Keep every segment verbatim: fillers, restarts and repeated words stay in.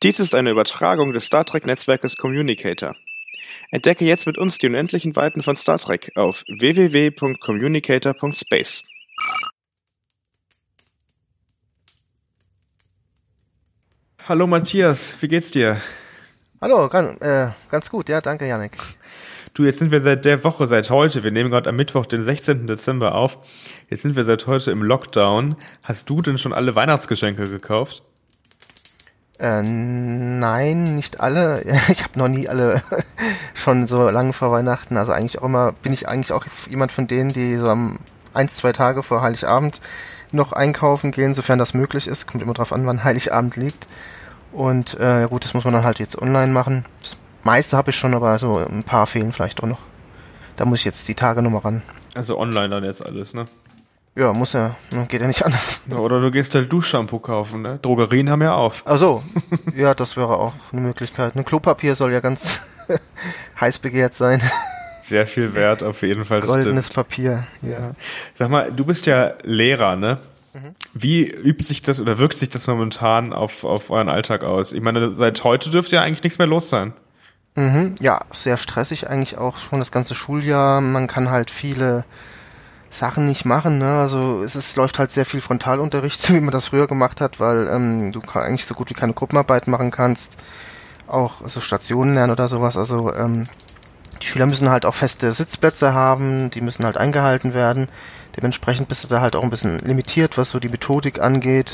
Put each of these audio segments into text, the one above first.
Dies ist eine Übertragung des Star Trek-Netzwerkes Communicator. Entdecke jetzt mit uns die unendlichen Weiten von Star Trek auf w w w punkt communicator punkt space. Hallo Matthias, wie geht's dir? Hallo, ganz, äh, ganz gut, ja, danke Jannik. Du, jetzt sind wir seit der Woche, seit heute, wir nehmen gerade am Mittwoch, den sechzehnten Dezember auf, jetzt sind wir seit heute im Lockdown. Hast du denn schon alle Weihnachtsgeschenke gekauft? Äh, nein, nicht alle. Ich habe noch nie alle schon so lange vor Weihnachten. Also eigentlich auch immer, bin ich eigentlich auch jemand von denen, die so am ein, zwei Tage vor Heiligabend noch einkaufen gehen, sofern das möglich ist. Kommt immer drauf an, wann Heiligabend liegt. Und äh, gut, das muss man dann halt jetzt online machen. Das meiste habe ich schon, aber so ein paar fehlen vielleicht auch noch. Da muss ich jetzt die Tage nochmal ran. Also online dann jetzt alles, ne? Ja, muss ja, geht ja nicht anders. Oder du gehst halt Duschshampoo kaufen, ne? Drogerien haben ja auf. Ach so, ja, das wäre auch eine Möglichkeit. Ein Klopapier soll ja ganz heiß begehrt sein. Sehr viel wert auf jeden Fall. Goldenes Papier, ja. ja. Sag mal, du bist ja Lehrer, ne? Mhm. Wie übt sich das oder wirkt sich das momentan auf, auf euren Alltag aus? Ich meine, seit heute dürfte ja eigentlich nichts mehr los sein. Mhm, ja, sehr stressig eigentlich auch schon das ganze Schuljahr. Man kann halt viele Sachen nicht machen, ne? Also es ist, läuft halt sehr viel Frontalunterricht, so wie man das früher gemacht hat, weil ähm, du eigentlich so gut wie keine Gruppenarbeit machen kannst, auch so Stationen lernen oder sowas. Also ähm, die Schüler müssen halt auch feste Sitzplätze haben, die müssen halt eingehalten werden. Dementsprechend bist du da halt auch ein bisschen limitiert, was so die Methodik angeht.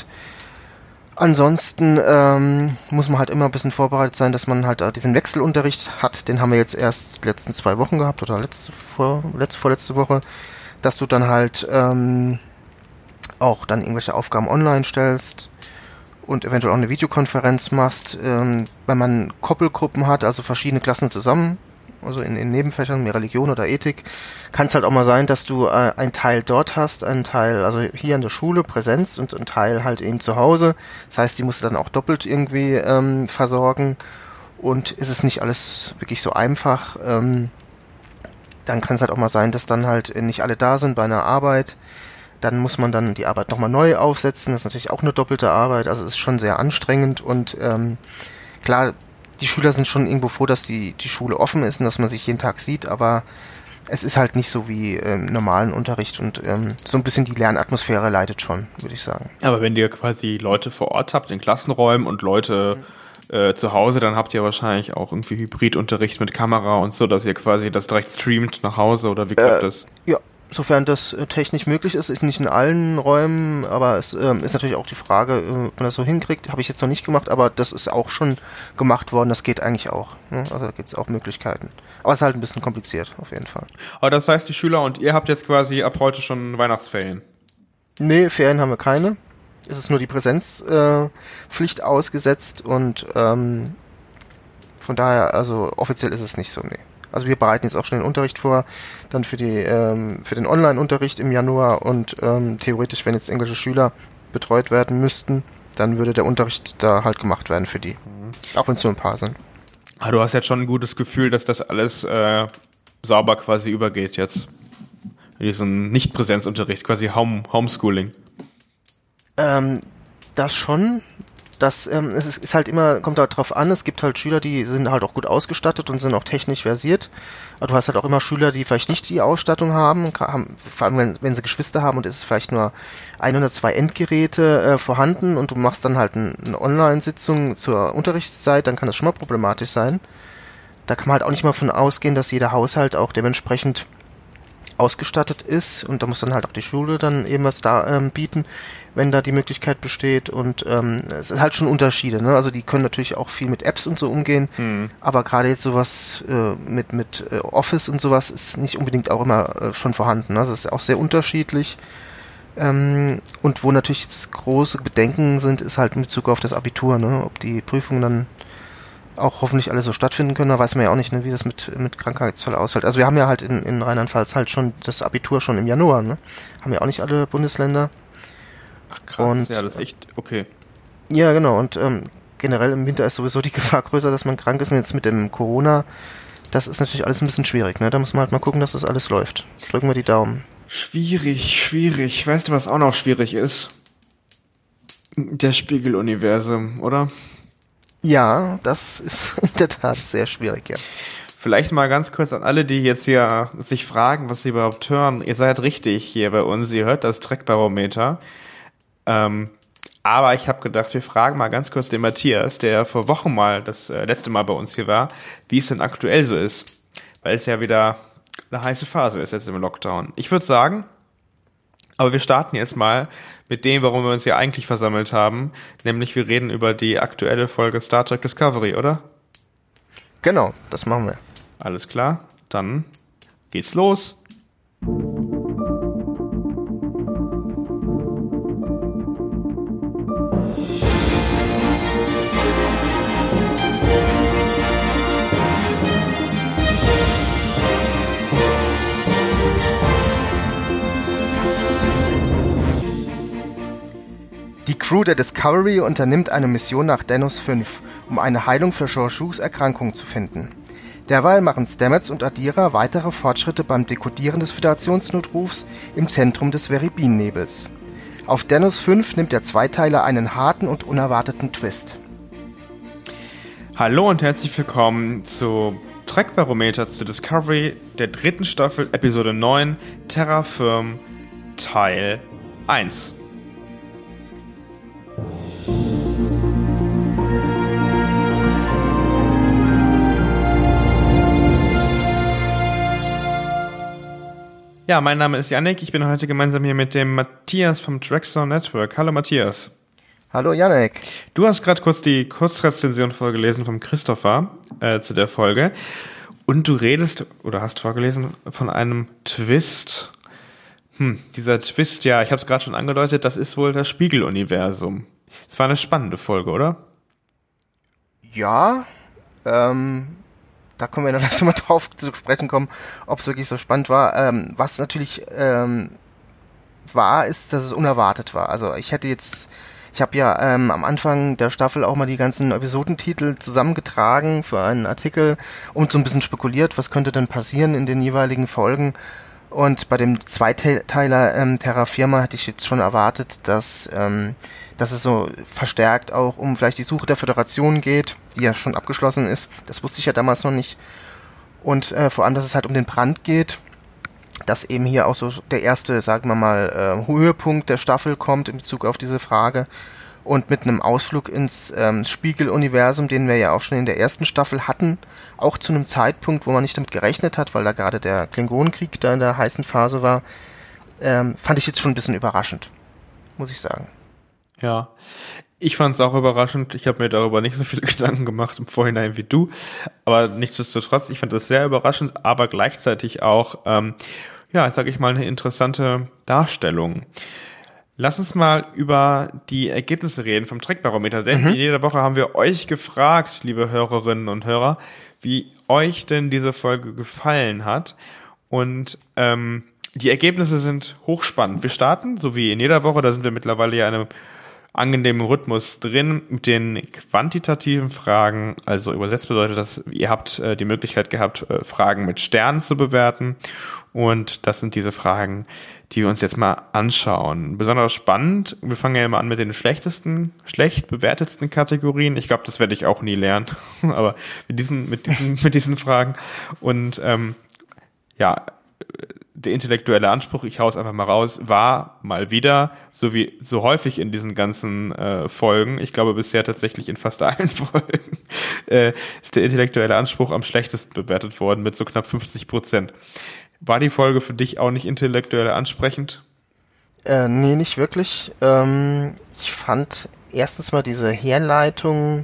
Ansonsten ähm, muss man halt immer ein bisschen vorbereitet sein, dass man halt diesen Wechselunterricht hat. Den haben wir jetzt erst die letzten zwei Wochen gehabt oder letzte, vor, letzte, vorletzte Woche. Dass du dann halt ähm, auch dann irgendwelche Aufgaben online stellst und eventuell auch eine Videokonferenz machst, ähm, wenn man Koppelgruppen hat, also verschiedene Klassen zusammen, also in, in Nebenfächern, mehr Religion oder Ethik, kann es halt auch mal sein, dass du äh, einen Teil dort hast, einen Teil, also hier in der Schule, Präsenz und einen Teil halt eben zu Hause. Das heißt, die musst du dann auch doppelt irgendwie ähm, versorgen und ist es nicht alles wirklich so einfach, ähm, dann kann es halt auch mal sein, dass dann halt nicht alle da sind bei einer Arbeit. Dann muss man dann die Arbeit nochmal neu aufsetzen. Das ist natürlich auch eine doppelte Arbeit. Also es ist schon sehr anstrengend. Und ähm, klar, die Schüler sind schon irgendwo froh, dass die, die Schule offen ist und dass man sich jeden Tag sieht. Aber es ist halt nicht so wie im ähm, normalen Unterricht. Und ähm, so ein bisschen die Lernatmosphäre leidet schon, würde ich sagen. Aber wenn ihr quasi Leute vor Ort habt in Klassenräumen und Leute Mhm. Äh, zu Hause, dann habt ihr wahrscheinlich auch irgendwie Hybridunterricht mit Kamera und so, dass ihr quasi das direkt streamt nach Hause oder wie klappt äh, das? Ja, sofern das äh, technisch möglich ist, ist nicht in allen Räumen, aber es ähm, ist natürlich auch die Frage, äh, ob man das so hinkriegt, habe ich jetzt noch nicht gemacht, aber das ist auch schon gemacht worden, das geht eigentlich auch. Ne? Also da gibt es auch Möglichkeiten. Aber es ist halt ein bisschen kompliziert, auf jeden Fall. Aber das heißt, die Schüler und ihr habt jetzt quasi ab heute schon Weihnachtsferien? Nee, Ferien haben wir keine. Es ist nur die Präsenzpflicht äh, ausgesetzt und ähm, von daher, also offiziell ist es nicht so, nee. Also wir bereiten jetzt auch schon den Unterricht vor, dann für die ähm, für den Online-Unterricht im Januar und ähm, theoretisch, wenn jetzt irgendwelche Schüler betreut werden müssten, dann würde der Unterricht da halt gemacht werden für die, mhm. auch wenn es nur ein paar sind. Aber du hast jetzt schon ein gutes Gefühl, dass das alles äh, sauber quasi übergeht jetzt. Diesen Nicht-Präsenzunterricht, quasi Home Homeschooling. Ähm, das schon. Das ähm, es ist, ist halt immer, kommt halt drauf an, es gibt halt Schüler, die sind halt auch gut ausgestattet und sind auch technisch versiert. Aber du hast halt auch immer Schüler, die vielleicht nicht die Ausstattung haben, haben vor allem wenn, wenn sie Geschwister haben und es ist vielleicht nur ein oder zwei Endgeräte äh, vorhanden und du machst dann halt ein, eine Online-Sitzung zur Unterrichtszeit, dann kann das schon mal problematisch sein. Da kann man halt auch nicht mal von ausgehen, dass jeder Haushalt auch dementsprechend ausgestattet ist und da muss dann halt auch die Schule dann eben was da ähm, bieten, wenn da die Möglichkeit besteht und ähm, es ist halt schon Unterschiede, ne? Also die können natürlich auch viel mit Apps und so umgehen, mhm. aber gerade jetzt sowas äh, mit mit äh, Office und sowas ist nicht unbedingt auch immer äh, schon vorhanden, ne? Also es ist auch sehr unterschiedlich ähm, und wo natürlich jetzt große Bedenken sind, ist halt in Bezug auf das Abitur, ne? Ob die Prüfungen dann auch hoffentlich alle so stattfinden können, da weiß man ja auch nicht, ne, wie das mit mit Krankheitsfall ausfällt. Also wir haben ja halt in, in Rheinland-Pfalz halt schon das Abitur schon im Januar, ne? Haben ja auch nicht alle Bundesländer. Ach krass, und, ja, das ist echt okay. Ja, genau, und ähm, generell im Winter ist sowieso die Gefahr größer, dass man krank ist und jetzt mit dem Corona, das ist natürlich alles ein bisschen schwierig, ne? Da muss man halt mal gucken, dass das alles läuft. Drücken wir die Daumen. Schwierig, schwierig. Weißt du, was auch noch schwierig ist? Der Spiegeluniversum, oder? Ja, das ist in der Tat sehr schwierig, ja. Vielleicht mal ganz kurz an alle, die jetzt hier sich fragen, was sie überhaupt hören. Ihr seid richtig hier bei uns, ihr hört das Trek-Barometer. Ähm, aber ich habe gedacht, wir fragen mal ganz kurz den Matthias, der vor Wochen mal das äh, letzte Mal bei uns hier war, wie es denn aktuell so ist. Weil es ja wieder eine heiße Phase ist jetzt im Lockdown. Ich würde sagen, aber wir starten jetzt mal mit dem, warum wir uns hier eigentlich versammelt haben. Nämlich wir reden über die aktuelle Folge Star Trek Discovery, oder? Genau, das machen wir. Alles klar, dann geht's los. Die Crew der Discovery unternimmt eine Mission nach Denos fünf, um eine Heilung für Georgious Erkrankung zu finden. Derweil machen Stamets und Adira weitere Fortschritte beim Dekodieren des Föderationsnotrufs im Zentrum des Veribin-Nebels. Auf Denos fünf nimmt der Zweiteiler einen harten und unerwarteten Twist. Hallo und herzlich willkommen zu Trek-Barometer zu Discovery der dritten Staffel, Episode neun, Terra Firm, Teil eins. Ja, mein Name ist Yannick, ich bin heute gemeinsam hier mit dem Matthias vom Trackzone Network. Hallo Matthias. Hallo Yannick. Du hast gerade kurz die Kurzrezension vorgelesen vom Christopher äh, zu der Folge und du redest, oder hast vorgelesen, von einem Twist. Hm, dieser Twist, ja, ich habe es gerade schon angedeutet, das ist wohl das Spiegeluniversum. Es war eine spannende Folge, oder? Ja, ähm... da können wir dann gleich mal drauf zu sprechen kommen, ob es wirklich so spannend war. Ähm, was natürlich ähm, war, ist, dass es unerwartet war. Also ich hätte jetzt, ich habe ja ähm, am Anfang der Staffel auch mal die ganzen Episodentitel zusammengetragen für einen Artikel und so ein bisschen spekuliert, was könnte denn passieren in den jeweiligen Folgen. Und bei dem Zweiteiler ähm, Terra Firma hätte ich jetzt schon erwartet, dass, ähm, dass es so verstärkt auch um vielleicht die Suche der Föderation geht, die ja schon abgeschlossen ist. Das wusste ich ja damals noch nicht. Und äh, vor allem, dass es halt um den Brand geht, dass eben hier auch so der erste, sagen wir mal, äh, Höhepunkt der Staffel kommt in Bezug auf diese Frage. Und mit einem Ausflug ins ähm, Spiegeluniversum, den wir ja auch schon in der ersten Staffel hatten, auch zu einem Zeitpunkt, wo man nicht damit gerechnet hat, weil da gerade der Klingonenkrieg da in der heißen Phase war, ähm, fand ich jetzt schon ein bisschen überraschend, muss ich sagen. Ja, ich fand es auch überraschend. Ich habe mir darüber nicht so viele Gedanken gemacht im Vorhinein wie du, aber nichtsdestotrotz, ich fand das sehr überraschend, aber gleichzeitig auch, ähm, ja, sage ich mal, eine interessante Darstellung. Lass uns mal über die Ergebnisse reden vom Trek-Barometer, denn mhm. in jeder Woche haben wir euch gefragt, liebe Hörerinnen und Hörer, wie euch denn diese Folge gefallen hat. Und ähm, die Ergebnisse sind hochspannend. Wir starten, so wie in jeder Woche, da sind wir mittlerweile ja in einem angenehmen Rhythmus drin, mit den quantitativen Fragen. Also übersetzt bedeutet das, ihr habt äh, die Möglichkeit gehabt, äh, Fragen mit Sternen zu bewerten. Und das sind diese Fragen, die wir uns jetzt mal anschauen. Besonders spannend, wir fangen ja immer an mit den schlechtesten, schlecht bewertetsten Kategorien. Ich glaube, das werde ich auch nie lernen, aber mit diesen, mit diesen, mit diesen Fragen. Und ähm, ja, der intellektuelle Anspruch, ich hau's einfach mal raus, war mal wieder, so wie so häufig in diesen ganzen äh, Folgen, ich glaube bisher tatsächlich in fast allen Folgen, äh, ist der intellektuelle Anspruch am schlechtesten bewertet worden mit so knapp fünfzig Prozent. War die Folge für dich auch nicht intellektuell ansprechend? Äh, nee, nicht wirklich. Ähm, ich fand erstens mal diese Herleitung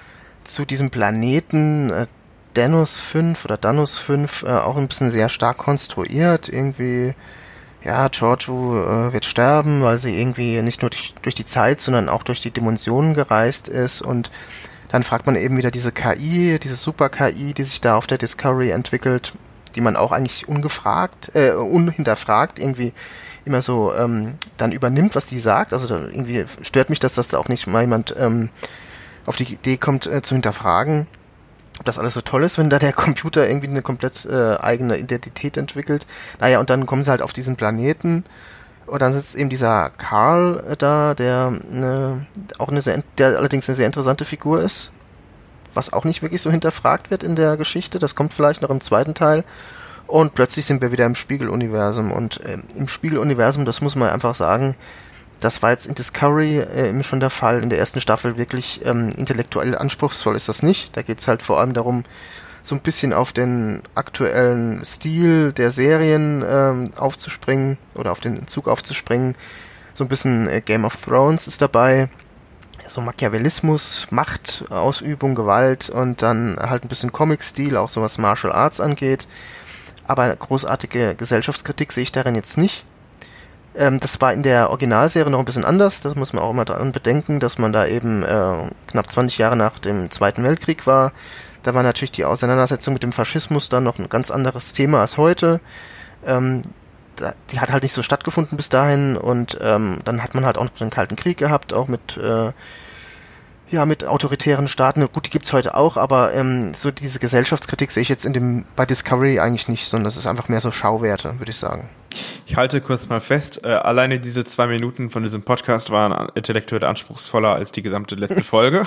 zu diesem Planeten äh, Denos fünf oder Danos fünf äh, auch ein bisschen sehr stark konstruiert. Irgendwie, ja, Georgiou äh, wird sterben, weil sie irgendwie nicht nur durch, durch die Zeit, sondern auch durch die Dimensionen gereist ist. Und dann fragt man eben wieder diese K I, diese Super-K I, die sich da auf der Discovery entwickelt, die man auch eigentlich ungefragt, äh, unhinterfragt irgendwie immer so ähm, dann übernimmt, was die sagt. Also da irgendwie stört mich, dass das da auch nicht mal jemand ähm, auf die Idee kommt, äh, zu hinterfragen, ob das alles so toll ist, wenn da der Computer irgendwie eine komplett äh, eigene Identität entwickelt. Naja, und dann kommen sie halt auf diesen Planeten und dann sitzt eben dieser Carl äh, da, der äh, auch eine sehr, der allerdings eine sehr interessante Figur ist, was auch nicht wirklich so hinterfragt wird in der Geschichte. Das kommt vielleicht noch im zweiten Teil. Und plötzlich sind wir wieder im Spiegeluniversum. Und äh, im Spiegeluniversum, das muss man einfach sagen, das war jetzt in Discovery äh, schon der Fall. In der ersten Staffel wirklich ähm, intellektuell anspruchsvoll ist das nicht. Da geht's halt vor allem darum, so ein bisschen auf den aktuellen Stil der Serien ähm, aufzuspringen oder auf den Zug aufzuspringen. So ein bisschen äh, Game of Thrones ist dabei. So Machiavellismus, Machtausübung, Gewalt und dann halt ein bisschen Comic-Stil, auch so was Martial Arts angeht. Aber großartige Gesellschaftskritik sehe ich darin jetzt nicht. Ähm, das war in der Originalserie noch ein bisschen anders. Das muss man auch immer dran bedenken, dass man da eben äh, knapp zwanzig Jahre nach dem Zweiten Weltkrieg war. Da war natürlich die Auseinandersetzung mit dem Faschismus dann noch ein ganz anderes Thema als heute. Ähm, da, die hat halt nicht so stattgefunden bis dahin und ähm, dann hat man halt auch noch den Kalten Krieg gehabt, auch mit äh, ja mit autoritären Staaten. Gut, die gibt's heute auch, aber ähm, so diese Gesellschaftskritik sehe ich jetzt in dem bei Discovery eigentlich nicht, sondern das ist einfach mehr so Schauwerte, würde ich sagen. Ich halte kurz mal fest, äh, alleine diese zwei Minuten von diesem Podcast waren intellektuell anspruchsvoller als die gesamte letzte Folge.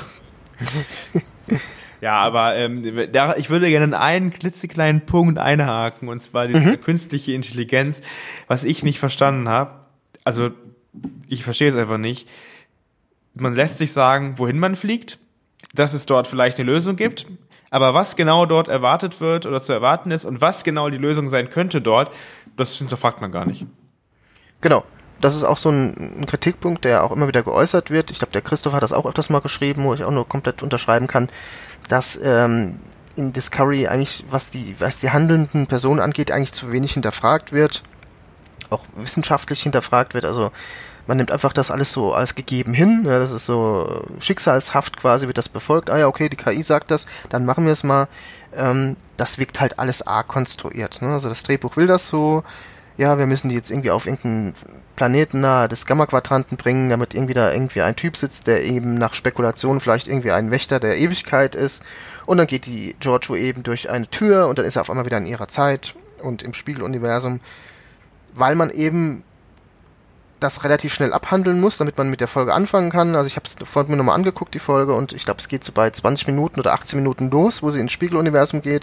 Ja, aber ähm, da, ich würde gerne einen klitzekleinen Punkt einhaken, und zwar die mhm. künstliche Intelligenz, was ich nicht verstanden habe. Also, ich verstehe es einfach nicht. Man lässt sich sagen, wohin man fliegt, dass es dort vielleicht eine Lösung gibt, aber was genau dort erwartet wird oder zu erwarten ist und was genau die Lösung sein könnte dort, das hinterfragt man gar nicht. Genau. Das ist auch so ein, ein Kritikpunkt, der auch immer wieder geäußert wird. Ich glaube, der Christoph hat das auch öfters mal geschrieben, wo ich auch nur komplett unterschreiben kann, dass ähm, in Discovery eigentlich, was die, was die handelnden Personen angeht, eigentlich zu wenig hinterfragt wird, auch wissenschaftlich hinterfragt wird. Also man nimmt einfach das alles so als gegeben hin. Ja, das ist so schicksalshaft quasi, wird das befolgt. Ah ja, okay, die K I sagt das, dann machen wir es mal. Ähm, das wirkt halt alles arg konstruiert. Ne? Also das Drehbuch will das so. Ja, wir müssen die jetzt irgendwie auf irgendeinen Planeten nahe des Gamma-Quadranten bringen, damit irgendwie da irgendwie ein Typ sitzt, der eben nach Spekulation vielleicht irgendwie ein Wächter der Ewigkeit ist. Und dann geht die Giorgio eben durch eine Tür und dann ist er auf einmal wieder in ihrer Zeit und im Spiegeluniversum, weil man eben das relativ schnell abhandeln muss, damit man mit der Folge anfangen kann. Also ich habe es vorhin mir nochmal angeguckt, die Folge, und ich glaube, es geht so bei zwanzig Minuten oder achtzehn Minuten los, wo sie ins Spiegeluniversum geht.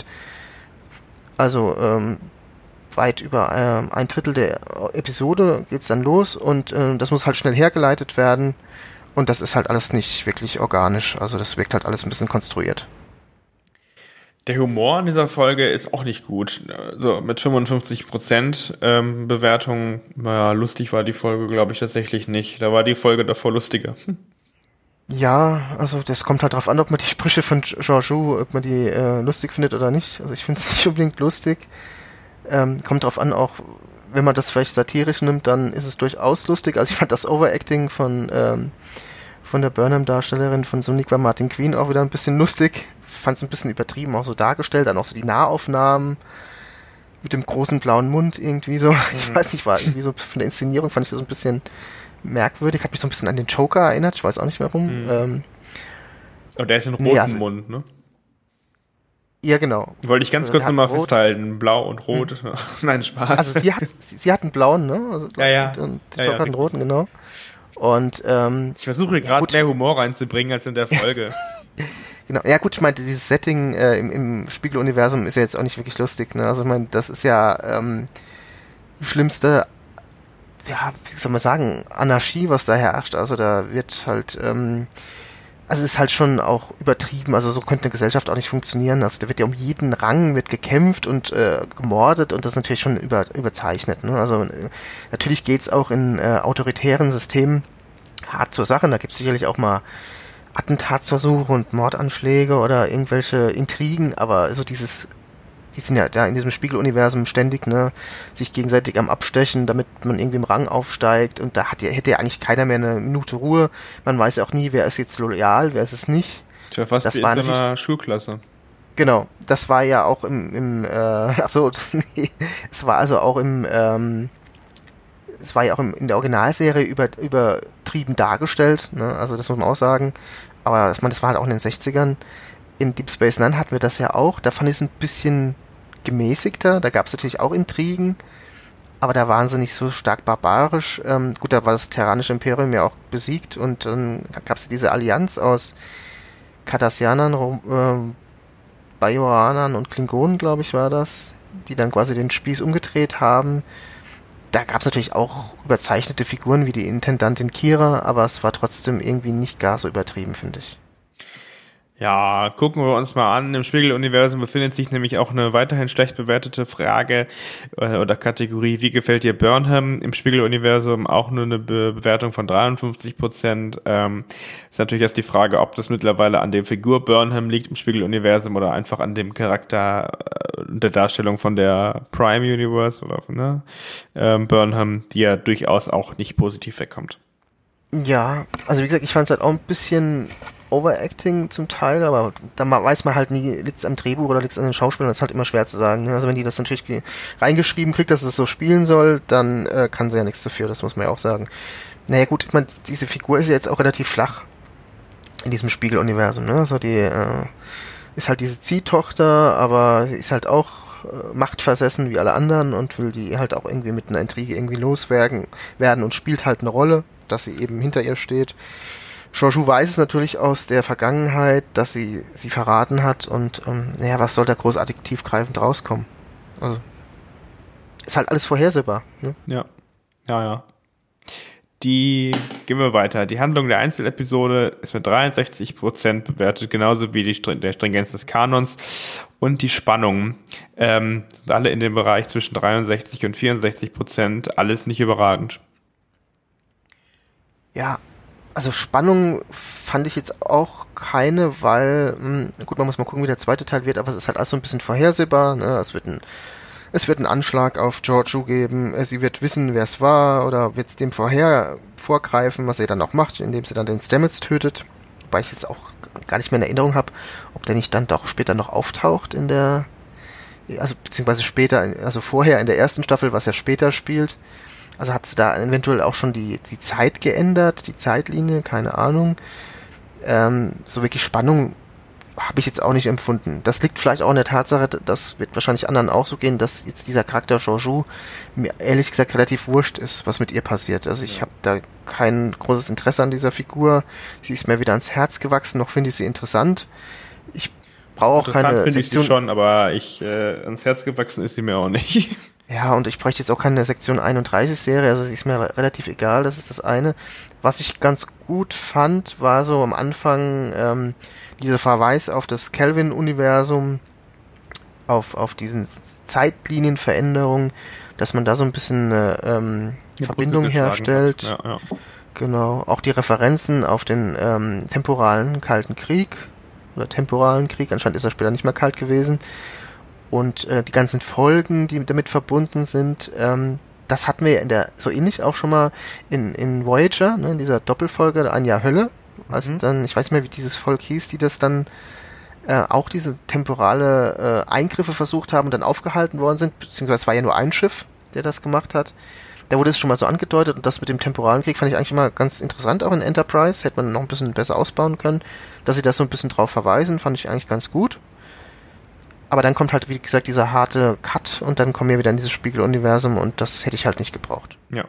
Also, ähm, weit über äh, ein Drittel der Episode geht's dann los und äh, das muss halt schnell hergeleitet werden und das ist halt alles nicht wirklich organisch, also das wirkt halt alles ein bisschen konstruiert. Der Humor in dieser Folge ist auch nicht gut. Also mit fünfundfünfzig Prozent ähm, Bewertung, naja, lustig war die Folge, glaube ich, tatsächlich nicht. Da war die Folge davor lustiger. Hm. Ja, also das kommt halt drauf an, ob man die Sprüche von Georgiou, ob man die äh, lustig findet oder nicht. Also ich finde es nicht unbedingt lustig. Ähm, kommt drauf an, auch wenn man das vielleicht satirisch nimmt, dann ist es durchaus lustig. Also ich fand das Overacting von ähm, von der Burnham-Darstellerin von Sonequa Martin Queen auch wieder ein bisschen lustig. Fand es ein bisschen übertrieben auch so dargestellt. Dann auch so die Nahaufnahmen mit dem großen blauen Mund irgendwie so. Mhm. Ich weiß nicht, war irgendwie so von der Inszenierung fand ich das so ein bisschen merkwürdig. Hat mich so ein bisschen an den Joker erinnert. Ich weiß auch nicht mehr warum. Mhm. Ähm, Aber der hat den roten nee, also, Mund, ne? Ja, genau. Wollte ich ganz kurz also, nochmal festhalten. Blau und rot. Hm. Nein, Spaß. Also sie hat, sie, sie hat einen blauen, ne? Also, ja, ja. Und die ja, Joker ja, hat einen roten, genau. Und, ähm, ich versuche gerade ja, mehr Humor reinzubringen als in der Folge. Genau. Ja gut, ich meine, dieses Setting äh, im, im Spiegeluniversum ist ja jetzt auch nicht wirklich lustig, ne? Also ich meine, das ist ja ähm, die schlimmste, ja, wie soll man sagen, Anarchie, was da herrscht. Also da wird halt, ähm, also es ist halt schon auch übertrieben, also so könnte eine Gesellschaft auch nicht funktionieren. Also da wird ja um jeden Rang wird gekämpft und äh, gemordet und das ist natürlich schon über, überzeichnet. Ne? Also äh, natürlich geht's auch in äh, autoritären Systemen hart zur Sache. Da gibt's sicherlich auch mal Attentatsversuche und Mordanschläge oder irgendwelche Intrigen, aber so dieses, die sind ja da in diesem Spiegeluniversum ständig, ne, sich gegenseitig am Abstechen, damit man irgendwie im Rang aufsteigt und da hat ja, hätte ja eigentlich keiner mehr eine Minute Ruhe. Man weiß ja auch nie, wer ist jetzt loyal, wer ist es nicht. Das ist ja fast das wie war in einer Schulklasse. Genau, das war ja auch im, im äh, ach so, das, nee, es war also auch im, ähm, es war ja auch im, in der Originalserie über, übertrieben dargestellt, ne, also das muss man auch sagen. Aber ich meine, das war halt auch in den sechzigern. In Deep Space Nine hatten wir das ja auch. Da fand ich es ein bisschen gemäßigter. Da gab es natürlich auch Intrigen. Aber da waren sie nicht so stark barbarisch. Ähm, gut, da war das Terranische Imperium ja auch besiegt. Und dann gab es ja diese Allianz aus Cardassianern, äh, Bajoranern und Klingonen, glaube ich, war das, die dann quasi den Spieß umgedreht haben. Da gab es natürlich auch überzeichnete Figuren wie die Intendantin Kira, aber es war trotzdem irgendwie nicht gar so übertrieben, finde ich. Ja, gucken wir uns mal an. Im Spiegeluniversum befindet sich nämlich auch eine weiterhin schlecht bewertete Frage äh, oder Kategorie, wie gefällt dir Burnham? Im Spiegeluniversum auch nur eine Be- Bewertung von dreiundfünfzig Prozent. Ähm, ist natürlich jetzt die Frage, ob das mittlerweile an der Figur Burnham liegt im Spiegeluniversum oder einfach an dem Charakter äh, und der Darstellung von der Prime Universe oder ne, ähm, Burnham, die ja durchaus auch nicht positiv wegkommt. Ja, also wie gesagt, ich fand es halt auch ein bisschen Overacting zum Teil, aber da weiß man halt nie, liegt es am Drehbuch oder liegt es an den Schauspielern, das ist halt immer schwer zu sagen. Also wenn die das natürlich ge- reingeschrieben kriegt, dass es so spielen soll, dann äh, kann sie ja nichts dafür, das muss man ja auch sagen. Naja gut, ich meine, diese Figur ist ja jetzt auch relativ flach in diesem Spiegeluniversum, ne? Also die äh, ist halt diese Ziehtochter, aber sie ist halt auch äh, machtversessen wie alle anderen und will die halt auch irgendwie mit einer Intrige irgendwie loswerden werden und spielt halt eine Rolle, dass sie eben hinter ihr steht. Georgiou weiß es natürlich aus der Vergangenheit, dass sie sie verraten hat und ähm, naja, was soll da großartig tiefgreifend rauskommen? Also ist halt alles vorhersehbar. Ne? Ja, ja, ja. Die, gehen wir weiter. Die Handlung der Einzelepisode ist mit dreiundsechzig Prozent bewertet, genauso wie die, der Stringenz des Kanons und die Spannung. Ähm, sind alle in dem Bereich zwischen dreiundsechzig und vierundsechzig Prozent, alles nicht überragend. Ja, also Spannung fand ich jetzt auch keine, weil, mh, gut, man muss mal gucken, wie der zweite Teil wird, aber es ist halt alles so ein bisschen vorhersehbar, ne? Es wird ein, es wird einen Anschlag auf Georgiou geben, sie wird wissen, wer es war, oder wird es dem vorher vorgreifen, was sie dann auch macht, indem sie dann den Stamets tötet, wobei ich jetzt auch gar nicht mehr in Erinnerung habe, ob der nicht dann doch später noch auftaucht in der, also beziehungsweise später, also vorher in der ersten Staffel, was ja später spielt. Also hat es da eventuell auch schon die, die Zeit geändert, die Zeitlinie, keine Ahnung. Ähm, so wirklich Spannung habe ich jetzt auch nicht empfunden. Das liegt vielleicht auch in der Tatsache, das wird wahrscheinlich anderen auch so gehen, dass jetzt dieser Charakter Georgiou mir ehrlich gesagt relativ wurscht ist, was mit ihr passiert. Also ich habe da kein großes Interesse an dieser Figur. Sie ist mir weder ans Herz gewachsen, noch finde ich sie interessant. Ich brauche auch keine finde Sektion. Ich sie schon, aber ich äh, ans Herz gewachsen ist sie mir auch nicht. Ja, und ich bräuchte jetzt auch keine Sektion einunddreißig-Serie, also sie ist mir re- relativ egal, das ist das eine. Was ich ganz gut fand, war so am Anfang ähm, dieser Verweis auf das Kelvin-Universum, auf, auf diesen Zeitlinienveränderungen, dass man da so ein bisschen eine ähm, Verbindung herstellt. Ja, ja. Genau, auch die Referenzen auf den ähm, temporalen Kalten Krieg, oder temporalen Krieg, anscheinend ist er später nicht mehr kalt gewesen. Und äh, die ganzen Folgen, die damit verbunden sind, ähm, das hatten wir ja in der, so ähnlich auch schon mal in, in Voyager, ne, in dieser Doppelfolge Ein Jahr Hölle, als mhm. dann, ich weiß nicht mehr, wie dieses Volk hieß, die das dann äh, auch diese temporale äh, Eingriffe versucht haben und dann aufgehalten worden sind, beziehungsweise es war ja nur ein Schiff, der das gemacht hat. Da wurde es schon mal so angedeutet und das mit dem temporalen Krieg fand ich eigentlich immer ganz interessant, auch in Enterprise, hätte man noch ein bisschen besser ausbauen können, dass sie das so ein bisschen drauf verweisen, fand ich eigentlich ganz gut. Aber dann kommt halt, wie gesagt, dieser harte Cut und dann kommen wir wieder in dieses Spiegeluniversum und das hätte ich halt nicht gebraucht. Ja.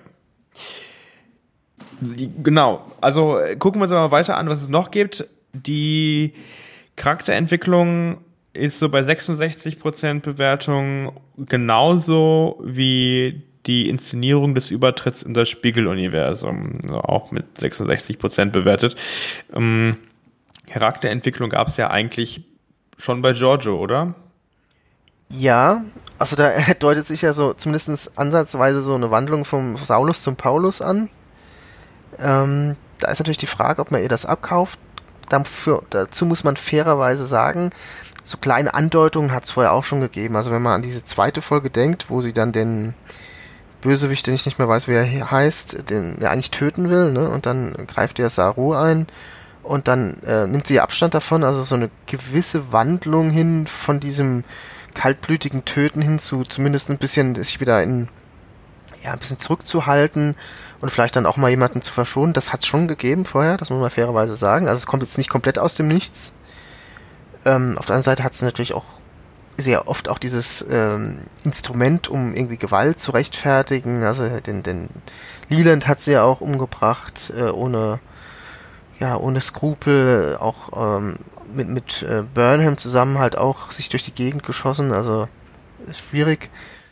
Genau. Also gucken wir uns mal weiter an, was es noch gibt. Die Charakterentwicklung ist so bei sechsundsechzig Prozent Bewertung, genauso wie die Inszenierung des Übertritts in das Spiegeluniversum, also auch mit sechsundsechzig Prozent bewertet. Ähm, Charakterentwicklung gab es ja eigentlich schon bei Georgiou, oder? Ja, also da deutet sich ja so zumindest ansatzweise so eine Wandlung vom Saulus zum Paulus an. Ähm, da ist natürlich die Frage, ob man ihr das abkauft. Dafür, dazu muss man fairerweise sagen, so kleine Andeutungen hat es vorher auch schon gegeben. Also wenn man an diese zweite Folge denkt, wo sie dann den Bösewicht, den ich nicht mehr weiß, wie er heißt, den er eigentlich töten will, ne? Und dann greift er Saru ein und dann äh, nimmt sie Abstand davon, also so eine gewisse Wandlung hin von diesem kaltblütigen Töten hin zu zumindest ein bisschen sich wieder in, ja, ein bisschen zurückzuhalten und vielleicht dann auch mal jemanden zu verschonen. Das hat es schon gegeben vorher, das muss man fairerweise sagen. Also es kommt jetzt nicht komplett aus dem Nichts. Ähm, auf der anderen Seite hat es natürlich auch sehr oft auch dieses ähm, Instrument, um irgendwie Gewalt zu rechtfertigen. Also den, den Leland hat sie ja auch umgebracht, äh, ohne ja, ohne Skrupel, auch ähm, mit, mit äh, Burnham zusammen halt auch sich durch die Gegend geschossen, also ist schwierig.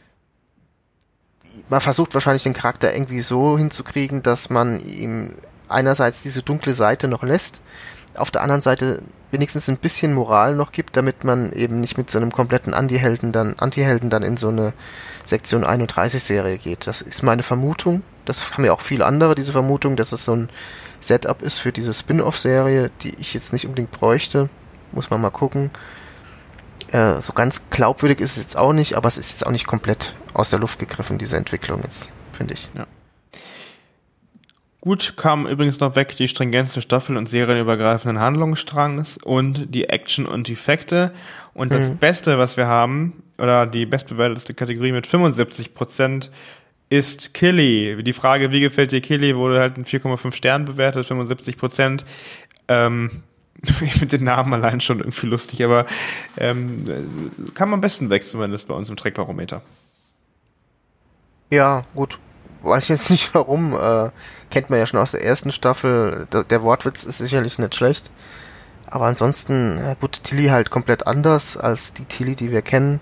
Man versucht wahrscheinlich den Charakter irgendwie so hinzukriegen, dass man ihm einerseits diese dunkle Seite noch lässt, auf der anderen Seite wenigstens ein bisschen Moral noch gibt, damit man eben nicht mit so einem kompletten Anti-Helden dann, Anti-Helden dann in so eine Sektion einunddreißig Serie geht. Das ist meine Vermutung. Das haben ja auch viele andere, diese Vermutung, dass es so ein Setup ist für diese Spin-off-Serie, die ich jetzt nicht unbedingt bräuchte. Muss man mal gucken. Äh, so ganz glaubwürdig ist es jetzt auch nicht, aber es ist jetzt auch nicht komplett aus der Luft gegriffen, diese Entwicklung jetzt, finde ich. Ja. Gut, kam übrigens noch weg die Stringenz des Staffel- und serienübergreifenden Handlungsstrangs und die Action und Effekte. Und das mhm. Beste, was wir haben, oder die bestbewertete Kategorie mit fünfundsiebzig Prozent, ist Killy. Die Frage, wie gefällt dir Killy, wurde halt in vier Komma fünf Sternen bewertet, fünfundsiebzig Prozent. Ähm, ich finde den Namen allein schon irgendwie lustig, aber ähm, kam am besten weg, zumindest bei uns im Trackbarometer. Ja, gut. Weiß ich jetzt nicht warum. Äh, kennt man ja schon aus der ersten Staffel. Der, der Wortwitz ist sicherlich nicht schlecht. Aber ansonsten, ja gut, Tilly halt komplett anders als die Tilly, die wir kennen.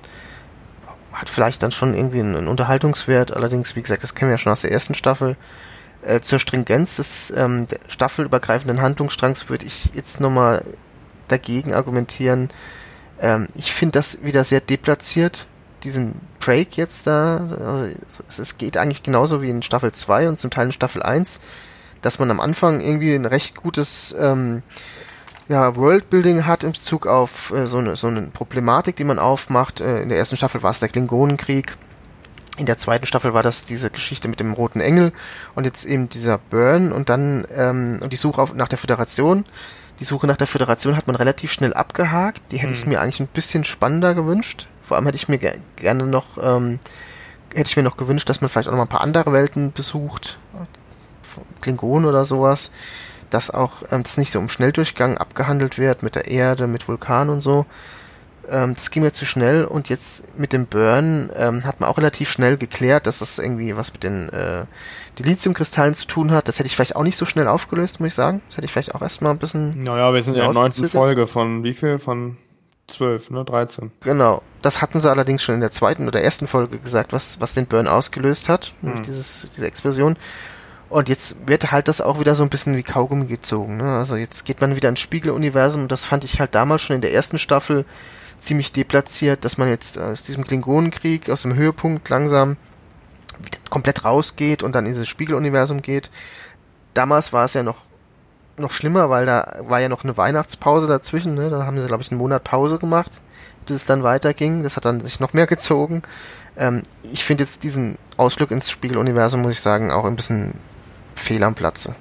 Hat vielleicht dann schon irgendwie einen, einen Unterhaltungswert. Allerdings, wie gesagt, das kennen wir ja schon aus der ersten Staffel. Äh, zur Stringenz des ähm, der staffelübergreifenden Handlungsstrangs würde ich jetzt nochmal dagegen argumentieren. Ähm, ich finde das wieder sehr deplatziert. Diesen Break jetzt da, also es geht eigentlich genauso wie in Staffel zwei und zum Teil in Staffel eins, dass man am Anfang irgendwie ein recht gutes ähm, ja, Worldbuilding hat in Bezug auf äh, so, eine, so eine Problematik, die man aufmacht. Äh, in der ersten Staffel war es der Klingonenkrieg, in der zweiten Staffel war das diese Geschichte mit dem Roten Engel und jetzt eben dieser Burn und dann ähm, und die Suche auf, nach der Föderation. Die Suche nach der Föderation hat man relativ schnell abgehakt. Die hätte hm. ich mir eigentlich ein bisschen spannender gewünscht. Vor allem hätte ich mir ge- gerne noch, ähm, hätte ich mir noch gewünscht, dass man vielleicht auch noch mal ein paar andere Welten besucht, Klingonen oder sowas, dass auch ähm, das nicht so im Schnelldurchgang abgehandelt wird mit der Erde, mit Vulkan und so. Ähm, das ging mir zu schnell und jetzt mit dem Burn ähm, hat man auch relativ schnell geklärt, dass das irgendwie was mit den äh, Dilithiumkristallen zu tun hat. Das hätte ich vielleicht auch nicht so schnell aufgelöst, muss ich sagen. Das hätte ich vielleicht auch erstmal ein bisschen... Naja, wir sind ja in der neunten Folge von wie viel? Von zwölf, ne? dreizehn. Genau. Das hatten sie allerdings schon in der zweiten oder ersten Folge gesagt, was, was den Burn ausgelöst hat, nämlich hm. dieses, diese Explosion. Und jetzt wird halt das auch wieder so ein bisschen wie Kaugummi gezogen. Ne? Also jetzt geht man wieder ins Spiegeluniversum und das fand ich halt damals schon in der ersten Staffel ziemlich deplatziert, dass man jetzt aus diesem Klingonenkrieg, aus dem Höhepunkt langsam komplett rausgeht und dann in dieses Spiegeluniversum geht. Damals war es ja noch noch schlimmer, weil da war ja noch eine Weihnachtspause dazwischen, ne? Da haben sie, glaube ich, einen Monat Pause gemacht, bis es dann weiterging. Das hat dann sich noch mehr gezogen. Ähm, ich finde jetzt diesen Ausflug ins Spiegeluniversum, muss ich sagen, auch ein bisschen fehl am Platze.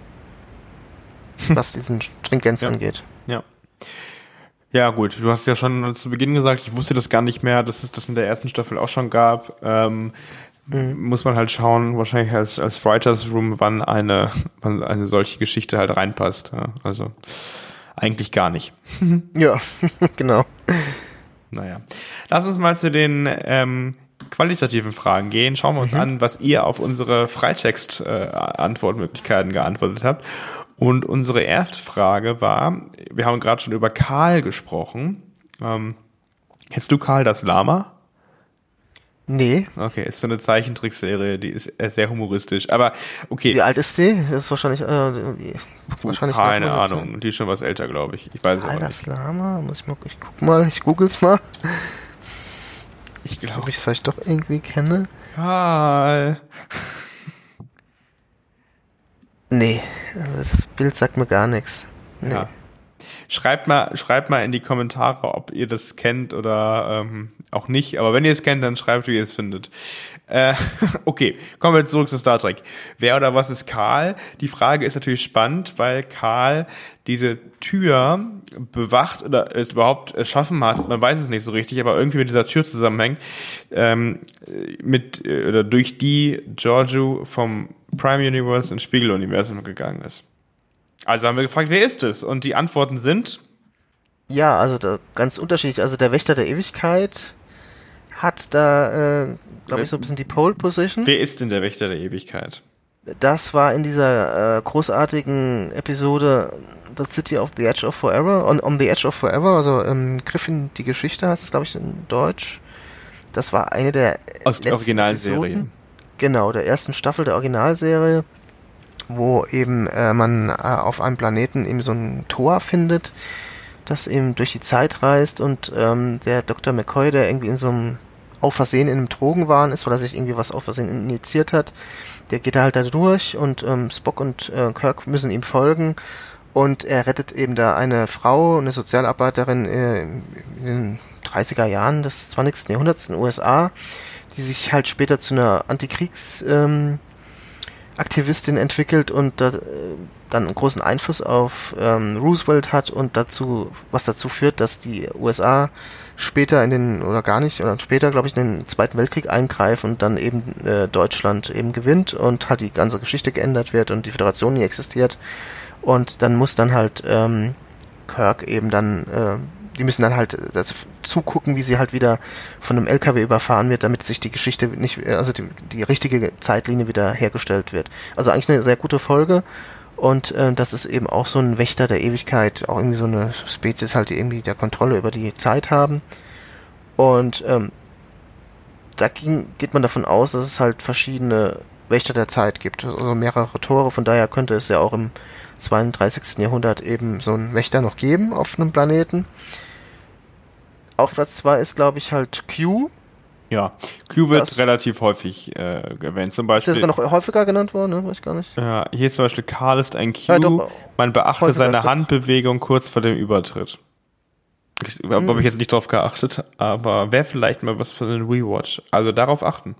Was diesen Stringenz ja. angeht. Ja. Ja, gut. Du hast ja schon zu Beginn gesagt, ich wusste das gar nicht mehr, dass es das in der ersten Staffel auch schon gab. Ähm, Mhm. Muss man halt schauen, wahrscheinlich als, als Writers Room, wann eine, wann eine solche Geschichte halt reinpasst. Ja, also eigentlich gar nicht. Ja, genau. Naja. Lass uns mal zu den ähm, qualitativen Fragen gehen. Schauen wir uns mhm. an, was ihr auf unsere Freitext-Antwortmöglichkeiten äh, geantwortet habt. Und unsere erste Frage war, wir haben gerade schon über Karl gesprochen. Ähm, kennst du Karl das Lama? Nee. Okay, ist so eine Zeichentrickserie, die ist sehr humoristisch, aber okay. Wie alt ist die? Das ist wahrscheinlich, äh, die, wahrscheinlich keine Ahnung, die ist schon was älter, glaube ich. Ich weiß es auch nicht. Das Lama, muss ich mal, ich guck mal, ich google's mal. Ich glaube, ob ich es vielleicht doch irgendwie kenne. Karl. Nee, also das Bild sagt mir gar nichts. Nee. Ja. Schreibt mal, schreibt mal in die Kommentare, ob ihr das kennt oder ähm, auch nicht. Aber wenn ihr es kennt, dann schreibt, wie ihr es findet. Äh, okay, kommen wir zurück zu Star Trek. Wer oder was ist Karl? Die Frage ist natürlich spannend, weil Karl diese Tür bewacht oder es überhaupt erschaffen hat. Man weiß es nicht so richtig, aber irgendwie mit dieser Tür zusammenhängt, ähm, mit oder durch die Georgiou vom Prime Universe ins Spiegeluniversum gegangen ist. Also haben wir gefragt, wer ist es? Und die Antworten sind? Ja, also da, ganz unterschiedlich. Also der Wächter der Ewigkeit hat da, äh, glaube ich, so ein bisschen die Pole Position. Wer ist denn der Wächter der Ewigkeit? Das war in dieser äh, großartigen Episode The City of the Edge of Forever, on, on the Edge of Forever, also ähm, Griff in die Geschichte heißt es, glaube ich, in Deutsch. Das war eine der aus der Originalserie. Genau, der ersten Staffel der Originalserie, wo eben äh, man äh, auf einem Planeten eben so ein Tor findet, das eben durch die Zeit reist und ähm, der Doktor McCoy, der irgendwie in so einem auf Versehen in einem Drogenwahn ist, weil er sich irgendwie was auf Versehen injiziert hat, der geht da halt da durch und ähm, Spock und äh, Kirk müssen ihm folgen und er rettet eben da eine Frau, eine Sozialarbeiterin äh, in den dreißiger Jahren des zwanzigsten Jahrhunderts in den U S A, die sich halt später zu einer Antikriegs- ähm, Aktivistin entwickelt und da, äh, dann einen großen Einfluss auf ähm, Roosevelt hat und dazu, was dazu führt, dass die U S A später in den, oder gar nicht, oder später, glaube ich, in den Zweiten Weltkrieg eingreifen und dann eben äh, Deutschland eben gewinnt und halt die ganze Geschichte geändert wird und die Föderation nie existiert. Und dann muss dann halt ähm, Kirk eben dann, äh, die müssen dann halt also, zugucken, wie sie halt wieder von einem L K W überfahren wird, damit sich die Geschichte nicht, also die, die richtige Zeitlinie wieder hergestellt wird. Also eigentlich eine sehr gute Folge. Und äh, das ist eben auch so ein Wächter der Ewigkeit, auch irgendwie so eine Spezies halt, die irgendwie der Kontrolle über die Zeit haben. Und ähm, da ging, geht man davon aus, dass es halt verschiedene Wächter der Zeit gibt, also mehrere Tore. Von daher könnte es ja auch im zweiunddreißigsten Jahrhundert eben so einen Wächter noch geben auf einem Planeten. Auf Platz zwei ist, glaube ich, halt Q. Ja, Q wird das relativ häufig äh, erwähnt. Zum Beispiel, ist der Beispiel, sogar noch häufiger genannt worden, ne? Weiß ich gar nicht. Ja, hier zum Beispiel Karl ist ein Q. Ja, doch, man beachte seine Handbewegung kurz vor dem Übertritt. Ich hm. habe ich jetzt nicht drauf geachtet, aber wäre vielleicht mal was für den Rewatch. Also darauf achten.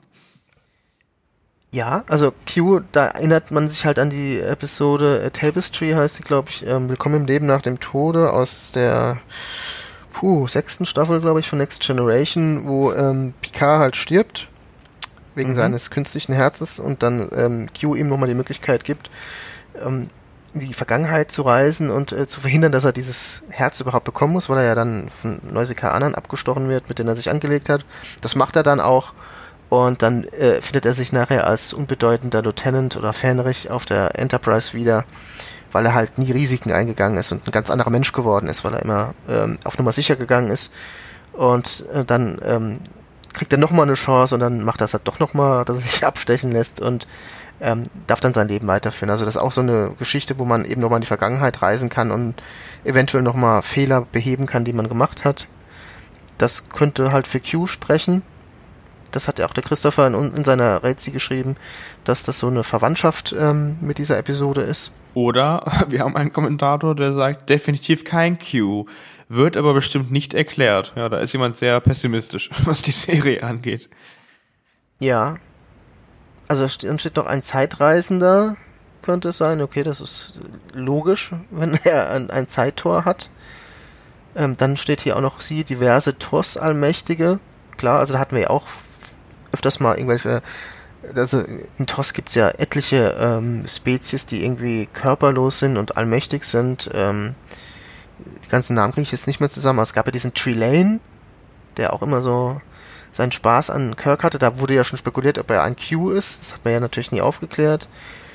Ja, also Q, da erinnert man sich halt an die Episode äh, Tapestry, heißt sie, glaube ich, ähm, Willkommen im Leben nach dem Tode aus der puh, sechsten Staffel, glaube ich, von Next Generation, wo ähm, Picard halt stirbt, wegen mhm. seines künstlichen Herzens und dann ähm, Q ihm nochmal die Möglichkeit gibt, ähm, in die Vergangenheit zu reisen und äh, zu verhindern, dass er dieses Herz überhaupt bekommen muss, weil er ja dann von Neusikanern abgestochen wird, mit denen er sich angelegt hat. Das macht er dann auch. Und dann äh, findet er sich nachher als unbedeutender Lieutenant oder Fähnrich auf der Enterprise wieder, weil er halt nie Risiken eingegangen ist und ein ganz anderer Mensch geworden ist, weil er immer ähm, auf Nummer sicher gegangen ist. Und äh, dann ähm, kriegt er nochmal eine Chance und dann macht er es halt doch nochmal, dass er sich abstechen lässt und ähm, darf dann sein Leben weiterführen. Also das ist auch so eine Geschichte, wo man eben nochmal in die Vergangenheit reisen kann und eventuell nochmal Fehler beheben kann, die man gemacht hat. Das könnte halt für Q sprechen. Das hat ja auch der Christopher in, in seiner Rätsel geschrieben, dass das so eine Verwandtschaft ähm, mit dieser Episode ist. Oder wir haben einen Kommentator, der sagt, definitiv kein Q, wird aber bestimmt nicht erklärt. Ja, da ist jemand sehr pessimistisch, was die Serie angeht. Ja. Also dann steht noch ein Zeitreisender, könnte es sein. Okay, das ist logisch, wenn er ein, ein Zeittor hat. Ähm, dann steht hier auch noch sie, diverse T O S-Allmächtige. Klar, also da hatten wir ja auch öfters mal irgendwelche, also in T O S gibt's ja etliche ähm, Spezies, die irgendwie körperlos sind und allmächtig sind. Ähm, die ganzen Namen kriege ich jetzt nicht mehr zusammen, aber es gab ja diesen Trelane, der auch immer so seinen Spaß an Kirk hatte. Da wurde ja schon spekuliert, ob er ein Q ist. Das hat man ja natürlich nie aufgeklärt.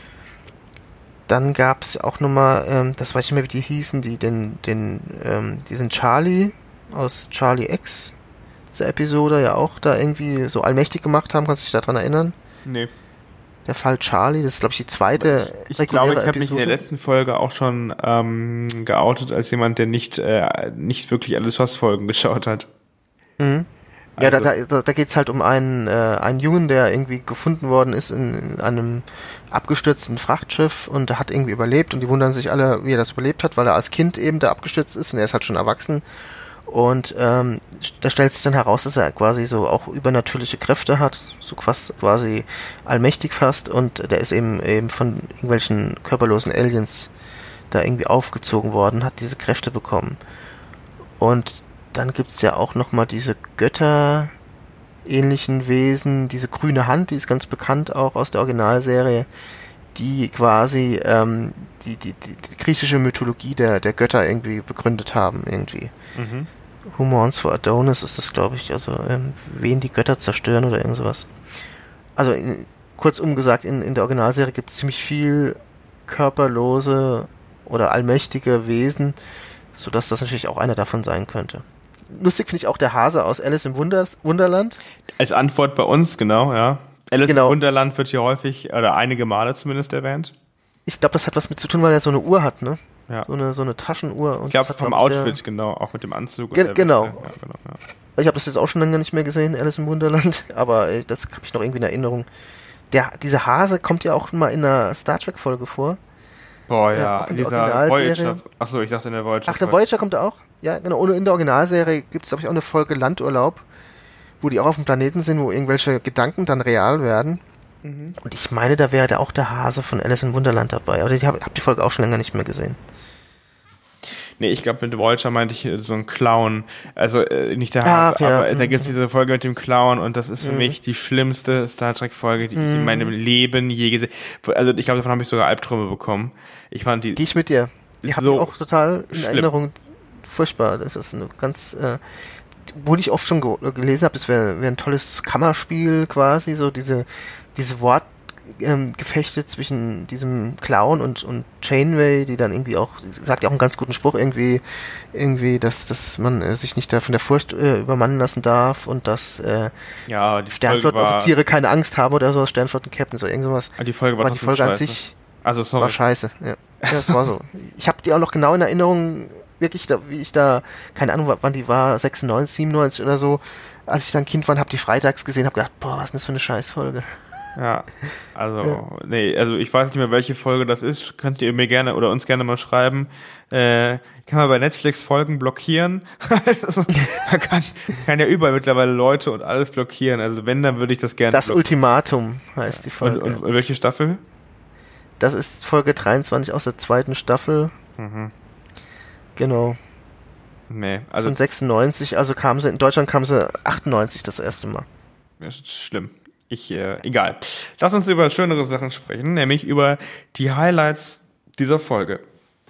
Dann gab's auch nochmal, ähm, das weiß ich nicht mehr, wie die hießen, die den, den, ähm, diesen Charlie aus Charlie X, diese Episode ja auch da irgendwie so allmächtig gemacht haben. Kannst du dich daran erinnern? Nee. Der Fall Charlie, das ist, glaube ich, die zweite Ich, ich glaube, ich habe mich in der letzten Folge auch schon ähm, geoutet als jemand, der nicht äh, nicht wirklich alle T O S-Folgen geschaut hat. Mhm. Ja, also. da, da, da geht's halt um einen, äh, einen Jungen, der irgendwie gefunden worden ist in, in einem abgestürzten Frachtschiff und der hat irgendwie überlebt und die wundern sich alle, wie er das überlebt hat, weil er als Kind eben da abgestürzt ist und er ist halt schon erwachsen. Und ähm, da stellt sich dann heraus, dass er quasi so auch übernatürliche Kräfte hat, so fast quasi allmächtig fast, und der ist eben eben von irgendwelchen körperlosen Aliens da irgendwie aufgezogen worden, hat diese Kräfte bekommen. Und dann gibt's ja auch nochmal diese götterähnlichen Wesen, diese grüne Hand, die ist ganz bekannt auch aus der Originalserie, die quasi ähm, die, die, die, die griechische Mythologie der, der Götter irgendwie begründet haben, irgendwie. Mhm. Who mourns for Adonis ist das, glaube ich, also ähm, wen die Götter zerstören oder irgend sowas. Also in, kurzum gesagt, in, in der Originalserie gibt es ziemlich viel körperlose oder allmächtige Wesen, sodass das natürlich auch einer davon sein könnte. Lustig finde ich auch der Hase aus Alice im Wunders, Wunderland. Als Antwort bei uns, genau, ja. Alice Genau. im Wunderland wird hier häufig, oder einige Male zumindest erwähnt. Ich glaube, das hat was mit zu tun, weil er so eine Uhr hat, ne? Ja. So eine, so eine Taschenuhr. Und Ich glaube das hat, vom glaub ich, Outfit, der, genau, auch mit dem Anzug. Ge- und der genau. Weste. Ja, genau ja. Ich habe das jetzt auch schon lange nicht mehr gesehen, Alice im Wunderland, aber äh, das habe ich noch irgendwie in Erinnerung. Der, dieser Hase kommt ja auch mal in einer Star Trek-Folge vor. Boah, Ja, ja, auch in in der dieser Originalserie. Voyager. Achso, ich dachte in der Voyager. Ach, der Voyager kommt da auch? Ja, genau. Und in der Originalserie gibt es, glaube ich, auch eine Folge Landurlaub, wo die auch auf dem Planeten sind, wo irgendwelche Gedanken dann real werden. Mhm. Und ich meine, da wäre da auch der Hase von Alice im Wunderland dabei. Aber ich habe hab die Folge auch schon länger nicht mehr gesehen. Nee, ich glaube, mit Voyager meinte ich äh, so ein Clown. Also äh, nicht der Ach, Hase, ja. aber da Mhm. gibt's diese Folge mit dem Clown und das ist für Mhm. mich die schlimmste Star Trek-Folge, die ich in Mhm. meinem Leben je gesehen habe. Also ich glaube, davon habe ich sogar Albträume bekommen. Ich fand die Gehe ich mit dir. Die habe So ich auch total in schlimm. Erinnerung. Furchtbar. Das ist eine ganz, äh, wo ich oft schon ge gelesen habe, das wäre wär ein tolles Kammerspiel quasi, so diese, diese Wort, ähm, Gefechte zwischen diesem Clown und, und Janeway, die dann irgendwie auch, sagt ja auch einen ganz guten Spruch irgendwie, irgendwie, dass, dass man äh, sich nicht da von der Furcht äh, übermannen lassen darf und dass äh, ja, die Folge war, Sternflottenoffiziere keine Angst haben oder so, Sternflotten-Captains oder irgend sowas. die Folge war Aber die trotzdem Folge an scheiße. sich Also sorry. war scheiße, ja. Ja, das war so. Ich habe die auch noch genau in Erinnerung, wirklich, da, wie ich da, keine Ahnung, wann die war, sechsundneunzig, siebenundneunzig oder so, als ich dann Kind war, habe die freitags gesehen, habe gedacht, boah, was ist denn das für eine Scheißfolge? Ja, also, Ja. nee, also ich weiß nicht mehr, welche Folge das ist. Könnt ihr mir gerne oder uns gerne mal schreiben. Äh, kann man bei Netflix Folgen blockieren? Also, man kann, kann ja überall mittlerweile Leute und alles blockieren. Also wenn, dann würde ich das gerne Das blockieren. Ultimatum heißt die Und, Folge. und, und welche Staffel? Das ist Folge dreiundzwanzig aus der zweiten Staffel. Mhm. Genau. Nee, also Von sechsundneunzig, also kam sie, in Deutschland kam sie achtundneunzig das erste Mal. das ist schlimm. Ich, äh, egal. Lass uns über schönere Sachen sprechen, nämlich über die Highlights dieser Folge.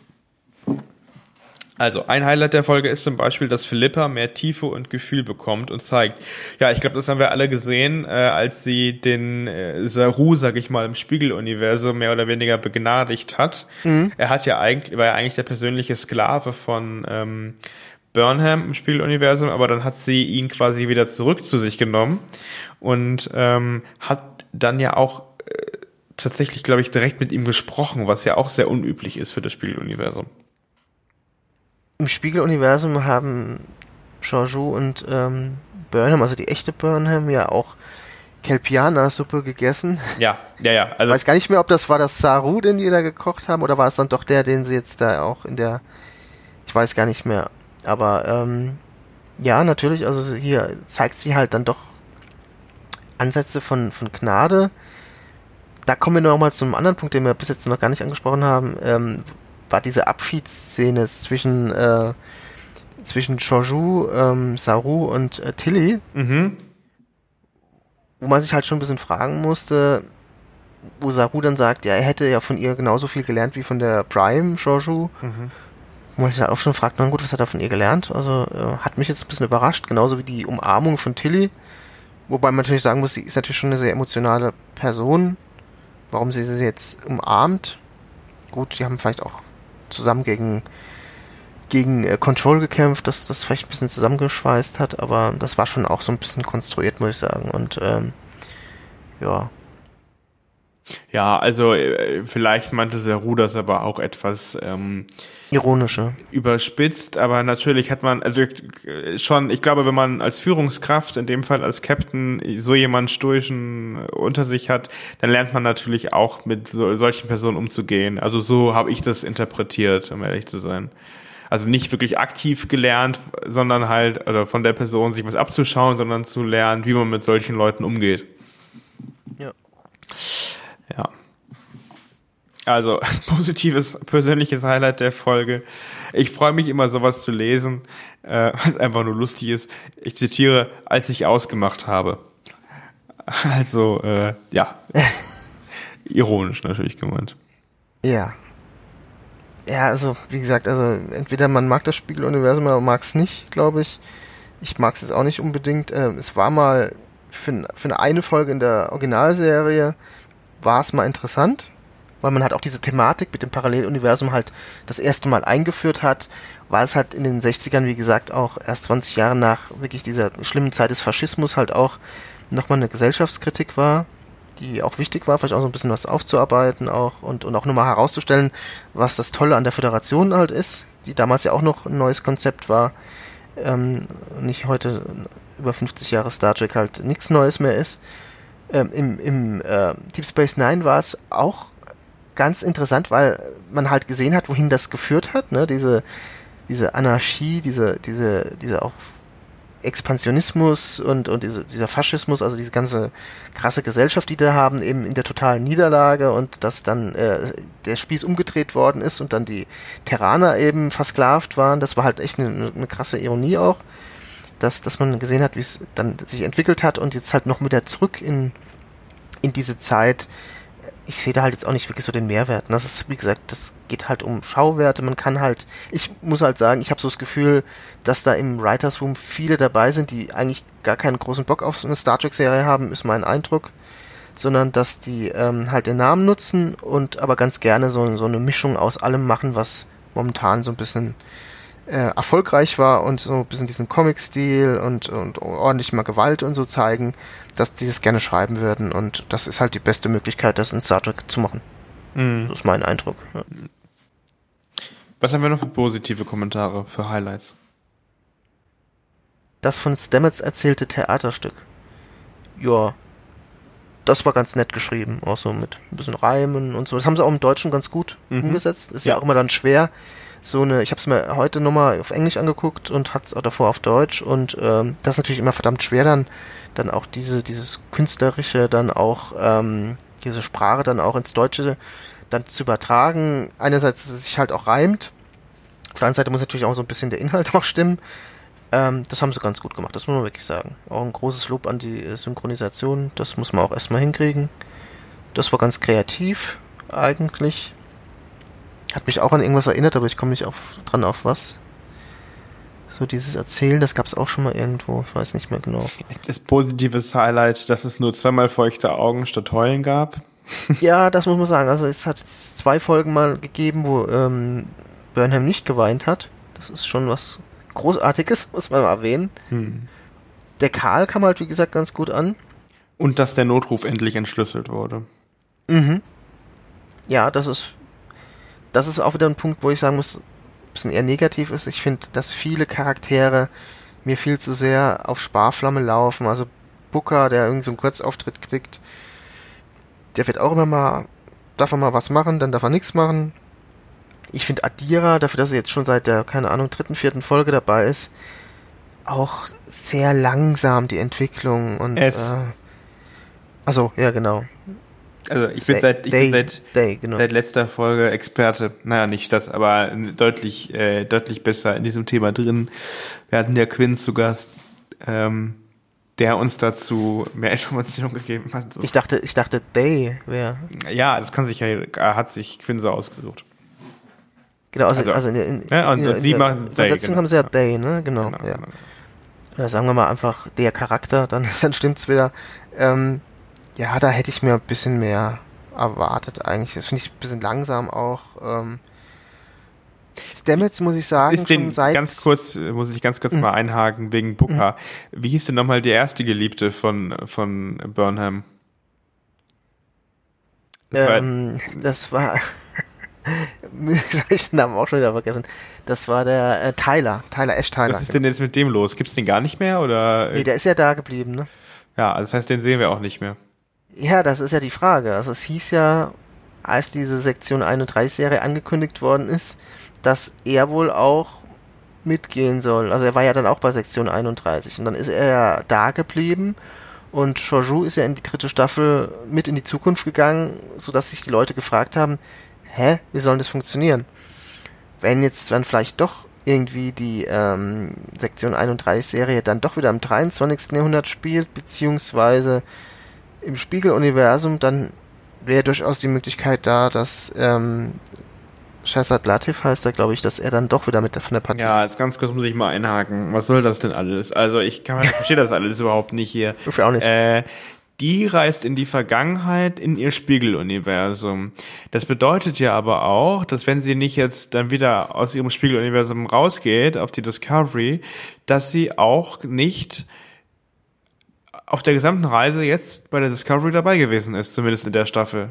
Also, ein Highlight der Folge ist zum Beispiel, dass Philippa mehr Tiefe und Gefühl bekommt und zeigt. Ja, ich glaube, das haben wir alle gesehen, äh, als sie den äh, Saru, sag ich mal, im Spiegeluniversum mehr oder weniger begnadigt hat. Mhm. Er hat ja eigentlich, war ja eigentlich der persönliche Sklave von ähm, Burnham im Spiegeluniversum, aber dann hat sie ihn quasi wieder zurück zu sich genommen und ähm, hat dann ja auch äh, tatsächlich, glaube ich, direkt mit ihm gesprochen, was ja auch sehr unüblich ist für das Spiegeluniversum. Im Spiegeluniversum haben Georgiou und ähm, Burnham, also die echte Burnham, ja auch Kelpiana-Suppe gegessen. Ja, ja, ja. Ich Also weiß gar nicht mehr, ob das war das Saru, den die da gekocht haben, oder war es dann doch der, den sie jetzt da auch in der... Ich weiß gar nicht mehr. Aber ähm, ja, natürlich, also hier zeigt sie halt dann doch Ansätze von, von Gnade. Da kommen wir noch mal zu einem anderen Punkt, den wir bis jetzt noch gar nicht angesprochen haben. Ähm, war diese Abschiedsszene zwischen äh, zwischen Georgiou, ähm, Saru und äh, Tilly, mhm. wo man sich halt schon ein bisschen fragen musste, wo Saru dann sagt, ja, er hätte ja von ihr genauso viel gelernt wie von der Prime Georgiou. Mhm. Wo man sich halt auch schon fragt, na gut, was hat er von ihr gelernt? Also äh, hat mich jetzt ein bisschen überrascht, genauso wie die Umarmung von Tilly. Wobei man natürlich sagen muss, sie ist natürlich schon eine sehr emotionale Person. Warum sie sie jetzt umarmt? Gut, die haben vielleicht auch zusammen gegen gegen äh, Control gekämpft, das das vielleicht ein bisschen zusammengeschweißt hat, aber das war schon auch so ein bisschen konstruiert, muss ich sagen. Und ähm, ja. Ja, also äh, vielleicht meinte Saru das aber auch etwas ähm, Ironische. überspitzt, aber natürlich hat man, also äh, schon, ich glaube, wenn man als Führungskraft, in dem Fall als Captain, so jemanden stoischen unter sich hat, dann lernt man natürlich auch mit so, solchen Personen umzugehen. Also so habe ich das interpretiert, um ehrlich zu sein. Also nicht wirklich aktiv gelernt, sondern halt, oder von der Person sich was abzuschauen, sondern zu lernen, wie man mit solchen Leuten umgeht. Ja. Ja. Also, positives, persönliches Highlight der Folge. Ich freue mich immer, sowas zu lesen, äh, was einfach nur lustig ist. Ich zitiere, als ich ausgemacht habe. Also, äh, ja. Ironisch natürlich gemeint. Ja. Ja, also, wie gesagt, also entweder man mag das Spiegeluniversum oder man mag es nicht, glaube ich. Ich mag es jetzt auch nicht unbedingt. Ähm, es war mal für, für eine Folge in der Originalserie war es mal interessant, weil man halt auch diese Thematik mit dem Paralleluniversum halt das erste Mal eingeführt hat, weil es halt in den sechzigern, wie gesagt, auch erst zwanzig Jahre nach wirklich dieser schlimmen Zeit des Faschismus halt auch nochmal eine Gesellschaftskritik war, die auch wichtig war, vielleicht auch so ein bisschen was aufzuarbeiten auch und, und auch nochmal herauszustellen, was das Tolle an der Föderation halt ist, die damals ja auch noch ein neues Konzept war, ähm, nicht heute über fünfzig Jahre Star Trek halt nichts Neues mehr ist. Ähm, Im im äh, Deep Space Nine war es auch ganz interessant, weil man halt gesehen hat, wohin das geführt hat, ne, diese diese Anarchie, diese diese diese auch Expansionismus und und diese, dieser Faschismus, also diese ganze krasse Gesellschaft, die da haben, eben in der totalen Niederlage und dass dann äh, der Spieß umgedreht worden ist und dann die Terraner eben versklavt waren, das war halt echt eine, eine krasse Ironie auch, dass dass man gesehen hat, wie es dann sich entwickelt hat und jetzt halt noch wieder zurück in in diese Zeit. Ich sehe da halt jetzt auch nicht wirklich so den Mehrwert. Das ist, wie gesagt, das geht halt um Schauwerte. Man kann halt, ich muss halt sagen, ich habe so das Gefühl, dass da im Writers Room viele dabei sind, die eigentlich gar keinen großen Bock auf so eine Star Trek-Serie haben, ist mein Eindruck. Sondern, dass die ähm, halt den Namen nutzen und aber ganz gerne so, so eine Mischung aus allem machen, was momentan so ein bisschen äh, erfolgreich war und so ein bisschen diesen Comic-Stil und, und ordentlich mal Gewalt und so zeigen, dass die das gerne schreiben würden und das ist halt die beste Möglichkeit, das in Star Trek zu machen. Mhm. Das ist mein Eindruck. Ja. Was haben wir noch für positive Kommentare, für Highlights? Das von Stamets erzählte Theaterstück. Ja, das war ganz nett geschrieben, auch so mit ein bisschen Reimen und so. Das haben sie auch im Deutschen ganz gut mhm. umgesetzt. Ist ja. ja auch immer dann schwer, so eine, ich habe es mir heute nochmal auf Englisch angeguckt und hat's auch davor auf Deutsch und ähm, das ist natürlich immer verdammt schwer dann, dann auch diese, dieses Künstlerische, dann auch ähm, diese Sprache dann auch ins Deutsche dann zu übertragen. Einerseits, dass es sich halt auch reimt, auf der anderen Seite muss natürlich auch so ein bisschen der Inhalt auch stimmen. Ähm, das haben sie ganz gut gemacht, das muss man wirklich sagen. Auch ein großes Lob an die Synchronisation, das muss man auch erstmal hinkriegen. Das war ganz kreativ, eigentlich. Hat mich auch an irgendwas erinnert, aber ich komme nicht auf, dran auf was. So dieses Erzählen, das gab es auch schon mal irgendwo, ich weiß nicht mehr genau. Das positive Highlight, dass es nur zweimal feuchte Augen statt Heulen gab. Ja, das muss man sagen. Also es hat jetzt zwei Folgen mal gegeben, wo ähm, Burnham nicht geweint hat. Das ist schon was Großartiges, muss man mal erwähnen. Hm. Der Karl kam halt, wie gesagt, ganz gut an. Und dass der Notruf endlich entschlüsselt wurde. Mhm. Ja, das ist das ist auch wieder ein Punkt, wo ich sagen muss, ein bisschen eher negativ ist. Ich finde, dass viele Charaktere mir viel zu sehr auf Sparflamme laufen. Also Booker, der irgendwie so einen Kurzauftritt kriegt, der wird auch immer mal, darf er mal was machen, dann darf er nichts machen. Ich finde Adira, dafür, dass er jetzt schon seit der, keine Ahnung, dritten, vierten Folge dabei ist, auch sehr langsam, die Entwicklung und es. Äh, achso, ja, genau. Also ich bin seit ich Day, bin seit, Day, genau. seit letzter Folge Experte, naja nicht das, aber deutlich äh, deutlich besser in diesem Thema drin. Wir hatten ja Quinn zu Gast, ähm, der uns dazu mehr Informationen gegeben hat. So. Ich dachte, ich dachte Day wäre. Ja, das kann sich ja, hat sich Quinn so ausgesucht. Genau, also, also, also in, in, ja, und, in, und in sie der machen Day, Übersetzung genau. haben sie ja Day, ne? Genau, genau, ja. genau. Ja, sagen wir mal einfach der Charakter, dann, dann stimmt's wieder. Ähm, ja, da hätte ich mir ein bisschen mehr erwartet eigentlich. Das finde ich ein bisschen langsam auch. Ähm, Stamets, muss ich sagen, ist den schon seit... ganz kurz, muss ich ganz kurz mhm. mal einhaken wegen Booker. Mhm. Wie hieß denn nochmal die erste Geliebte von, von Burnham? Das ähm, war... Das war habe ich den Namen auch schon wieder vergessen. Das war der äh, Tyler, Tyler Ash Tyler. Was ist denn jetzt mit dem los? Gibt's den gar nicht mehr, oder? Nee, der ist ja da geblieben, ne? Ja, also das heißt, den sehen wir auch nicht mehr. Ja, das ist ja die Frage. Also es hieß ja, als diese Sektion einunddreißig-Serie angekündigt worden ist, dass er wohl auch mitgehen soll. Also er war ja dann auch bei Sektion einunddreißig und dann ist er ja da geblieben und Georgiou ist ja in die dritte Staffel mit in die Zukunft gegangen, sodass sich die Leute gefragt haben, hä, wie soll das funktionieren? Wenn jetzt dann vielleicht doch irgendwie die ähm, Sektion einunddreißig-Serie dann doch wieder im dreiundzwanzigsten Jahrhundert spielt, beziehungsweise im Spiegeluniversum, dann wäre durchaus die Möglichkeit da, dass ähm, Shazad Latif heißt er, glaube ich, dass er dann doch wieder mit der, von der Partie Ja, ist. jetzt ganz kurz muss ich mal einhaken. Was soll das denn alles? Also ich kann, ich verstehe das alles überhaupt nicht hier. Ich auch nicht. Äh, die reist in die Vergangenheit in ihr Spiegeluniversum. Das bedeutet ja aber auch, dass wenn sie nicht jetzt dann wieder aus ihrem Spiegeluniversum rausgeht auf die Discovery, dass sie auch nicht auf der gesamten Reise jetzt bei der Discovery dabei gewesen ist, zumindest in der Staffel.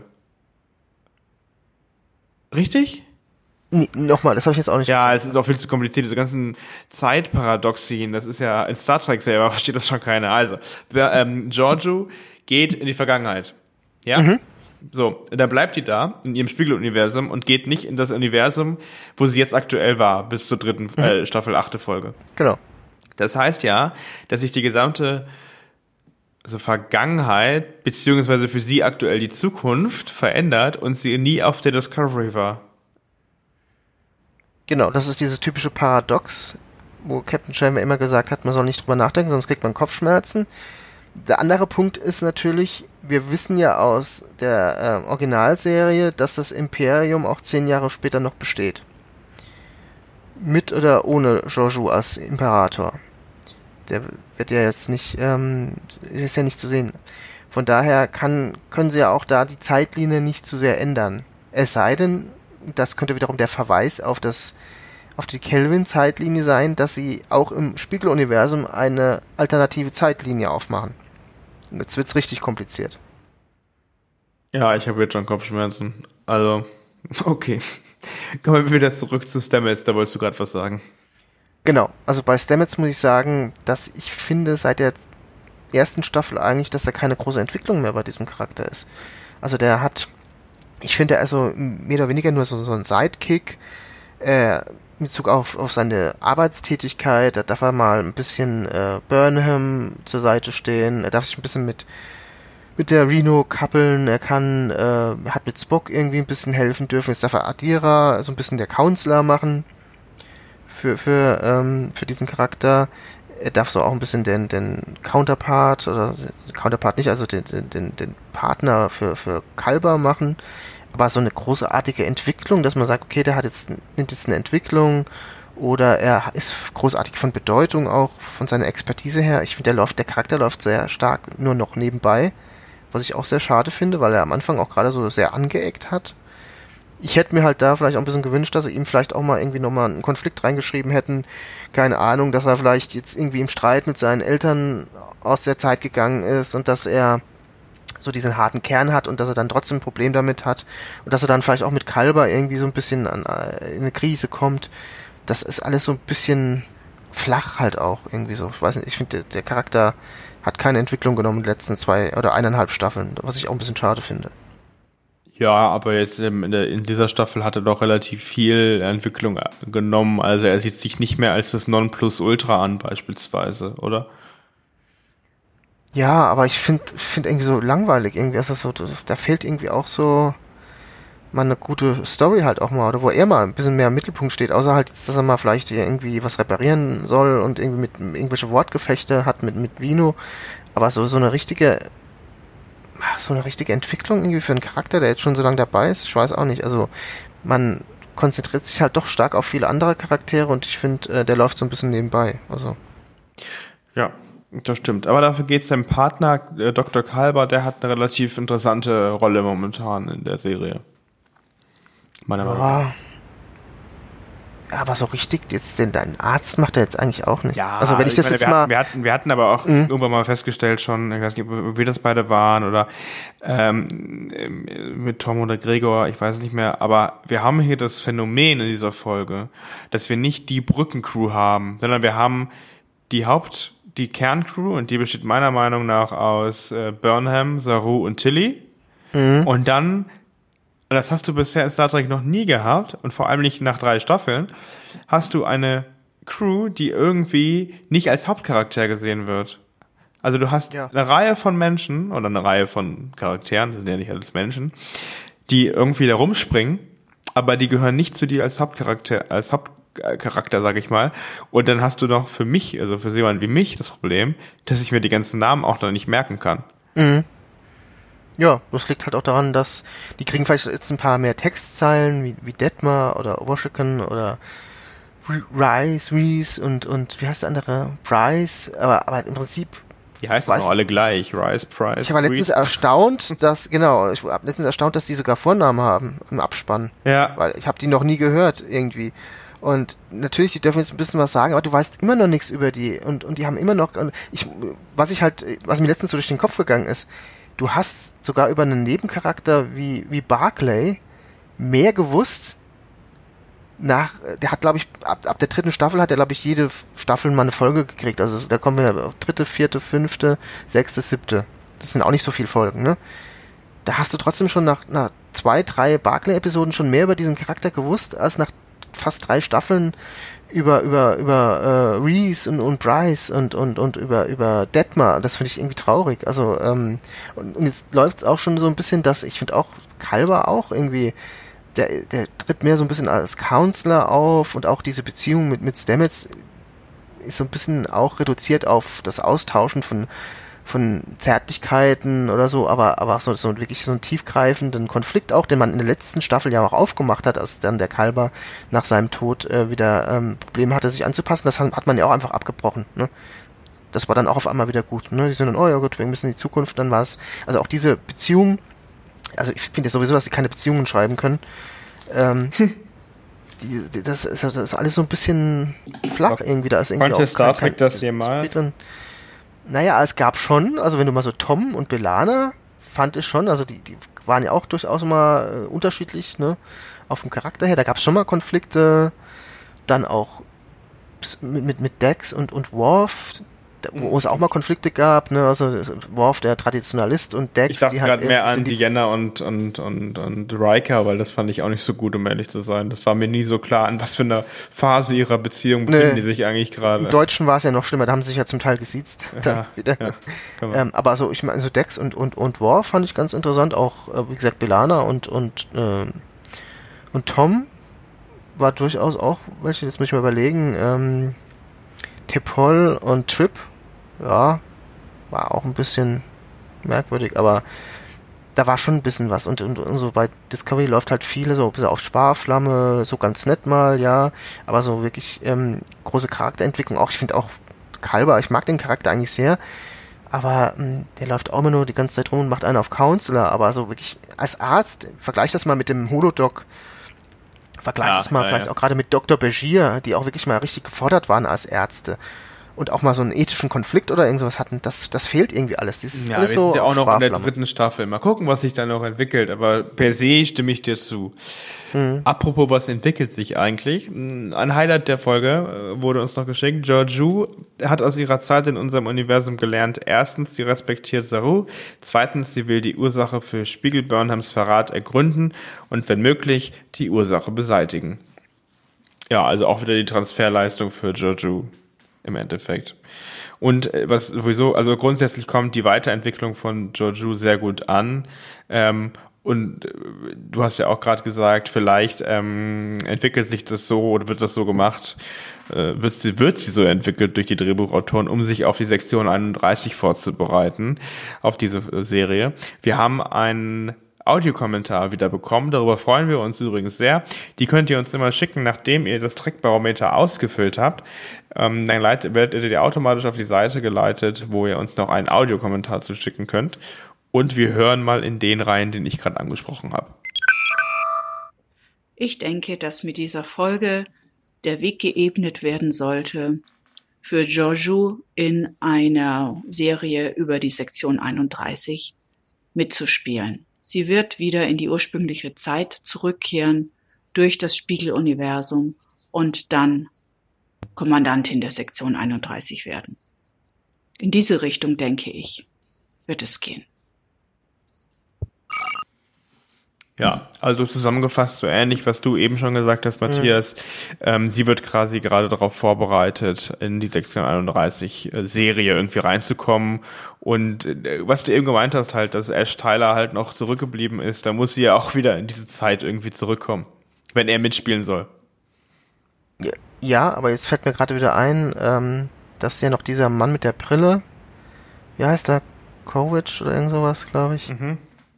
Richtig? Nee, nochmal, das habe ich jetzt auch nicht. Ja, es ist auch viel zu kompliziert, diese ganzen Zeitparadoxien, das ist ja, in Star Trek selber versteht das schon keiner. Also, ähm, Georgiou geht in die Vergangenheit. Ja? Mhm. So, dann bleibt die da, in ihrem Spiegeluniversum und geht nicht in das Universum, wo sie jetzt aktuell war, bis zur dritten mhm. äh, Staffel, achte Folge. Genau. Das heißt ja, dass sich die gesamte also Vergangenheit, beziehungsweise für sie aktuell die Zukunft verändert und sie nie auf der Discovery war. Genau, das ist dieses typische Paradox, wo Captain Janeway immer gesagt hat, man soll nicht drüber nachdenken, sonst kriegt man Kopfschmerzen. Der andere Punkt ist natürlich, wir wissen ja aus der äh, Originalserie, dass das Imperium auch zehn Jahre später noch besteht. Mit oder ohne Georgiou als Imperator. Der wird ja jetzt nicht, ähm, ist ja nicht zu sehen. Von daher kann, können sie ja auch da die Zeitlinie nicht zu sehr ändern. Es sei denn, das könnte wiederum der Verweis auf das, auf die Kelvin-Zeitlinie sein, dass sie auch im Spiegeluniversum eine alternative Zeitlinie aufmachen. Und jetzt wird's richtig kompliziert. Ja, ich habe jetzt schon Kopfschmerzen. Also, okay. Kommen wir wieder zurück zu Stamets, da wolltest du gerade was sagen. Genau, also bei Stamets muss ich sagen, dass ich finde seit der ersten Staffel eigentlich, dass da keine große Entwicklung mehr bei diesem Charakter ist. Also der hat, ich finde er also mehr oder weniger nur so, so ein Sidekick, äh, in Bezug auf, auf seine Arbeitstätigkeit, da darf er mal ein bisschen äh, Burnham zur Seite stehen, er darf sich ein bisschen mit mit der Reno kappeln, er kann, äh, hat mit Spock irgendwie ein bisschen helfen dürfen, jetzt darf er Adira so ein bisschen der Counselor machen für für ähm, für diesen Charakter. Er darf so auch ein bisschen den den Counterpart oder Counterpart nicht, also den den den Partner für für Kalber machen. Aber so eine großartige Entwicklung, dass man sagt, okay, der hat jetzt nimmt jetzt eine Entwicklung oder er ist großartig von Bedeutung auch von seiner Expertise her. Ich finde, der läuft der Charakter läuft sehr stark nur noch nebenbei, was ich auch sehr schade finde, weil er am Anfang auch gerade so sehr angeeckt hat. Ich hätte mir halt da vielleicht auch ein bisschen gewünscht, dass sie ihm vielleicht auch mal irgendwie nochmal einen Konflikt reingeschrieben hätten. Keine Ahnung, dass er vielleicht jetzt irgendwie im Streit mit seinen Eltern aus der Zeit gegangen ist und dass er so diesen harten Kern hat und dass er dann trotzdem ein Problem damit hat und dass er dann vielleicht auch mit Kalber irgendwie so ein bisschen an, in eine Krise kommt. Das ist alles so ein bisschen flach halt auch irgendwie so. Ich weiß nicht, ich finde, der, der Charakter hat keine Entwicklung genommen in den letzten zwei oder eineinhalb Staffeln, was ich auch ein bisschen schade finde. Ja, aber jetzt in, der, in dieser Staffel hat er doch relativ viel Entwicklung genommen. Also er sieht sich nicht mehr als das Nonplusultra an beispielsweise, oder? Ja, aber ich finde finde irgendwie so langweilig irgendwie. Also so, da fehlt irgendwie auch so mal eine gute Story halt auch mal, oder wo er mal ein bisschen mehr im Mittelpunkt steht, außer halt jetzt, dass er mal vielleicht irgendwie was reparieren soll und irgendwie mit irgendwelche Wortgefechte hat mit mit Reno. Aber so so eine richtige so eine richtige Entwicklung irgendwie für einen Charakter, der jetzt schon so lange dabei ist, ich weiß auch nicht. Also man konzentriert sich halt doch stark auf viele andere Charaktere und ich finde, äh, der läuft so ein bisschen nebenbei. Also ja, das stimmt. Aber dafür geht sein Partner, äh, Doktor Kalber, der hat eine relativ interessante Rolle momentan in der Serie. Meiner Meinung nach. Ja. Ja, aber so richtig, jetzt den deinen Arzt macht er jetzt eigentlich auch nicht. Ja, also wenn ich, ich das meine, jetzt wir mal... Hatten, wir, hatten, wir hatten aber auch mhm. irgendwann mal festgestellt schon, ich weiß nicht, ob wir das beide waren oder ähm, mit Tom oder Gregor, ich weiß nicht mehr, aber wir haben hier das Phänomen in dieser Folge, dass wir nicht die Brückencrew haben, sondern wir haben die Haupt, die Kerncrew und die besteht meiner Meinung nach aus äh, Burnham, Saru und Tilly Mhm. und dann und das hast du bisher in Star Trek noch nie gehabt und vor allem nicht nach drei Staffeln, hast du eine Crew, die irgendwie nicht als Hauptcharakter gesehen wird. Also du hast ja. eine Reihe von Menschen oder eine Reihe von Charakteren, das sind ja nicht alles Menschen, die irgendwie da rumspringen, aber die gehören nicht zu dir als Hauptcharakter, als Hauptcharakter, sag ich mal. Und dann hast du noch für mich, also für jemanden wie mich, das Problem, dass ich mir die ganzen Namen auch noch nicht merken kann. Mhm. Ja, das liegt halt auch daran, dass die kriegen vielleicht jetzt ein paar mehr Textzeilen, wie, wie Detmar oder Washington oder Rice, Reese und, und wie heißt der andere? Price, aber, aber im Prinzip. Die heißen doch alle gleich, Rice, Price. Ich war letztens Reese. erstaunt, dass, genau, ich war letztens erstaunt, dass die sogar Vornamen haben im Abspann. Ja. Weil ich habe die noch nie gehört, irgendwie. Und natürlich, die dürfen jetzt ein bisschen was sagen, aber du weißt immer noch nichts über die. Und, und die haben immer noch, ich, was ich halt, was mir letztens so durch den Kopf gegangen ist, du hast sogar über einen Nebencharakter wie, wie Barclay mehr gewusst. Nach, der hat, glaube ich, ab, ab der dritten Staffel hat er, glaube ich, jede Staffel mal eine Folge gekriegt. Also da kommen wir auf dritte, vierte, fünfte, sechste, siebte. Das sind auch nicht so viele Folgen, ne? Da hast du trotzdem schon nach, nach zwei, drei Barclay-Episoden schon mehr über diesen Charakter gewusst, als nach fast drei Staffeln über über über äh, Reese und, und Bryce und und und über über Detmar. Das finde ich irgendwie traurig. Also ähm, und, und jetzt läuft es auch schon so ein bisschen, dass ich finde auch Kalber auch irgendwie der der tritt mehr so ein bisschen als Counselor auf und auch diese Beziehung mit mit Stamets ist so ein bisschen auch reduziert auf das Austauschen von von Zärtlichkeiten oder so, aber aber so, so wirklich so einen tiefgreifenden Konflikt auch, den man in der letzten Staffel ja auch aufgemacht hat, als dann der Kalber nach seinem Tod äh, wieder ähm, Probleme hatte, sich anzupassen. Das hat, hat man ja auch einfach abgebrochen. Ne? Das war dann auch auf einmal wieder gut. Ne? Die sind dann, oh ja gut, wir müssen in die Zukunft, dann war es. Also auch diese Beziehung, also ich finde ja sowieso, dass sie keine Beziehungen schreiben können. Ähm, die, die, das, ist, das ist alles so ein bisschen flach irgendwie. Da ist irgendwie Konnte auch Star kein, Trek das jemals? Naja, es gab schon, also wenn du mal so Tom und B'Elanna, fand ich schon, also die, die waren ja auch durchaus mal äh, unterschiedlich, ne, auf dem Charakter her, da gab es schon mal Konflikte, dann auch mit, mit, mit Dex und, und Worf, wo es auch mal Konflikte gab, ne, also Worf der Traditionalist und Dex. Ich dachte die gerade halt, mehr an die, Diana und, und, und, und Riker, weil das fand ich auch nicht so gut, um ehrlich zu sein. Das war mir nie so klar, an was für einer Phase ihrer Beziehung befinden die sich eigentlich gerade. Im Deutschen war es ja noch schlimmer, da haben sie sich ja zum Teil gesiezt. Ja, wieder. Ja, ähm, aber also ich meine, so Dex und, und, und Worf fand ich ganz interessant, auch äh, wie gesagt B'Elanna und, und, äh, und Tom war durchaus auch, welche, jetzt muss ich mal überlegen, ähm, T'Pol und Trip, ja, war auch ein bisschen merkwürdig, aber da war schon ein bisschen was und, und, und so bei Discovery läuft halt viele so ein bisschen auf Sparflamme, so ganz nett mal, ja, aber so wirklich ähm, große Charakterentwicklung auch, ich finde auch Kalber, ich mag den Charakter eigentlich sehr, aber mh, der läuft auch immer nur die ganze Zeit rum und macht einen auf Counselor, aber so wirklich als Arzt, vergleich das mal mit dem Holodoc, vergleich ja, das mal ja, vielleicht ja. auch gerade mit Doktor Begier, die auch wirklich mal richtig gefordert waren als Ärzte. Und auch mal so einen ethischen Konflikt oder irgendwas hatten, das, das fehlt irgendwie alles. Das ist ja, alles wir so sind ja auch noch in der Sparflamme. dritten Staffel. Mal gucken, was sich da noch entwickelt. Aber per se stimme ich dir zu. Mhm. Apropos, was entwickelt sich eigentlich? Ein Highlight der Folge wurde uns noch geschickt. Georgiou hat aus ihrer Zeit in unserem Universum gelernt. Erstens, sie respektiert Saru. Zweitens, sie will die Ursache für Spiegel Burnhams Verrat ergründen und wenn möglich die Ursache beseitigen. Ja, also auch wieder die Transferleistung für Georgiou. Im Endeffekt. Und was sowieso, also grundsätzlich kommt die Weiterentwicklung von Georgiou sehr gut an. Ähm, und du hast ja auch gerade gesagt, vielleicht ähm, entwickelt sich das so oder wird das so gemacht, äh, wird sie, wird sie so entwickelt durch die Drehbuchautoren, um sich auf die Sektion einunddreißig vorzubereiten, auf diese Serie. Wir haben einen Audiokommentar wieder bekommen. Darüber freuen wir uns übrigens sehr. Die könnt ihr uns immer schicken, nachdem ihr das Trackbarometer ausgefüllt habt. Ähm, dann leitet, werdet ihr automatisch auf die Seite geleitet, wo ihr uns noch einen Audiokommentar zuschicken könnt. Und wir hören mal in den rein, den ich gerade angesprochen habe. Ich denke, dass mit dieser Folge der Weg geebnet werden sollte für Georgiou in einer Serie über die Sektion einunddreißig mitzuspielen. Sie wird wieder in die ursprüngliche Zeit zurückkehren durch das Spiegeluniversum und dann Kommandantin der Sektion einunddreißig werden. In diese Richtung, denke ich, wird es gehen. Ja, also zusammengefasst so ähnlich, was du eben schon gesagt hast, Matthias. Mhm. Ähm, sie wird quasi gerade darauf vorbereitet, in die Sektion einunddreißig äh, Serie irgendwie reinzukommen. Und äh, was du eben gemeint hast, halt, dass Ash Tyler halt noch zurückgeblieben ist, da muss sie ja auch wieder in diese Zeit irgendwie zurückkommen, wenn er mitspielen soll. Ja, ja, aber jetzt fällt mir gerade wieder ein, ähm, dass ja noch dieser Mann mit der Brille, wie heißt der? Kovic oder irgend sowas, glaube ich. Mhm.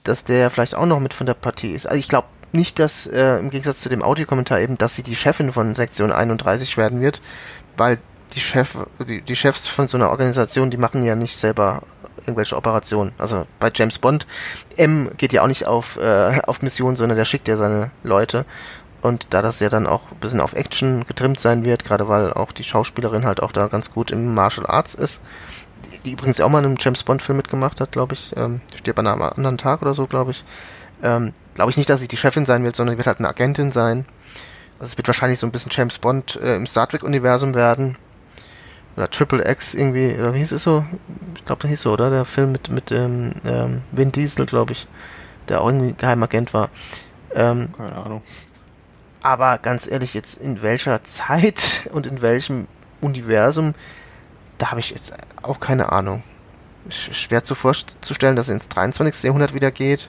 dass der vielleicht auch noch mit von der Partie ist. Also ich glaube nicht, dass äh, im Gegensatz zu dem Audiokommentar eben, dass sie die Chefin von Sektion einunddreißig werden wird, weil die Chef, die, die Chefs von so einer Organisation, die machen ja nicht selber irgendwelche Operationen. Also bei James Bond, M geht ja auch nicht auf, äh, auf Mission, sondern der schickt ja seine Leute. Und da das ja dann auch ein bisschen auf Action getrimmt sein wird, gerade weil auch die Schauspielerin halt auch da ganz gut im Martial Arts ist, die, die übrigens auch mal in einem James Bond Film mitgemacht hat, glaube ich, ähm, steht bei einem anderen Tag oder so, glaube ich, ähm, glaube ich nicht, dass sie die Chefin sein wird, sondern wird halt eine Agentin sein. Also es wird wahrscheinlich so ein bisschen James Bond äh, im Star Trek Universum werden. Oder Triple X irgendwie, oder wie hieß es so? Ich glaube, der hieß so, oder? Der Film mit, mit ähm, ähm, Vin Diesel, glaube ich, der auch irgendwie Geheimagent war. Ähm, Keine Ahnung. Aber ganz ehrlich, jetzt in welcher Zeit und in welchem Universum, da habe ich jetzt auch keine Ahnung. Sch- schwer zu vorzustellen, dass es ins dreiundzwanzigsten Jahrhundert wieder geht.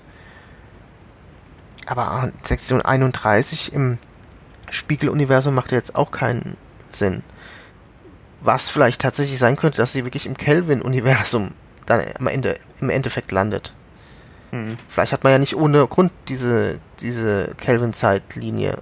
Aber Sektion einunddreißig im Spiegeluniversum macht ja jetzt auch keinen Sinn. Was vielleicht tatsächlich sein könnte, dass sie wirklich im Kelvin-Universum dann am Ende, im Endeffekt landet. Hm. Vielleicht hat man ja nicht ohne Grund diese, diese Kelvin-Zeitlinie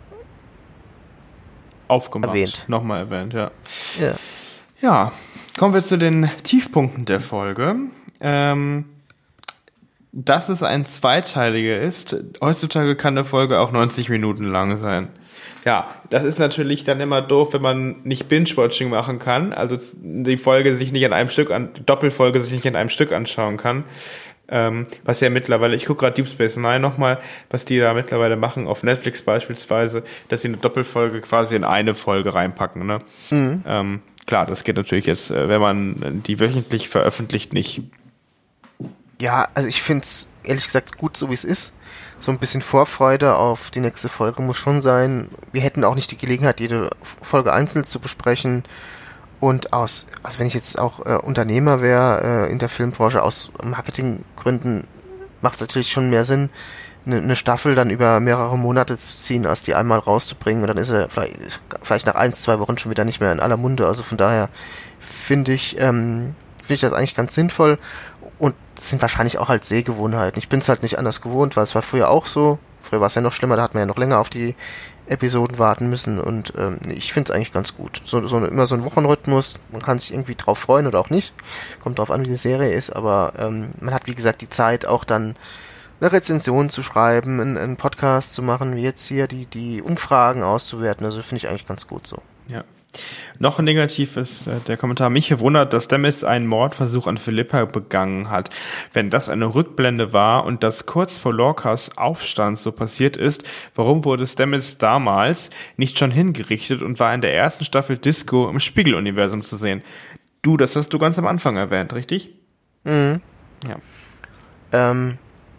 Aufgemacht. Erwähnt. Nochmal erwähnt, ja. Ja. Ja, kommen wir zu den Tiefpunkten der Folge. Ähm, dass es ein zweiteiliger ist, heutzutage kann eine Folge auch neunzig Minuten lang sein. Ja, das ist natürlich dann immer doof, wenn man nicht Binge-Watching machen kann, also die Folge sich nicht an einem Stück an, die Doppelfolge sich nicht an einem Stück anschauen kann. Ähm, was ja mittlerweile, ich gucke gerade Deep Space Nine nochmal, was die da mittlerweile machen, auf Netflix beispielsweise, dass sie eine Doppelfolge quasi in eine Folge reinpacken, ne? Mhm. Ähm, klar, das geht natürlich jetzt, wenn man die wöchentlich veröffentlicht, nicht. Ja, also ich finde es ehrlich gesagt gut, so wie es ist. So ein bisschen Vorfreude auf die nächste Folge muss schon sein. Wir hätten auch nicht die Gelegenheit, jede Folge einzeln zu besprechen. Und aus, also wenn ich jetzt auch äh, Unternehmer wäre äh, in der Filmbranche, aus Marketinggründen macht es natürlich schon mehr Sinn, eine, eine Staffel dann über mehrere Monate zu ziehen, als die einmal rauszubringen. Und dann ist er vielleicht, vielleicht nach ein, zwei Wochen schon wieder nicht mehr in aller Munde. Also von daher finde ich, ähm, finde ich das eigentlich ganz sinnvoll. Und das sind wahrscheinlich auch halt Sehgewohnheiten. Ich bin es halt nicht anders gewohnt, weil es war früher auch so. Früher war es ja noch schlimmer, da hat man ja noch länger auf die Episoden warten müssen. Und ähm, ich finde es eigentlich ganz gut. So, so immer so ein Wochenrhythmus, man kann sich irgendwie drauf freuen oder auch nicht. Kommt drauf an, wie die Serie ist. Aber ähm, man hat, wie gesagt, die Zeit, auch dann eine Rezension zu schreiben, einen, einen Podcast zu machen, wie jetzt hier, die, die Umfragen auszuwerten. Also finde ich eigentlich ganz gut so. Ja. Noch negativ ist äh, der Kommentar, mich wundert, dass Stamets einen Mordversuch an Philippa begangen hat. Wenn das eine Rückblende war und das kurz vor Lorcas Aufstand so passiert ist, warum wurde Stamets damals nicht schon hingerichtet und war in der ersten Staffel Disco im Spiegeluniversum zu sehen? Du, das hast du ganz am Anfang erwähnt, richtig? Mhm. Ja. Ähm,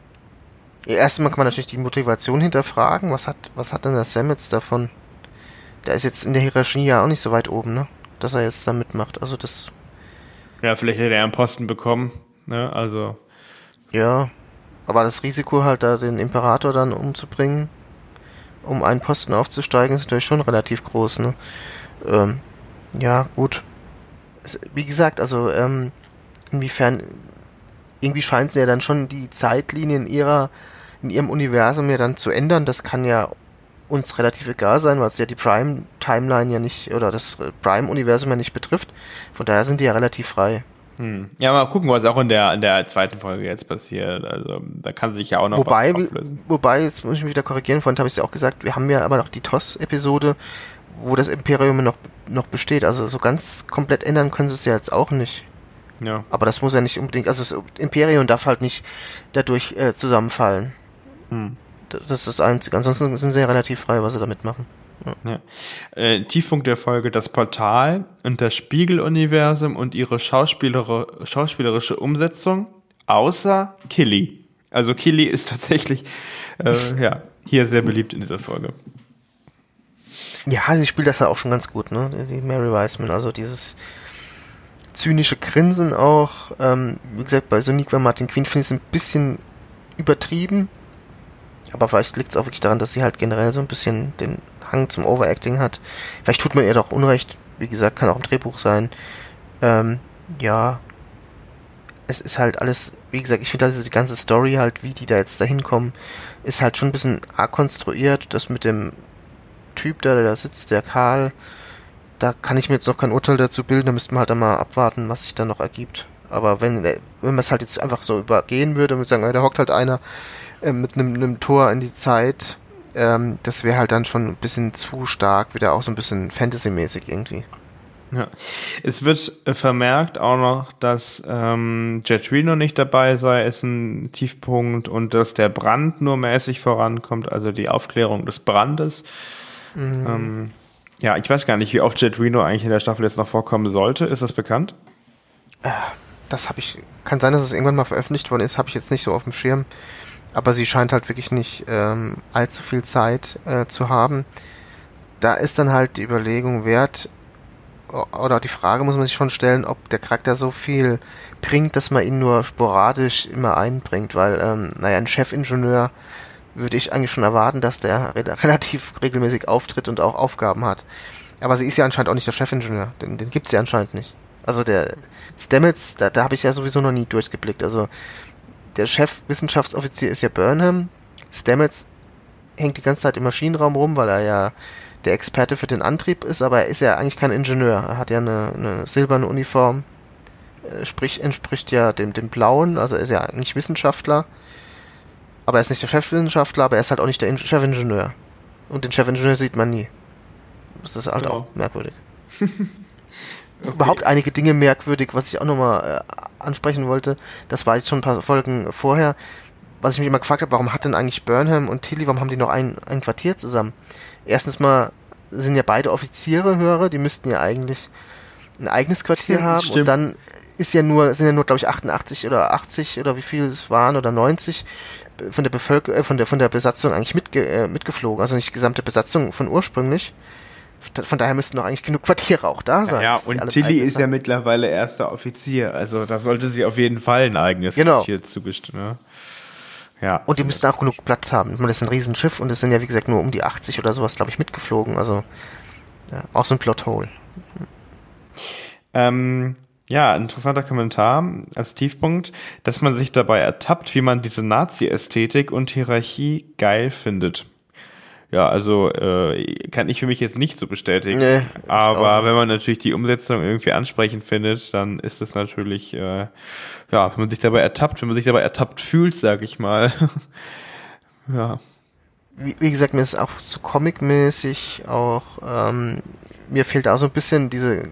erstmal kann man natürlich die Motivation hinterfragen. Was hat, was hat denn der Stamets davon? Der ist jetzt in der Hierarchie ja auch nicht so weit oben, ne? Dass er jetzt da mitmacht. Also das. Ja, vielleicht hätte er einen Posten bekommen, ne? Also. Ja. Aber das Risiko halt da den Imperator dann umzubringen, um einen Posten aufzusteigen, ist natürlich schon relativ groß, ne? Ähm, ja, gut. Es, wie gesagt, also, ähm, inwiefern, irgendwie scheint sie ja dann schon die Zeitlinien ihrer, in ihrem Universum ja dann zu ändern. Das kann ja uns relativ egal sein, weil es ja die Prime-Timeline ja nicht, oder das Prime-Universum ja nicht betrifft. Von daher sind die ja relativ frei. Hm. Ja, mal gucken, was auch in der in der zweiten Folge jetzt passiert. Also da kann sich ja auch noch wobei, was auflösen. Wobei, jetzt muss ich mich wieder korrigieren, vorhin habe ich es ja auch gesagt, wir haben ja aber noch die T O S-Episode, wo das Imperium noch, noch besteht. Also so ganz komplett ändern können sie es ja jetzt auch nicht. Ja. Aber das muss ja nicht unbedingt, also das Imperium darf halt nicht dadurch äh, zusammenfallen. Hm. Das ist das Einzige. Ansonsten sind sie ja relativ frei, was sie damit machen. Ja. Ja. Äh, Tiefpunkt der Folge, das Portal und das Spiegeluniversum und ihre schauspielere, schauspielerische Umsetzung, außer Killy. Also Killy ist tatsächlich äh, ja, hier sehr beliebt in dieser Folge. Ja, sie spielt das ja auch schon ganz gut, ne? Die Mary Wiseman, also dieses zynische Grinsen auch. Ähm, wie gesagt, bei Sonique Martin Quinn finde ich es ein bisschen übertrieben. Aber vielleicht liegt es auch wirklich daran, dass sie halt generell so ein bisschen den Hang zum Overacting hat. Vielleicht tut man ihr doch Unrecht. Wie gesagt, kann auch ein Drehbuch sein. Ähm, ja. es ist halt alles, wie gesagt, ich finde, also die ganze Story halt, wie die da jetzt da hinkommen, ist halt schon ein bisschen arg konstruiert. Das mit dem Typ da, der da sitzt, der Karl, da kann ich mir jetzt noch kein Urteil dazu bilden, da müsste man halt einmal abwarten, was sich dann noch ergibt. Aber wenn, wenn man es halt jetzt einfach so übergehen würde und sagen, da hockt halt einer äh, mit einem, einem Tor in die Zeit, ähm, das wäre halt dann schon ein bisschen zu stark, wieder auch so ein bisschen Fantasy-mäßig irgendwie. Ja. Es wird vermerkt auch noch, dass ähm, Jet Reno nicht dabei sei, ist ein Tiefpunkt, und dass der Brand nur mäßig vorankommt, also die Aufklärung des Brandes. Mhm. Ähm, ja, ich weiß gar nicht, wie oft Jet Reno eigentlich in der Staffel jetzt noch vorkommen sollte. Ist das bekannt? Das habe ich, kann sein, dass es irgendwann mal veröffentlicht worden ist, habe ich jetzt nicht so auf dem Schirm. Aber sie scheint halt wirklich nicht ähm, allzu viel Zeit äh, zu haben. Da ist dann halt die Überlegung wert, oder die Frage muss man sich schon stellen, ob der Charakter so viel bringt, dass man ihn nur sporadisch immer einbringt, weil, ähm, naja, ein Chefingenieur würde ich eigentlich schon erwarten, dass der re- relativ regelmäßig auftritt und auch Aufgaben hat. Aber sie ist ja anscheinend auch nicht der Chefingenieur, den, den gibt's ja anscheinend nicht. Also der Stamets, da, da habe ich ja sowieso noch nie durchgeblickt. Also der Chefwissenschaftsoffizier ist ja Burnham, Stamets hängt die ganze Zeit im Maschinenraum rum, weil er ja der Experte für den Antrieb ist, aber er ist ja eigentlich kein Ingenieur. Er hat ja eine, eine silberne Uniform, äh, sprich, entspricht ja dem, dem blauen, also er ist ja eigentlich Wissenschaftler, aber er ist nicht der Chefwissenschaftler, aber er ist halt auch nicht der In- Chefingenieur. Und den Chefingenieur sieht man nie. Das ist halt genau. auch merkwürdig. Okay. Überhaupt einige Dinge merkwürdig, was ich auch nochmal äh, ansprechen wollte, das war jetzt schon ein paar Folgen vorher, was ich mich immer gefragt habe, warum hat denn eigentlich Burnham und Tilly, warum haben die noch ein, ein Quartier zusammen? Erstens mal sind ja beide Offiziere, höre, die müssten ja eigentlich ein eigenes Quartier haben. Stimmt. Und dann ist ja nur, sind ja nur, glaube ich, achtundachtzig oder achtzig oder wie viel es waren oder neunzig von der Bevölkerung, äh, von der von der Besatzung eigentlich mitge äh, mitgeflogen. Also nicht die gesamte Besatzung von ursprünglich. Von daher müssten doch eigentlich genug Quartiere auch da sein. Ja, und Tilly ist ja mittlerweile erster Offizier, also da sollte sie auf jeden Fall ein eigenes genau. Quartier zugestimmt. Ne? Ja, und die müssten auch genug Platz haben. Das ist ein Riesenschiff und es sind ja, wie gesagt, nur um die achtzig oder sowas, glaube ich, mitgeflogen. Also ja, auch so ein Plothole. Ähm, ja, interessanter Kommentar als Tiefpunkt, dass man sich dabei ertappt, wie man diese Nazi-Ästhetik und Hierarchie geil findet. Ja, also äh, kann ich für mich jetzt nicht so bestätigen. Nee, aber wenn man natürlich die Umsetzung irgendwie ansprechend findet, dann ist es natürlich, äh, ja, wenn man sich dabei ertappt, wenn man sich dabei ertappt fühlt, sag ich mal. ja. Wie, wie gesagt, mir ist es auch so comic-mäßig, auch ähm, mir fehlt auch so ein bisschen diese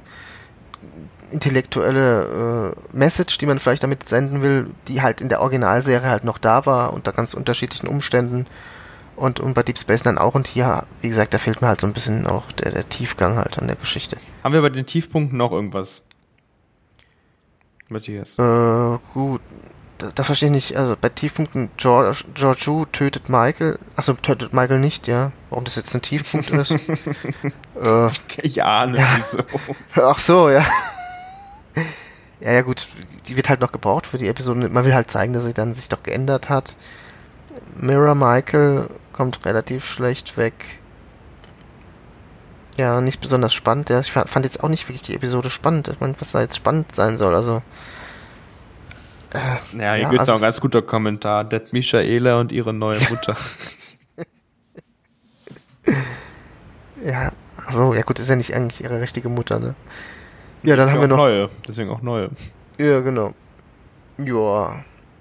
intellektuelle äh, Message, die man vielleicht damit senden will, die halt in der Originalserie halt noch da war, unter ganz unterschiedlichen Umständen. Und, und bei Deep Space Nine auch. Und hier, wie gesagt, da fehlt mir halt so ein bisschen auch der, der Tiefgang halt an der Geschichte. Haben wir bei den Tiefpunkten noch irgendwas? Matthias? Äh, gut. Da, da verstehe ich nicht. Also bei Tiefpunkten, George, Georgiou tötet Michael. Achso, tötet Michael nicht, ja. Warum das jetzt ein Tiefpunkt ist? äh, ich ahne ja. wieso. Ach so, ja. ja, ja gut. Die wird halt noch gebraucht für die Episode. Man will halt zeigen, dass sie dann sich doch geändert hat. Mirror Michael kommt relativ schlecht weg. Ja, nicht besonders spannend. Ja, ich fand jetzt auch nicht wirklich die Episode spannend. Ich meine, was da jetzt spannend sein soll, also. Äh, ja, hier ja, gibt es also auch ein ganz guter Kommentar. Det Michaela und ihre neue Mutter. ja, so, ja gut, ist ja nicht eigentlich ihre richtige Mutter, ne? Ja, dann haben wir noch. Neue, deswegen auch neue. Ja, genau. Ja.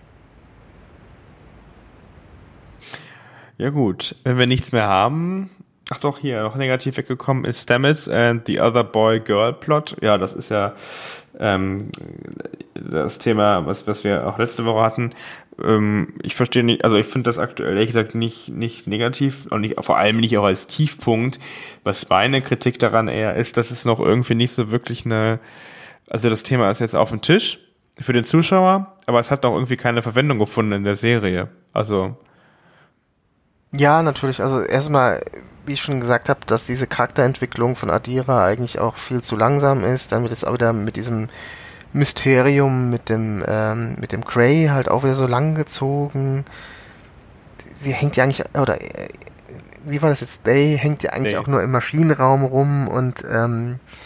Ja gut, wenn wir nichts mehr haben, ach doch, hier, noch negativ weggekommen ist Stamets and the Other Boy Girl Plot. Ja, das ist ja ähm, das Thema, was was wir auch letzte Woche hatten. Ähm, ich verstehe nicht, also ich finde das aktuell ehrlich gesagt nicht nicht negativ und nicht, vor allem nicht auch als Tiefpunkt. Was meine Kritik daran eher ist, dass es noch irgendwie nicht so wirklich eine, also das Thema ist jetzt auf dem Tisch für den Zuschauer, aber es hat noch irgendwie keine Verwendung gefunden in der Serie. Also ja, natürlich. Also erstmal, wie ich schon gesagt habe, dass diese Charakterentwicklung von Adira eigentlich auch viel zu langsam ist. Dann wird jetzt auch wieder mit diesem Mysterium, mit dem ähm, mit dem Grey halt auch wieder so lang gezogen. Sie hängt ja eigentlich, oder äh, wie war das jetzt? Day hängt ja eigentlich Day. auch nur im Maschinenraum rum und ähm,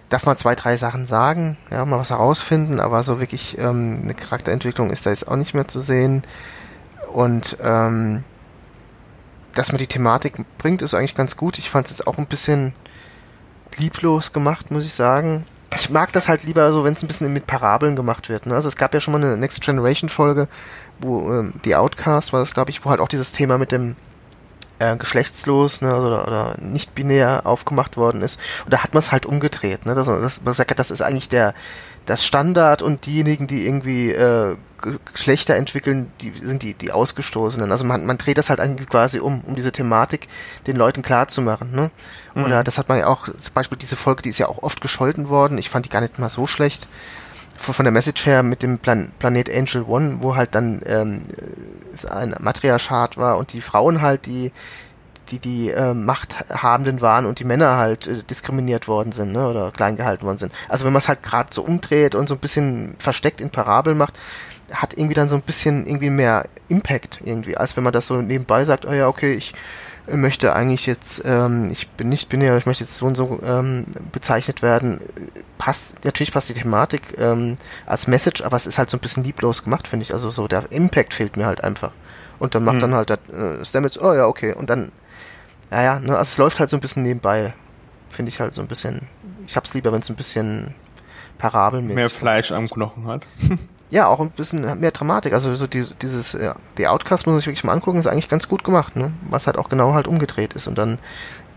darf man zwei, drei Sachen sagen, ja, mal was herausfinden, aber so wirklich ähm, eine Charakterentwicklung ist da jetzt auch nicht mehr zu sehen. Und ähm, dass man die Thematik bringt, ist eigentlich ganz gut. Ich fand es jetzt auch ein bisschen lieblos gemacht, muss ich sagen. Ich mag das halt lieber so, wenn es ein bisschen mit Parabeln gemacht wird. Ne? Also es gab ja schon mal eine Next Generation Folge, wo ähm, The Outcast war das, glaube ich, wo halt auch dieses Thema mit dem äh, geschlechtslos, ne, also, oder, oder nicht binär aufgemacht worden ist. Und da hat man es halt umgedreht. Ne? Das, das, man sagt, das ist eigentlich der das Standard und diejenigen, die irgendwie äh, Geschlechter entwickeln, die sind die die Ausgestoßenen. Also man man dreht das halt eigentlich quasi um, um diese Thematik den Leuten klar zu machen. Ne? Mhm. Oder das hat man ja auch, zum Beispiel diese Folge, die ist ja auch oft gescholten worden. Ich fand die gar nicht mal so schlecht. Von, von der Message her mit dem Plan- Planet Angel One, wo halt dann ähm, es ein Matriarchat war und die Frauen halt die die die äh, Machthabenden waren und die Männer halt äh, diskriminiert worden sind, ne, oder klein gehalten worden sind. Also wenn man es halt gerade so umdreht und so ein bisschen versteckt in Parabeln macht, hat irgendwie dann so ein bisschen irgendwie mehr Impact irgendwie, als wenn man das so nebenbei sagt, oh ja, okay, ich möchte eigentlich jetzt, ähm, ich bin nicht binär, ich möchte jetzt so und so ähm, bezeichnet werden. Passt, natürlich passt die Thematik ähm, als Message, aber es ist halt so ein bisschen lieblos gemacht, finde ich. Also so der Impact fehlt mir halt einfach. Und dann macht hm. dann halt das äh, Stamets, oh ja, okay, und dann naja, ne, also es läuft halt so ein bisschen nebenbei. Finde ich halt so ein bisschen. Ich hab's lieber, wenn es ein bisschen parabelmäßig mehr Fleisch am Knochen hat. Ja, auch ein bisschen mehr Dramatik. Also so die, dieses, ja, The Outcast muss man sich wirklich mal angucken, ist eigentlich ganz gut gemacht, ne? Was halt auch genau halt umgedreht ist und dann.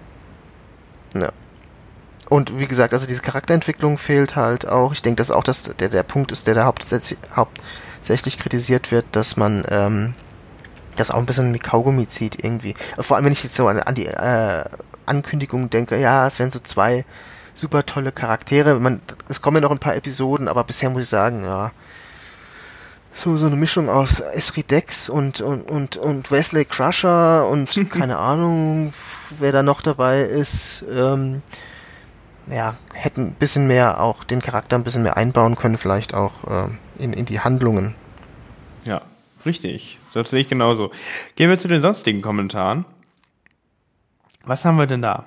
Ja. Und wie gesagt, also diese Charakterentwicklung fehlt halt auch. Ich denke, dass auch das der, der Punkt ist, der da hauptsächlich, hauptsächlich kritisiert wird, dass man ähm, das auch ein bisschen mit Kaugummi zieht irgendwie. Vor allem, wenn ich jetzt so an, an die äh, Ankündigung denke, ja, es wären so zwei super tolle Charaktere. Man, es kommen ja noch ein paar Episoden, aber bisher muss ich sagen, ja, so so eine Mischung aus Esri Dex und und und und Wesley Crusher und keine Ahnung, wer da noch dabei ist. Ähm, ja, hätten ein bisschen mehr auch den Charakter ein bisschen mehr einbauen können, vielleicht auch äh, in in die Handlungen. Ja. Richtig, das sehe ich genauso. Gehen wir zu den sonstigen Kommentaren. Was haben wir denn da?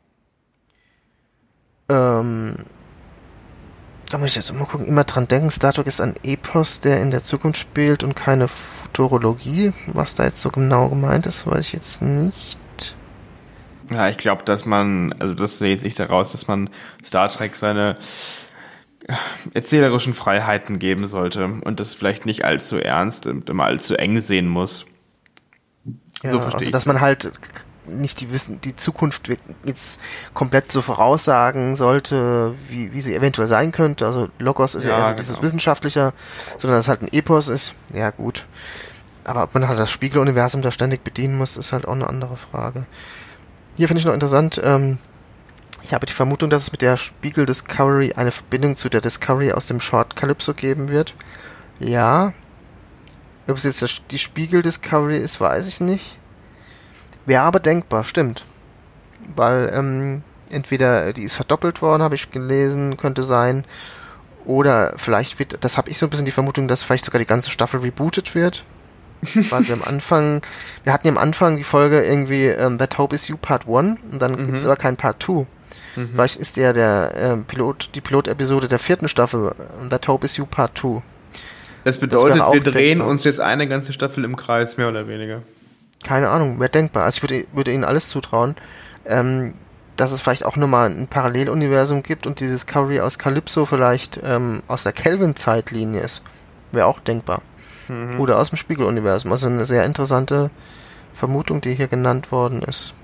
Ähm, da muss ich jetzt mal gucken, immer dran denken, Star Trek ist ein Epos, der in der Zukunft spielt und keine Futurologie. Was da jetzt so genau gemeint ist, weiß ich jetzt nicht. Ja, ich glaube, dass man, also das sehe ich daraus, dass man Star Trek seine erzählerischen Freiheiten geben sollte und das vielleicht nicht allzu ernst und immer allzu eng sehen muss. Ja, so verstehe also ich. Dass man halt nicht die Wissen, die Zukunft jetzt komplett so voraussagen sollte, wie, wie sie eventuell sein könnte. Also Logos ist ja, ja eher so dieses genau. Wissenschaftlicher, sondern dass es halt ein Epos ist. Ja, gut. Aber ob man halt das Spiegeluniversum da ständig bedienen muss, ist halt auch eine andere Frage. Hier finde ich noch interessant, ähm, ich habe die Vermutung, dass es mit der Spiegel Discovery eine Verbindung zu der Discovery aus dem Short Calypso geben wird. Ja. Ob es jetzt die Spiegel Discovery ist, weiß ich nicht. Wäre aber denkbar, stimmt. Weil ähm, entweder die ist verdoppelt worden, habe ich gelesen, könnte sein. Oder vielleicht wird, das habe ich so ein bisschen die Vermutung, dass vielleicht sogar die ganze Staffel rebootet wird. Weil wir am Anfang, wir hatten ja am Anfang die Folge irgendwie ähm, That Hope Is You Part One und dann mhm. gibt es aber kein Part Two. Mhm. Vielleicht ist ja der äh, Pilot, die Pilotepisode der vierten Staffel That Hope Is You Part Two. Das bedeutet, das wir drehen denkbar. uns jetzt eine ganze Staffel im Kreis, mehr oder weniger. Keine Ahnung, wäre denkbar. Also ich würde, würde Ihnen alles zutrauen, ähm, dass es vielleicht auch nochmal ein Paralleluniversum gibt und die Discovery aus Calypso vielleicht ähm, aus der Kelvin-Zeitlinie ist. Wäre auch denkbar. Mhm. Oder aus dem Spiegeluniversum. Also eine sehr interessante Vermutung, die hier genannt worden ist.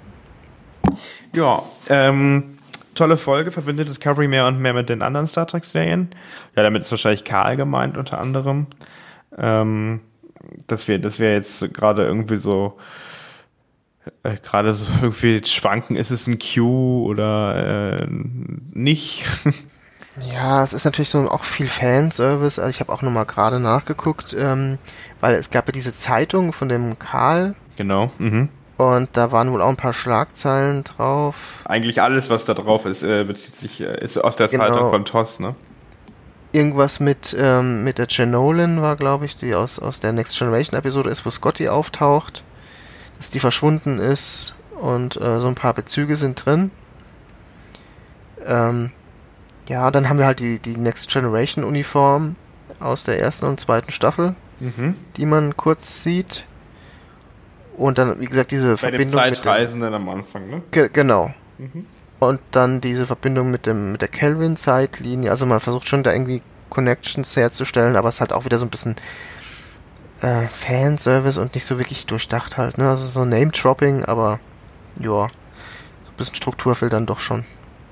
Ja, ähm, tolle Folge, verbindet Discovery mehr und mehr mit den anderen Star Trek-Serien. Ja, damit ist wahrscheinlich Karl gemeint, unter anderem. Ähm, dass wir, dass wir jetzt gerade irgendwie so, äh, gerade so irgendwie schwanken, ist es ein Q oder äh, nicht? Ja, es ist natürlich so auch viel Fanservice. Also ich habe auch nochmal gerade nachgeguckt, ähm, weil es gab ja diese Zeitung von dem Karl. Genau, mhm. Und da waren wohl auch ein paar Schlagzeilen drauf. Eigentlich alles, was da drauf ist, äh, bezieht sich, äh, ist aus der genau. Zeitung von T O S, ne? Irgendwas mit ähm, mit der Jenolan war, glaube ich, die aus aus der Next Generation Episode ist, wo Scotty auftaucht, dass die verschwunden ist und äh, so ein paar Bezüge sind drin. Ähm, Ja, dann haben wir halt die, die Next Generation Uniform aus der ersten und zweiten Staffel, mhm. die man kurz sieht. Und dann, wie gesagt, diese Bei Verbindung dem Zeitreisenden am Anfang, ne? Ge- genau. Mhm. Und dann diese Verbindung mit dem mit der Kelvin-Zeitlinie. Also man versucht schon da irgendwie Connections herzustellen, aber es ist halt auch wieder so ein bisschen äh, Fanservice und nicht so wirklich durchdacht halt, ne? Also so Name-Dropping, aber ja, so ein bisschen Struktur fehlt dann doch schon.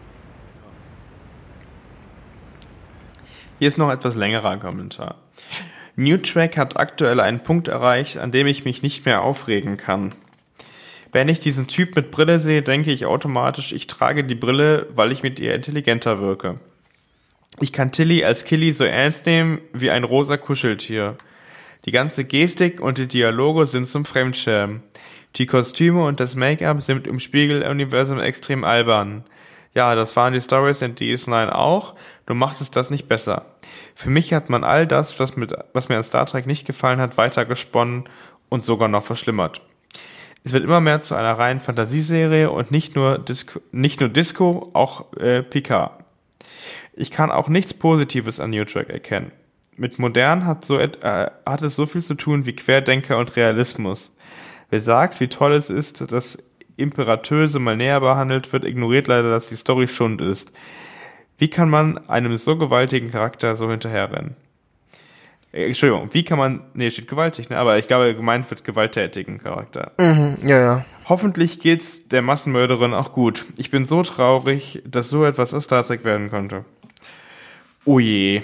Hier ist noch etwas längerer Kommentar. New Track hat aktuell einen Punkt erreicht, an dem ich mich nicht mehr aufregen kann. Wenn ich diesen Typ mit Brille sehe, denke ich automatisch, ich trage die Brille, weil ich mit ihr intelligenter wirke. Ich kann Tilly als Killy so ernst nehmen wie ein rosa Kuscheltier. Die ganze Gestik und die Dialoge sind zum Fremdschämen. Die Kostüme und das Make-up sind im Spiegel-Universum extrem albern. Ja, das waren die Stories in D S neun auch, nur macht es das nicht besser. Für mich hat man all das, was, mit, was mir an Star Trek nicht gefallen hat, weitergesponnen und sogar noch verschlimmert. Es wird immer mehr zu einer reinen Fantasieserie und nicht nur Disco, nicht nur Disco, auch äh, Picard. Ich kann auch nichts Positives an New Track erkennen. Mit modern hat, so, äh, hat es so viel zu tun wie Querdenker und Realismus. Wer sagt, wie toll es ist, dass Imperatöse mal näher behandelt wird, ignoriert leider, dass die Story Schund ist. Wie kann man einem so gewaltigen Charakter so hinterherrennen? Äh, Entschuldigung, wie kann man, nee, steht gewaltig, ne? Aber ich glaube, gemeint wird gewalttätigen Charakter. Mhm, ja, ja. Hoffentlich geht's der Massenmörderin auch gut. Ich bin so traurig, dass so etwas aus Star Trek werden konnte. Oh je.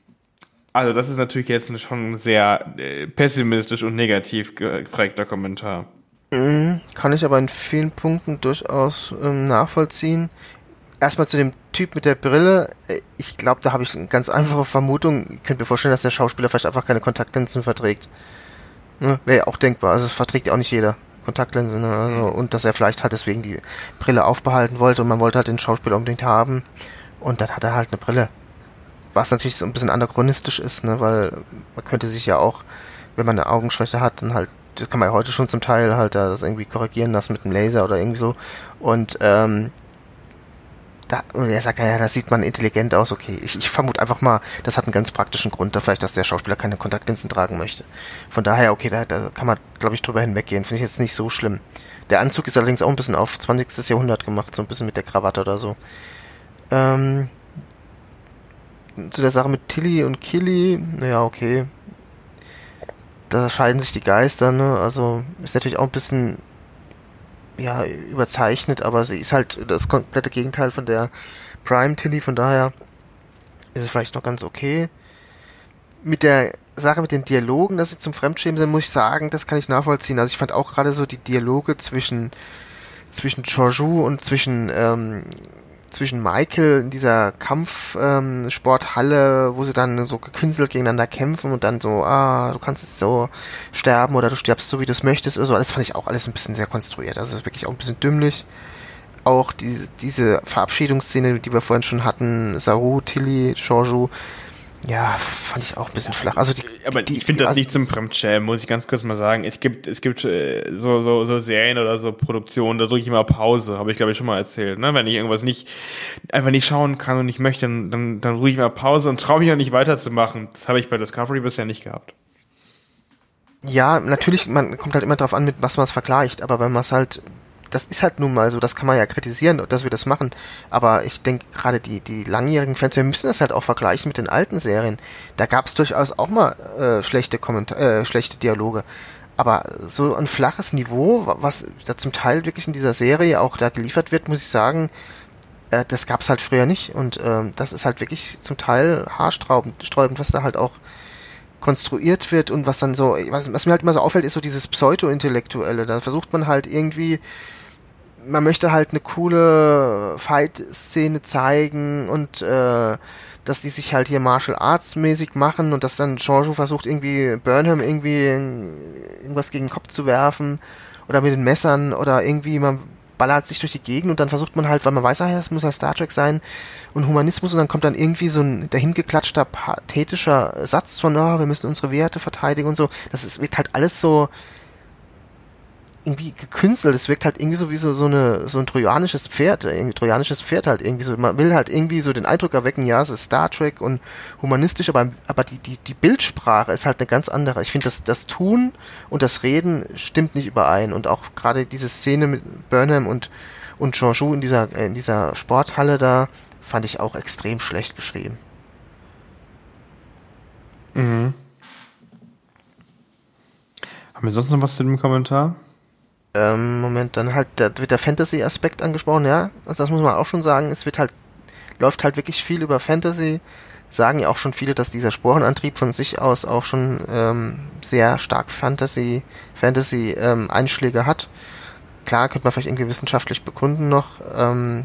Also das ist natürlich jetzt schon ein sehr äh, pessimistisch und negativ geprägter Kommentar. Kann ich aber in vielen Punkten durchaus ähm, nachvollziehen. Erstmal zu dem Typ mit der Brille. Ich glaube, da habe ich eine ganz einfache Vermutung. Ich könnte mir vorstellen, dass der Schauspieler vielleicht einfach keine Kontaktlinsen verträgt. Ne? Wäre ja auch denkbar. Also verträgt ja auch nicht jeder Kontaktlinsen. Ne? Also, und dass er vielleicht halt deswegen die Brille aufbehalten wollte und man wollte halt den Schauspieler unbedingt haben. Und dann hat er halt eine Brille. Was natürlich so ein bisschen anachronistisch ist, ne? Weil man könnte sich ja auch, wenn man eine Augenschwäche hat, dann halt, das kann man ja heute schon zum Teil halt das irgendwie korrigieren lassen mit einem Laser oder irgendwie so. Und ähm, da, und er sagt, ja, das sieht man intelligent aus, okay. Ich, ich vermute einfach mal, das hat einen ganz praktischen Grund, da vielleicht, dass der Schauspieler keine Kontaktlinsen tragen möchte. Von daher, okay, da, da kann man, glaube ich, drüber hinweggehen. Finde ich jetzt nicht so schlimm. Der Anzug ist allerdings auch ein bisschen auf zwanzigstes Jahrhundert gemacht, so ein bisschen mit der Krawatte oder so. Ähm, zu der Sache mit Tilly und Killy, naja, okay. Da scheiden sich die Geister, ne? Also ist natürlich auch ein bisschen ja, überzeichnet, aber sie ist halt das komplette Gegenteil von der Prime Tilly, von daher ist es vielleicht noch ganz okay. Mit der Sache mit den Dialogen, dass sie zum Fremdschämen sind, muss ich sagen, das kann ich nachvollziehen. Also ich fand auch gerade so die Dialoge zwischen zwischen Georgiou und zwischen ähm, zwischen Michael in dieser Kampfsporthalle, ähm, wo sie dann so gekünstelt gegeneinander kämpfen und dann so, ah, du kannst jetzt so sterben oder du stirbst so, wie du es möchtest oder so. Das fand ich auch alles ein bisschen sehr konstruiert. Also wirklich auch ein bisschen dümmlich. Auch diese, diese Verabschiedungsszene, die wir vorhin schon hatten, Saru, Tilly, Georgiou, ja, fand ich auch ein bisschen flach. Also die, aber die, ich finde das also nicht zum Fremdschämen, muss ich ganz kurz mal sagen. Es gibt, es gibt äh, so, so, so Serien oder so Produktionen, da drücke ich immer Pause, habe ich glaube ich schon mal erzählt. Ne? Wenn ich irgendwas nicht, einfach nicht schauen kann und nicht möchte, dann, dann, dann drücke ich mal Pause und traue mich auch nicht weiterzumachen. Das habe ich bei Discovery bisher nicht gehabt. Ja, natürlich, man kommt halt immer drauf an, mit was man es vergleicht, aber wenn man es halt, das ist halt nun mal so, das kann man ja kritisieren, dass wir das machen, aber ich denke gerade die die langjährigen Fans, wir müssen das halt auch vergleichen mit den alten Serien. Da gab es durchaus auch mal äh, schlechte Kommentar äh, schlechte Dialoge, aber so ein flaches Niveau, was da zum Teil wirklich in dieser Serie auch da geliefert wird, muss ich sagen, äh, das gab es halt früher nicht und äh, das ist halt wirklich zum Teil haarsträubend, sträubend, was da halt auch konstruiert wird und was dann so, was, was mir halt immer so auffällt, ist so dieses Pseudo-Intellektuelle. Da versucht man halt irgendwie, man möchte halt eine coole Fight-Szene zeigen und äh, dass die sich halt hier Martial Arts mäßig machen und dass dann Georgiou versucht irgendwie Burnham irgendwie irgendwas gegen den Kopf zu werfen oder mit den Messern oder irgendwie man ballert sich durch die Gegend und dann versucht man halt, weil man weiß, ah ja, es muss ja Star Trek sein und Humanismus und dann kommt dann irgendwie so ein dahingeklatschter, pathetischer Satz von, oh, wir müssen unsere Werte verteidigen und so. Das ist, wirkt halt alles so irgendwie gekünstelt. Es wirkt halt irgendwie so wie so, so eine, so ein trojanisches Pferd, irgendwie trojanisches Pferd halt irgendwie so. Man will halt irgendwie so den Eindruck erwecken, ja, es ist Star Trek und humanistisch, aber, aber die, die, die Bildsprache ist halt eine ganz andere. Ich finde, das, das Tun und das Reden stimmt nicht überein und auch gerade diese Szene mit Burnham und, und Georgiou in dieser, in dieser Sporthalle da fand ich auch extrem schlecht geschrieben. Mhm. Haben wir sonst noch was zu dem Kommentar? Ähm, Moment, dann halt, da wird der Fantasy-Aspekt angesprochen, ja. Also das muss man auch schon sagen, es wird halt, läuft halt wirklich viel über Fantasy. Sagen ja auch schon viele, dass dieser Sporenantrieb von sich aus auch schon ähm, sehr stark Fantasy, Fantasy ähm, Einschläge hat. Klar, könnte man vielleicht irgendwie wissenschaftlich bekunden noch. Ähm,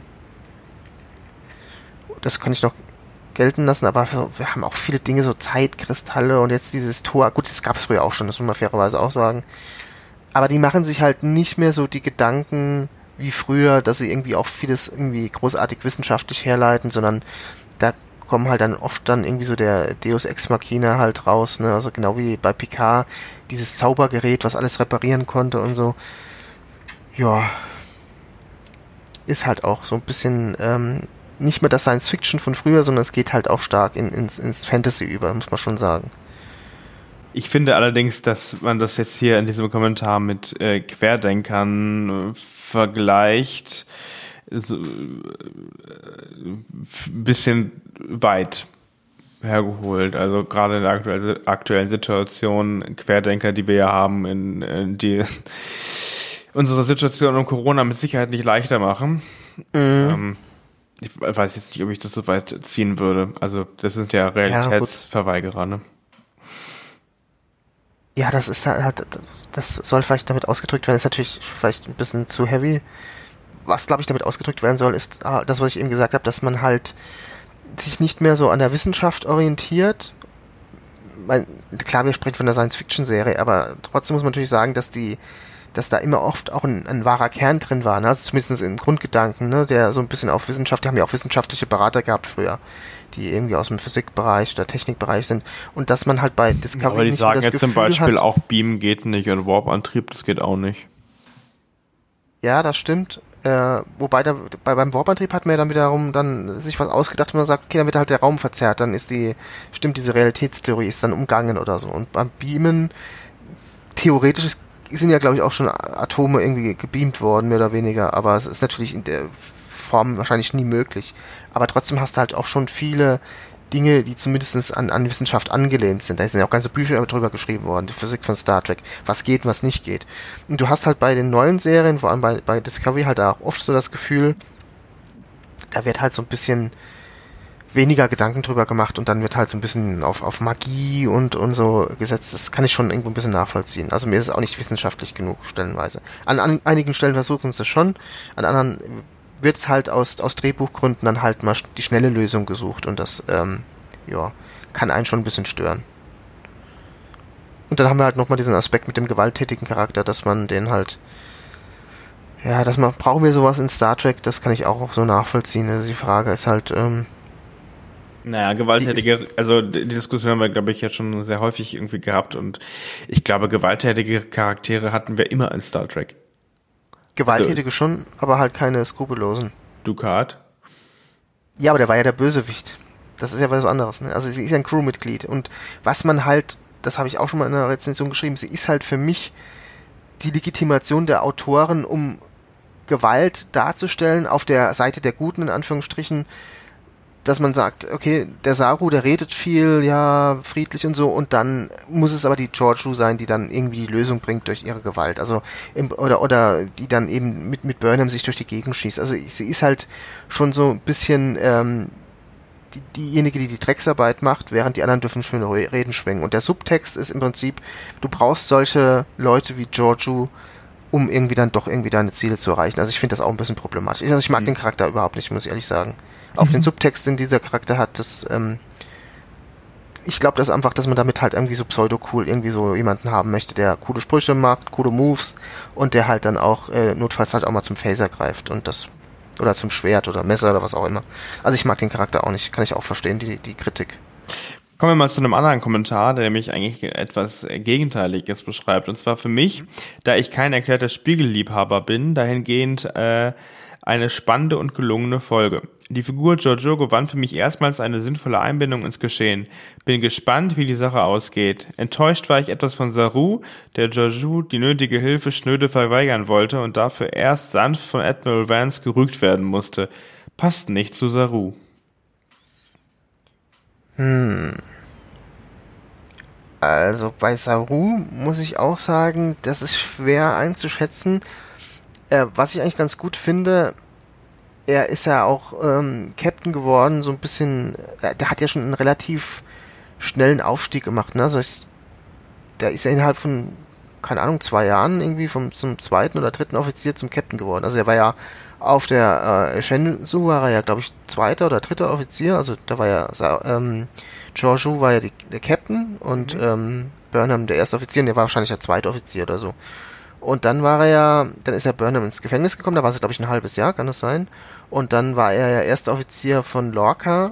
das kann ich noch gelten lassen, aber wir haben auch viele Dinge, so Zeitkristalle und jetzt dieses Tor. Gut, das gab es früher auch schon, das muss man fairerweise auch sagen. Aber die machen sich halt nicht mehr so die Gedanken wie früher, dass sie irgendwie auch vieles irgendwie großartig wissenschaftlich herleiten, sondern da kommen halt dann oft dann irgendwie so der Deus Ex Machina halt raus, ne, also genau wie bei Picard, dieses Zaubergerät, was alles reparieren konnte und so. Ja, ist halt auch so ein bisschen ähm, nicht mehr das Science Fiction von früher, sondern es geht halt auch stark in, ins, ins Fantasy über, muss man schon sagen. Ich finde allerdings, dass man das jetzt hier in diesem Kommentar mit äh, Querdenkern äh, vergleicht, so, äh, ein bisschen weit hergeholt. Also gerade in der aktuell, aktuellen Situation, Querdenker, die wir ja haben, in, in die unsere Situation um Corona mit Sicherheit nicht leichter machen. Mhm. Ähm, ich weiß jetzt nicht, ob ich das so weit ziehen würde. Also das sind ja Realitätsverweigerer, ja, ne? Ja, das ist halt, das soll vielleicht damit ausgedrückt werden, ist natürlich vielleicht ein bisschen zu heavy. Was, glaube ich, damit ausgedrückt werden soll, ist das, was ich eben gesagt habe, dass man halt sich nicht mehr so an der Wissenschaft orientiert. Mein, klar, wir sprechen von der Science-Fiction-Serie, aber trotzdem muss man natürlich sagen, dass die, dass da immer oft auch ein, ein wahrer Kern drin war, ne? Also zumindest im Grundgedanken, ne? Der so ein bisschen auf Wissenschaft, die haben ja auch wissenschaftliche Berater gehabt früher, die irgendwie aus dem Physikbereich oder Technikbereich sind, und dass man halt bei Discovery aber die nicht sagen so das jetzt zum Gefühl Beispiel hat, auch Beam geht nicht und Warp-Antrieb, das geht auch nicht. Ja, das stimmt. Äh, wobei da, bei, beim Warp-Antrieb hat man ja dann wiederum dann sich was ausgedacht, und man sagt, okay, dann wird halt der Raum verzerrt, dann ist die, stimmt, diese Realitätstheorie ist dann umgangen oder so. Und beim Beamen, theoretisch ist, sind ja, glaube ich, auch schon Atome irgendwie gebeamt worden, mehr oder weniger, aber es ist natürlich in der Form wahrscheinlich nie möglich. Aber trotzdem hast du halt auch schon viele Dinge, die zumindest an, an Wissenschaft angelehnt sind. Da sind ja auch ganze Bücher drüber geschrieben worden, die Physik von Star Trek, was geht und was nicht geht. Und du hast halt bei den neuen Serien, vor allem bei, bei Discovery, halt auch oft so das Gefühl, da wird halt so ein bisschen weniger Gedanken drüber gemacht und dann wird halt so ein bisschen auf, auf Magie und, und so gesetzt. Das kann ich schon irgendwo ein bisschen nachvollziehen. Also mir ist es auch nicht wissenschaftlich genug, stellenweise. An, an einigen Stellen versuchen sie es schon, an anderen wird es halt aus, aus Drehbuchgründen dann halt mal die schnelle Lösung gesucht, und das, ähm, ja, kann einen schon ein bisschen stören. Und dann haben wir halt nochmal diesen Aspekt mit dem gewalttätigen Charakter, dass man den halt, ja, dass man, brauchen wir sowas in Star Trek, das kann ich auch so nachvollziehen. Also die Frage ist halt, ähm, Naja, gewalttätige, also die Diskussion haben wir, glaube ich, jetzt schon sehr häufig irgendwie gehabt, und ich glaube, gewalttätige Charaktere hatten wir immer in Star Trek. Gewalttätige schon, aber halt keine skrupellosen. Dukat? Ja, aber der war ja der Bösewicht. Das ist ja was anderes, ne? Also sie ist ja ein Crewmitglied, und was man halt, das habe ich auch schon mal in einer Rezension geschrieben, sie ist halt für mich die Legitimation der Autoren, um Gewalt darzustellen auf der Seite der Guten, in Anführungsstrichen, dass man sagt, okay, der Saru, der redet viel, ja, friedlich und so, und dann muss es aber die Georgiou sein, die dann irgendwie die Lösung bringt durch ihre Gewalt, also im, oder oder die dann eben mit mit Burnham sich durch die Gegend schießt. Also sie ist halt schon so ein bisschen ähm, die, diejenige, die die Drecksarbeit macht, während die anderen dürfen schöne Reden schwingen. Und der Subtext ist im Prinzip, du brauchst solche Leute wie Georgiou, um irgendwie dann doch irgendwie deine Ziele zu erreichen. Also ich finde das auch ein bisschen problematisch. Also ich mag mhm. den Charakter überhaupt nicht, muss ich ehrlich sagen. Auch mhm. den Subtext, den dieser Charakter hat, das, ähm, ich glaube, das ist einfach, dass man damit halt irgendwie so pseudo-cool irgendwie so jemanden haben möchte, der coole Sprüche macht, coole Moves, und der halt dann auch äh, notfalls halt auch mal zum Phaser greift und das, oder zum Schwert oder Messer oder was auch immer. Also ich mag den Charakter auch nicht, kann ich auch verstehen, die, die Kritik. Kommen wir mal zu einem anderen Kommentar, der nämlich eigentlich etwas Gegenteiliges beschreibt. Und zwar für mich, da ich kein erklärter Spiegelliebhaber bin, dahingehend äh, eine spannende und gelungene Folge. Die Figur Jojo gewann für mich erstmals eine sinnvolle Einbindung ins Geschehen. Bin gespannt, wie die Sache ausgeht. Enttäuscht war ich etwas von Saru, der Jojo die nötige Hilfe schnöde verweigern wollte und dafür erst sanft von Admiral Vance gerügt werden musste. Passt nicht zu Saru. Hm. Also bei Saru muss ich auch sagen, das ist schwer einzuschätzen. Äh, was ich eigentlich ganz gut finde, er ist ja auch ähm, Captain geworden, so ein bisschen, äh, der hat ja schon einen relativ schnellen Aufstieg gemacht, ne? Also ich, der ist ja innerhalb von, keine Ahnung, zwei Jahren irgendwie vom zum zweiten oder dritten Offizier zum Captain geworden. Also er war ja auf der äh, Shenzhou war er ja, glaube ich, zweiter oder dritter Offizier, also da war ja ähm, Jojo war ja die, der Captain und mhm. ähm, Burnham der erste Offizier und der war wahrscheinlich der zweite Offizier oder so. Und dann war er ja, dann ist ja Burnham ins Gefängnis gekommen, da war sie, glaube ich, ein halbes Jahr, kann das sein? Und dann war er ja erster Offizier von Lorca.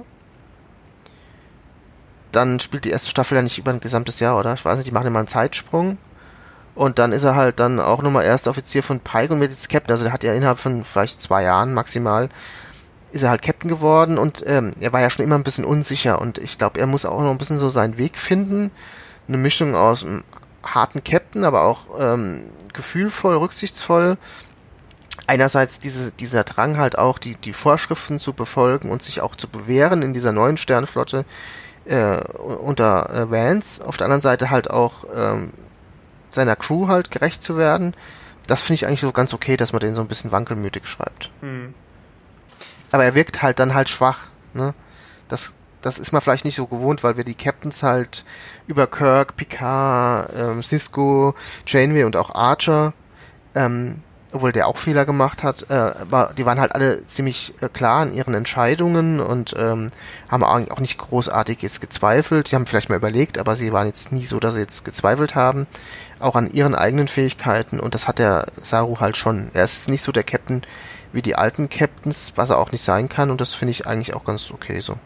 Dann spielt die erste Staffel ja nicht über ein gesamtes Jahr, oder? Ich weiß nicht, die machen immer einen Zeitsprung. Und dann ist er halt dann auch nochmal erster Offizier von Pike und wird jetzt Captain. Also der hat ja innerhalb von vielleicht zwei Jahren maximal, ist er halt Captain geworden und ähm, er war ja schon immer ein bisschen unsicher. Und ich glaube, er muss auch noch ein bisschen so seinen Weg finden. Eine Mischung aus einem harten Captain, aber auch ähm, gefühlvoll, rücksichtsvoll. Einerseits diese, dieser Drang halt auch, die, die Vorschriften zu befolgen und sich auch zu bewähren in dieser neuen Sternenflotte äh, unter äh, Vance. Auf der anderen Seite halt auch ähm, seiner Crew halt gerecht zu werden. Das finde ich eigentlich so ganz okay, dass man den so ein bisschen wankelmütig schreibt. Hm. Aber er wirkt halt dann halt schwach. Ne? Das, das ist man vielleicht nicht so gewohnt, weil wir die Captains halt über Kirk, Picard, ähm, Sisko, Janeway und auch Archer, ähm, obwohl der auch Fehler gemacht hat, äh, war, die waren halt alle ziemlich äh, klar in ihren Entscheidungen und ähm, haben auch nicht großartig jetzt gezweifelt. Die haben vielleicht mal überlegt, aber sie waren jetzt nie so, dass sie jetzt gezweifelt haben, auch an ihren eigenen Fähigkeiten und das hat der Saru halt schon. Er ist nicht so der Captain wie die alten Captains, was er auch nicht sein kann und das finde ich eigentlich auch ganz okay so.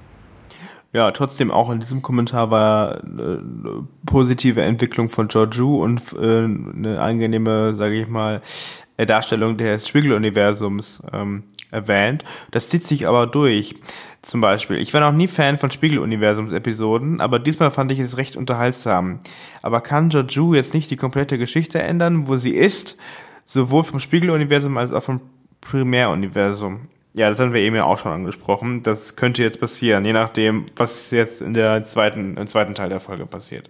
Ja, trotzdem auch in diesem Kommentar war äh, positive Entwicklung von Jojo und äh, eine angenehme, sage ich mal, Darstellung des Spiegeluniversums ähm, erwähnt. Das zieht sich aber durch. Zum Beispiel, ich war noch nie Fan von Spiegeluniversums-Episoden, aber diesmal fand ich es recht unterhaltsam. Aber kann Jojo jetzt nicht die komplette Geschichte ändern, wo sie ist, sowohl vom Spiegeluniversum als auch vom Primäruniversum? Ja, das haben wir eben ja auch schon angesprochen. Das könnte jetzt passieren, je nachdem, was jetzt in der zweiten, im zweiten Teil der Folge passiert.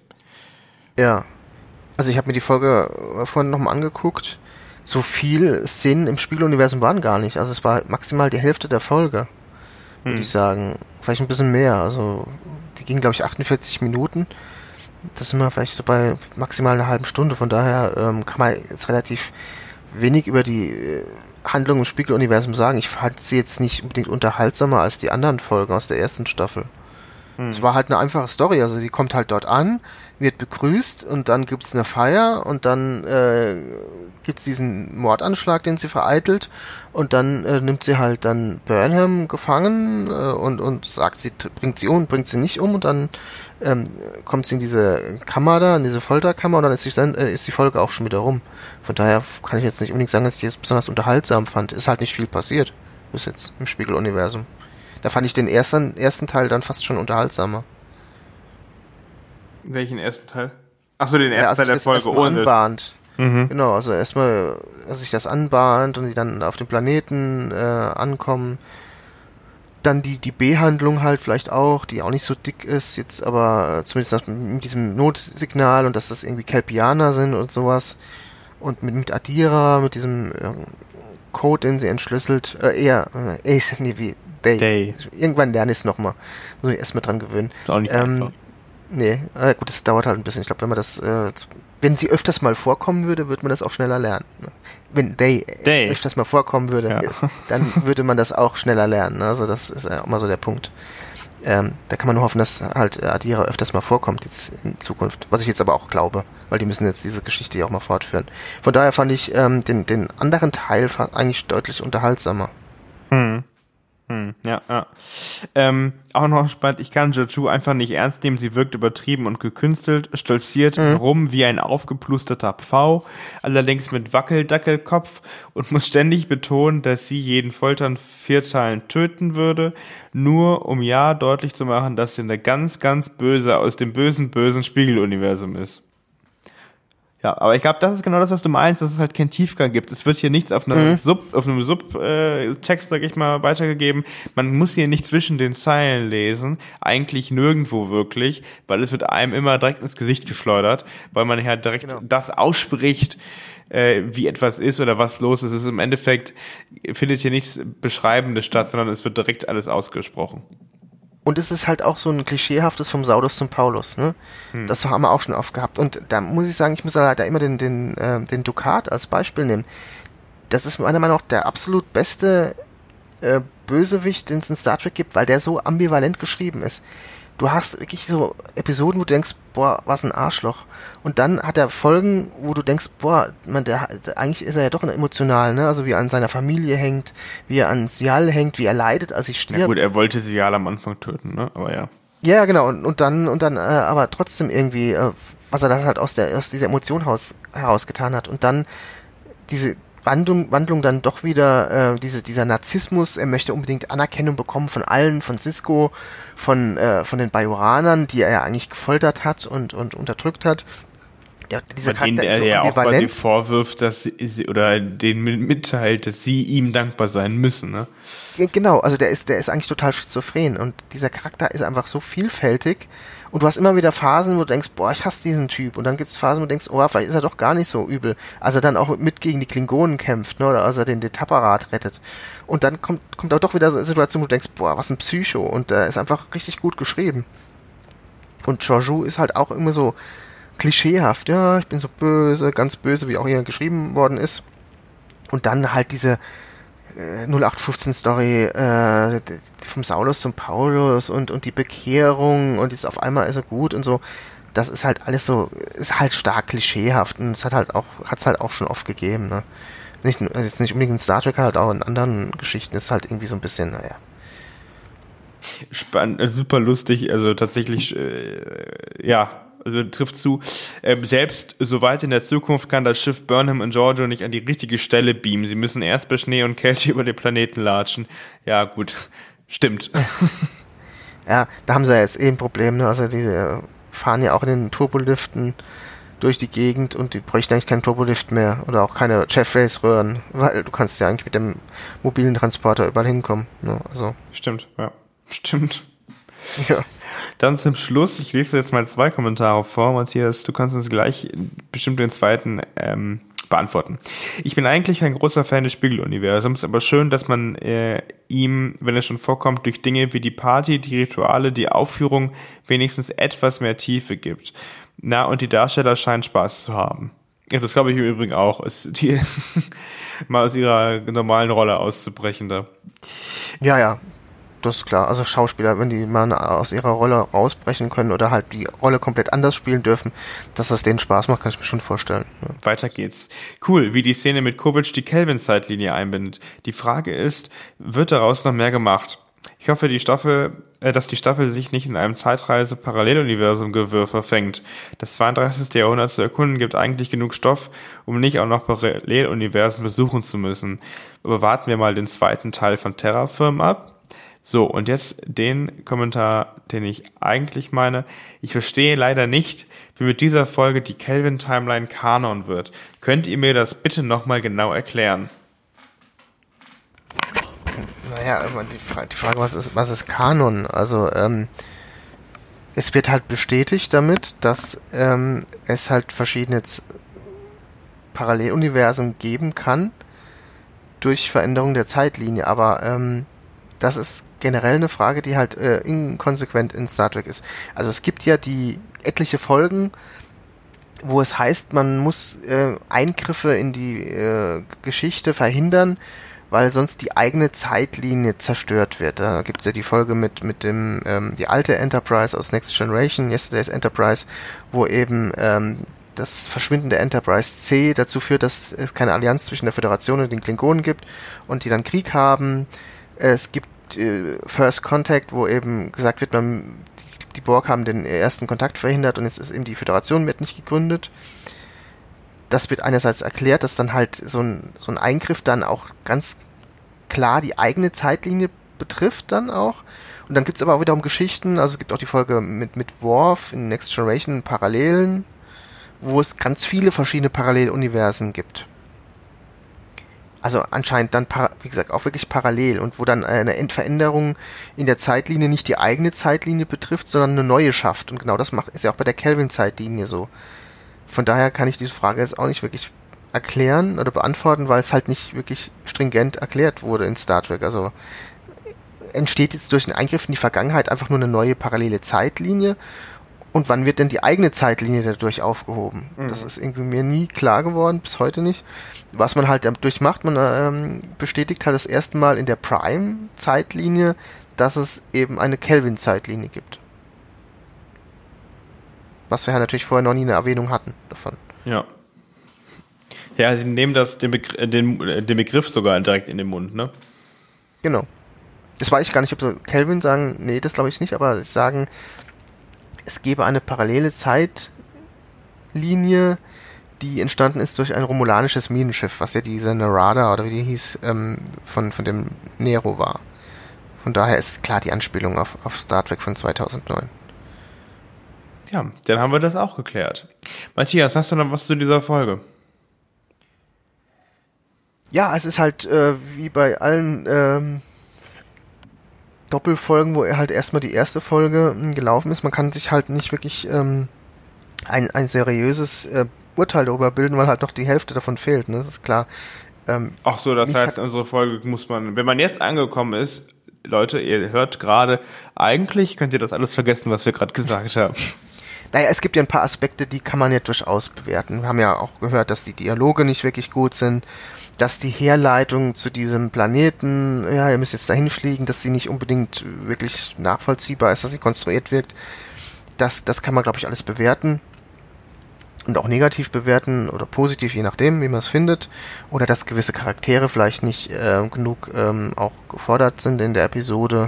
Ja, also ich habe mir die Folge vorhin nochmal angeguckt. So viel Szenen im Spiegeluniversum waren gar nicht. Also es war maximal die Hälfte der Folge, würde hm. ich sagen. Vielleicht ein bisschen mehr. Also die ging, glaube ich, achtundvierzig Minuten. Das sind wir vielleicht so bei maximal einer halben Stunde. Von daher ähm, kann man jetzt relativ wenig über die äh, Handlung im Spiegeluniversum sagen. Ich fand sie jetzt nicht unbedingt unterhaltsamer als die anderen Folgen aus der ersten Staffel. Hm. Es war halt eine einfache Story. Also sie kommt halt dort an, wird begrüßt und dann gibt's eine Feier und dann äh, gibt's diesen Mordanschlag, den sie vereitelt und dann äh, nimmt sie halt dann Burnham gefangen äh, und und sagt, sie t- bringt sie um, bringt sie nicht um und dann ähm, kommt sie in diese Kammer da, in diese Folterkammer und dann ist die, äh, ist die Folge auch schon wieder rum. Von daher kann ich jetzt nicht unbedingt sagen, dass ich das besonders unterhaltsam fand. Ist halt nicht viel passiert bis jetzt im Spiegeluniversum. Da fand ich den ersten, ersten Teil dann fast schon unterhaltsamer. Welchen ersten Teil? Achso, den ersten ja, also Teil der Folge ohne. Anbahnt. Mhm. Genau, also erstmal, als sich das anbahnt und die dann auf dem Planeten äh, ankommen. Dann die, die B-Handlung halt vielleicht auch, die auch nicht so dick ist, jetzt aber zumindest das mit diesem Notsignal und dass das irgendwie Kelpianer sind und sowas. Und mit, mit Adira, mit diesem äh, Code, den sie entschlüsselt, äh, eher, äh, Ace, nee, wie, Day. Day. Irgendwann lerne ich es nochmal. Muss ich erstmal dran gewöhnen. Ist auch nicht ähm, einfach. Nee, äh, gut, das dauert halt ein bisschen. Ich glaube, wenn man das, äh, wenn sie öfters mal vorkommen würde, würde man das auch schneller lernen. Ne? Wenn Day, Day öfters mal vorkommen würde, ja. dann würde man das auch schneller lernen. Ne? Also das ist ja auch mal so der Punkt. Ähm, da kann man nur hoffen, dass halt Adira öfters mal vorkommt jetzt in Zukunft. Was ich jetzt aber auch glaube, weil die müssen jetzt diese Geschichte ja auch mal fortführen. Von daher fand ich ähm, den, den anderen Teil eigentlich deutlich unterhaltsamer. Hm. Hm, ja, ja. Ähm, auch noch spannend, ich kann Jojo einfach nicht ernst nehmen, sie wirkt übertrieben und gekünstelt, stolziert mhm. herum wie ein aufgeplusterter Pfau, allerdings mit Wackeldackelkopf und muss ständig betonen, dass sie jeden Foltern Vierteilen töten würde, nur um ja deutlich zu machen, dass sie eine ganz, ganz böse aus dem bösen, bösen Spiegeluniversum ist. Ja, aber ich glaube, das ist genau das, was du meinst, dass es halt keinen Tiefgang gibt. Es wird hier nichts auf einem mhm. Sub, auf einem Subtext, sag ich mal, weitergegeben. Man muss hier nicht zwischen den Zeilen lesen, eigentlich nirgendwo wirklich, weil es wird einem immer direkt ins Gesicht geschleudert, weil man ja direkt genau. das ausspricht, äh, wie etwas ist oder was los ist. Es ist im Endeffekt, findet hier nichts Beschreibendes statt, sondern es wird direkt alles ausgesprochen. Und es ist halt auch so ein klischeehaftes vom Saulus zum Paulus, ne? Hm. Das haben wir auch schon oft gehabt. Und da muss ich sagen, ich muss halt da immer den, den, äh, den Dukat als Beispiel nehmen. Das ist meiner Meinung nach der absolut beste äh, Bösewicht, den es in Star Trek gibt, weil der so ambivalent geschrieben ist. Du hast wirklich so Episoden, wo du denkst, boah, was ein Arschloch. Und dann hat er Folgen, wo du denkst, boah, man, der, eigentlich ist er ja doch emotional, ne? Also wie er an seiner Familie hängt, wie er an Sial hängt, wie er leidet, als sie stirbt. Ja gut, er wollte Sial am Anfang töten, ne? Aber ja. Ja, genau. Und, und dann, und dann, äh, aber trotzdem irgendwie, äh, was er da halt aus der, aus dieser Emotion heraus, herausgetan hat. Und dann diese Wandlung, Wandlung dann doch wieder, äh, diese, dieser Narzissmus, er möchte unbedingt Anerkennung bekommen von allen, von Sisko, von, äh, von den Bajoranern, die er ja eigentlich gefoltert hat und, und unterdrückt hat. Ja, dieser Charakter denen er so ja auch quasi vorwirft, dass sie, oder denen mitteilt, dass sie ihm dankbar sein müssen, ne? Genau, also der ist, der ist eigentlich total schizophren und dieser Charakter ist einfach so vielfältig und du hast immer wieder Phasen, wo du denkst, boah, ich hasse diesen Typ und dann gibt's Phasen, wo du denkst, oh, vielleicht ist er doch gar nicht so übel, als er dann auch mit gegen die Klingonen kämpft, ne, oder als er den Detapparat rettet und dann kommt, kommt auch doch wieder so eine Situation, wo du denkst, boah, was ein Psycho und der ist einfach richtig gut geschrieben und Georgiou ist halt auch immer so klischeehaft, ja, ich bin so böse, ganz böse, wie auch hier geschrieben worden ist. Und dann halt diese äh, null acht fünfzehn Story äh, vom Saulus zum Paulus und, und die Bekehrung und jetzt auf einmal ist er gut und so. Das ist halt alles so, ist halt stark klischeehaft und es hat halt auch, hat's halt auch schon oft gegeben, ne? Nicht, also jetzt nicht unbedingt in Star Trek, halt auch in anderen Geschichten ist halt irgendwie so ein bisschen, naja. Spannend, super lustig, also tatsächlich, äh, ja, also trifft zu, ähm, selbst so weit in der Zukunft kann das Schiff Burnham und Georgiou nicht an die richtige Stelle beamen. Sie müssen erst bei Schnee und Kälte über den Planeten latschen. Ja, gut, stimmt. Ja, da haben sie ja jetzt eh ein Problem, ne? Also diese fahren ja auch in den Turboliften durch die Gegend und die bräuchten eigentlich keinen Turbolift mehr oder auch keine Jeffreys-Röhren, weil du kannst ja eigentlich mit dem mobilen Transporter überall hinkommen, ne? Also. Stimmt, ja. Stimmt. Ja. Dann zum Schluss, ich lese jetzt mal zwei Kommentare vor, Matthias, du kannst uns gleich bestimmt den zweiten ähm, beantworten. Ich bin eigentlich ein großer Fan des Spiegeluniversums, aber schön, dass man äh, ihm, wenn es schon vorkommt, durch Dinge wie die Party, die Rituale, die Aufführung wenigstens etwas mehr Tiefe gibt. Na, und die Darsteller scheinen Spaß zu haben. Ja, das glaube ich im Übrigen auch, ist die mal aus ihrer normalen Rolle auszubrechen da. Ja, ja. Das ist klar. Also Schauspieler, wenn die mal aus ihrer Rolle rausbrechen können oder halt die Rolle komplett anders spielen dürfen, dass das denen Spaß macht, kann ich mir schon vorstellen. Ja. Weiter geht's. Cool, wie die Szene mit Kovic die Kelvin-Zeitlinie einbindet. Die Frage ist, wird daraus noch mehr gemacht? Ich hoffe, die Staffel, äh, dass die Staffel sich nicht in einem Zeitreise-Paralleluniversum-Gewirr verfängt. Das zweiunddreißigste. Jahrhundert zu erkunden gibt eigentlich genug Stoff, um nicht auch noch Paralleluniversen besuchen zu müssen. Aber warten wir mal den zweiten Teil von Terrafirm ab. So, und jetzt den Kommentar, den ich eigentlich meine. Ich verstehe leider nicht, wie mit dieser Folge die Kelvin-Timeline Kanon wird. Könnt ihr mir das bitte nochmal genau erklären? Naja, die Frage, die Frage was ist, was ist Kanon? Also, ähm, es wird halt bestätigt damit, dass ähm, es halt verschiedene Z- Paralleluniversen geben kann durch Veränderung der Zeitlinie, aber ähm, das ist generell eine Frage, die halt äh, inkonsequent in Star Trek ist. Also es gibt ja die etliche Folgen, wo es heißt, man muss äh, Eingriffe in die äh, Geschichte verhindern, weil sonst die eigene Zeitlinie zerstört wird. Da gibt's ja die Folge mit mit dem ähm, die alte Enterprise aus Next Generation, Yesterday's Enterprise, wo eben ähm, das Verschwinden der Enterprise C dazu führt, dass es keine Allianz zwischen der Föderation und den Klingonen gibt und die dann Krieg haben. Es gibt gibt äh, First Contact, wo eben gesagt wird, man, die, die Borg haben den ersten Kontakt verhindert und jetzt ist eben die Föderation wird nicht gegründet. Das wird einerseits erklärt, dass dann halt so ein, so ein Eingriff dann auch ganz klar die eigene Zeitlinie betrifft dann auch. Und dann gibt es aber auch wiederum Geschichten, also es gibt auch die Folge mit, mit Worf in Next Generation Parallelen, wo es ganz viele verschiedene Paralleluniversen gibt. Also anscheinend dann, wie gesagt, auch wirklich parallel und wo dann eine Veränderung in der Zeitlinie nicht die eigene Zeitlinie betrifft, sondern eine neue schafft. Und genau das macht, ist ja auch bei der Kelvin-Zeitlinie so. Von daher kann ich diese Frage jetzt auch nicht wirklich erklären oder beantworten, weil es halt nicht wirklich stringent erklärt wurde in Star Trek. Also entsteht jetzt durch den Eingriff in die Vergangenheit einfach nur eine neue parallele Zeitlinie und wann wird denn die eigene Zeitlinie dadurch aufgehoben? Mhm. Das ist irgendwie mir nie klar geworden, bis heute nicht. Was man halt dadurch macht, man ähm, bestätigt halt das erste Mal in der Prime-Zeitlinie, dass es eben eine Kelvin-Zeitlinie gibt. Was wir ja natürlich vorher noch nie eine Erwähnung hatten davon. Ja. Ja, sie nehmen das, den, Begr- den, den Begriff sogar direkt in den Mund, ne? Genau. Das weiß ich gar nicht, ob sie Kelvin sagen, nee, das glaube ich nicht, aber sie sagen, es gäbe eine parallele Zeitlinie, die entstanden ist durch ein romulanisches Minenschiff, was ja diese Narada, oder wie die hieß, ähm, von, von dem Nero war. Von daher ist klar die Anspielung auf, auf Star Trek von zweitausendneun. Ja, dann haben wir das auch geklärt. Matthias, hast du noch was zu dieser Folge? Ja, es ist halt äh, wie bei allen ähm, Doppelfolgen, wo er halt erstmal die erste Folge mh, gelaufen ist. Man kann sich halt nicht wirklich ähm, ein, ein seriöses äh, Urteil darüber bilden, weil halt noch die Hälfte davon fehlt, ne? Das ist klar. Ähm, Ach so, das heißt, unsere Folge muss man, wenn man jetzt angekommen ist, Leute, ihr hört gerade, eigentlich könnt ihr das alles vergessen, was wir gerade gesagt haben. Naja, es gibt ja ein paar Aspekte, die kann man ja durchaus bewerten. Wir haben ja auch gehört, dass die Dialoge nicht wirklich gut sind, dass die Herleitung zu diesem Planeten, ja, ihr müsst jetzt dahin fliegen, dass sie nicht unbedingt wirklich nachvollziehbar ist, dass sie konstruiert wirkt. Das, das kann man, glaube ich, alles bewerten. Und auch negativ bewerten oder positiv, je nachdem, wie man es findet. Oder dass gewisse Charaktere vielleicht nicht äh, genug ähm, auch gefordert sind in der Episode.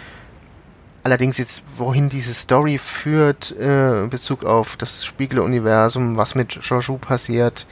Allerdings jetzt, wohin diese Story führt, äh, in Bezug auf das Spiegeluniversum, was mit Georgiou passiert,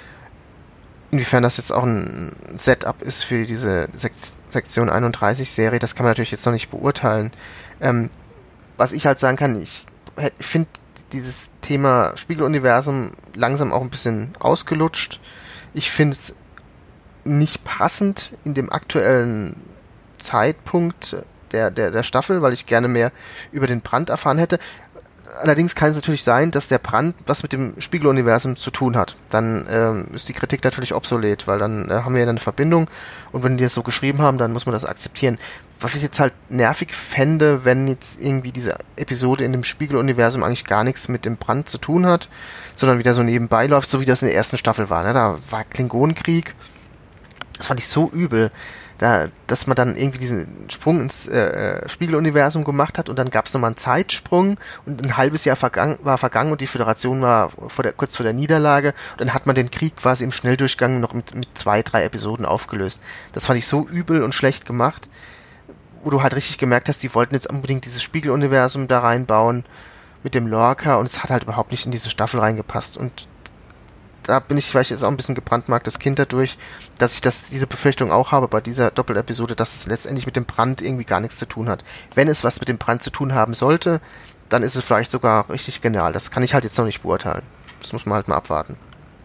inwiefern das jetzt auch ein Setup ist für diese Sek- Sektion einunddreißig-Serie, das kann man natürlich jetzt noch nicht beurteilen. Ähm, was ich halt sagen kann, ich finde dieses Thema Spiegeluniversum langsam auch ein bisschen ausgelutscht. Ich finde es nicht passend in dem aktuellen Zeitpunkt der, der, der Staffel, weil ich gerne mehr über den Brand erfahren hätte. Allerdings kann es natürlich sein, dass der Brand was mit dem Spiegeluniversum zu tun hat. Dann ähm, ist die Kritik natürlich obsolet, weil dann äh, haben wir ja eine Verbindung und wenn die das so geschrieben haben, dann muss man das akzeptieren. Was ich jetzt halt nervig fände, wenn jetzt irgendwie diese Episode in dem Spiegeluniversum eigentlich gar nichts mit dem Brand zu tun hat, sondern wieder so nebenbei läuft, so wie das in der ersten Staffel war. Ne? Da war Klingonenkrieg. Das fand ich so übel. Da, dass man dann irgendwie diesen Sprung ins äh, Spiegeluniversum gemacht hat und dann gab es nochmal einen Zeitsprung und ein halbes Jahr vergangen, war vergangen und die Föderation war vor der, kurz vor der Niederlage und dann hat man den Krieg quasi im Schnelldurchgang noch mit, mit zwei, drei Episoden aufgelöst. Das fand ich so übel und schlecht gemacht, wo du halt richtig gemerkt hast, die wollten jetzt unbedingt dieses Spiegeluniversum da reinbauen mit dem Lorca und es hat halt überhaupt nicht in diese Staffel reingepasst und da bin ich vielleicht jetzt auch ein bisschen gebrandmarktes Kind dadurch, dass ich das, diese Befürchtung auch habe bei dieser Doppelepisode, dass es letztendlich mit dem Brand irgendwie gar nichts zu tun hat. Wenn es was mit dem Brand zu tun haben sollte, dann ist es vielleicht sogar richtig genial. Das kann ich halt jetzt noch nicht beurteilen. Das muss man halt mal abwarten.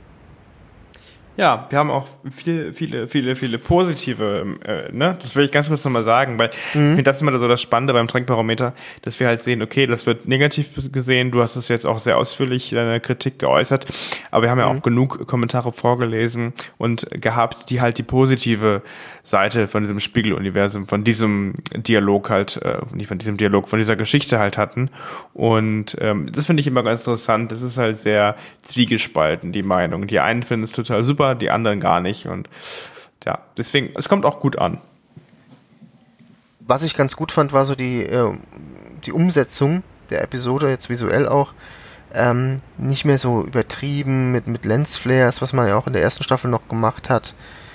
Ja, wir haben auch viele, viele, viele, viele positive, äh, ne, das will ich ganz kurz nochmal sagen, weil mhm. ich finde das immer so das Spannende beim Trinkbarometer, dass wir halt sehen, okay, das wird negativ gesehen, du hast es jetzt auch sehr ausführlich deine Kritik geäußert, aber wir haben ja mhm. auch genug Kommentare vorgelesen und gehabt, die halt die positive Seite von diesem Spiegeluniversum, von diesem Dialog halt, äh, nicht von diesem Dialog, von dieser Geschichte halt hatten und ähm, das finde ich immer ganz interessant, das ist halt sehr zwiegespalten, die Meinung, die einen finden es total super, die anderen gar nicht und ja, deswegen, es kommt auch gut an. Was ich ganz gut fand, war so die, äh, die Umsetzung der Episode, jetzt visuell auch, ähm, nicht mehr so übertrieben mit, mit Lensflares, was man ja auch in der ersten Staffel noch gemacht hat.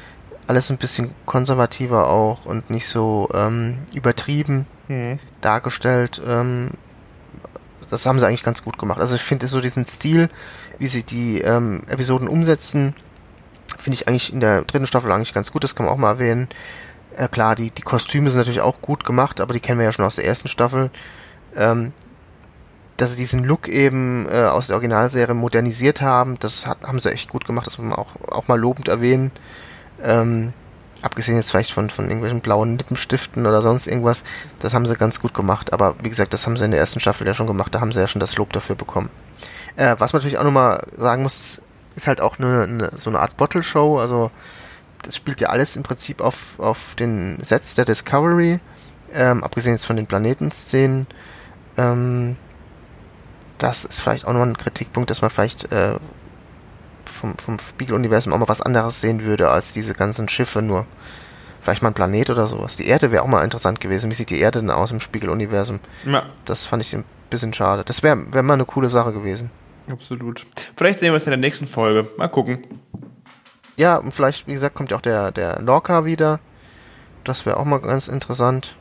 alles ein bisschen konservativer auch und nicht so ähm, übertrieben mhm. dargestellt. Ähm, das haben sie eigentlich ganz gut gemacht. Also ich finde so diesen Stil, wie sie die ähm, Episoden umsetzen, finde ich eigentlich in der dritten Staffel eigentlich ganz gut. Das kann man auch mal erwähnen. Äh, klar, die, die Kostüme sind natürlich auch gut gemacht, aber die kennen wir ja schon aus der ersten Staffel. Ähm, dass sie diesen Look eben äh, aus der Originalserie modernisiert haben, das hat, haben sie echt gut gemacht, das muss man auch, auch mal lobend erwähnen. Ähm, abgesehen jetzt vielleicht von, von irgendwelchen blauen Lippenstiften oder sonst irgendwas, das haben sie ganz gut gemacht, aber wie gesagt, das haben sie in der ersten Staffel ja schon gemacht, da haben sie ja schon das Lob dafür bekommen. Äh, was man natürlich auch nochmal sagen muss, ist halt auch eine, eine, so eine Art Bottle-Show, also das spielt ja alles im Prinzip auf, auf den Sets der Discovery, ähm, abgesehen jetzt von den Planetenszenen. Ähm, das ist vielleicht auch nochmal ein Kritikpunkt, dass man vielleicht äh, vom, vom Spiegeluniversum auch mal was anderes sehen würde als diese ganzen Schiffe nur. Vielleicht mal ein Planet oder sowas. Die Erde wäre auch mal interessant gewesen. Wie sieht die Erde denn aus im Spiegeluniversum? Ja. Das fand ich ein bisschen schade. Das wäre wär mal eine coole Sache gewesen. Absolut. Vielleicht sehen wir es in der nächsten Folge. Mal gucken. Ja, und vielleicht, wie gesagt, kommt ja auch der, der Lorca wieder. Das wäre auch mal ganz interessant.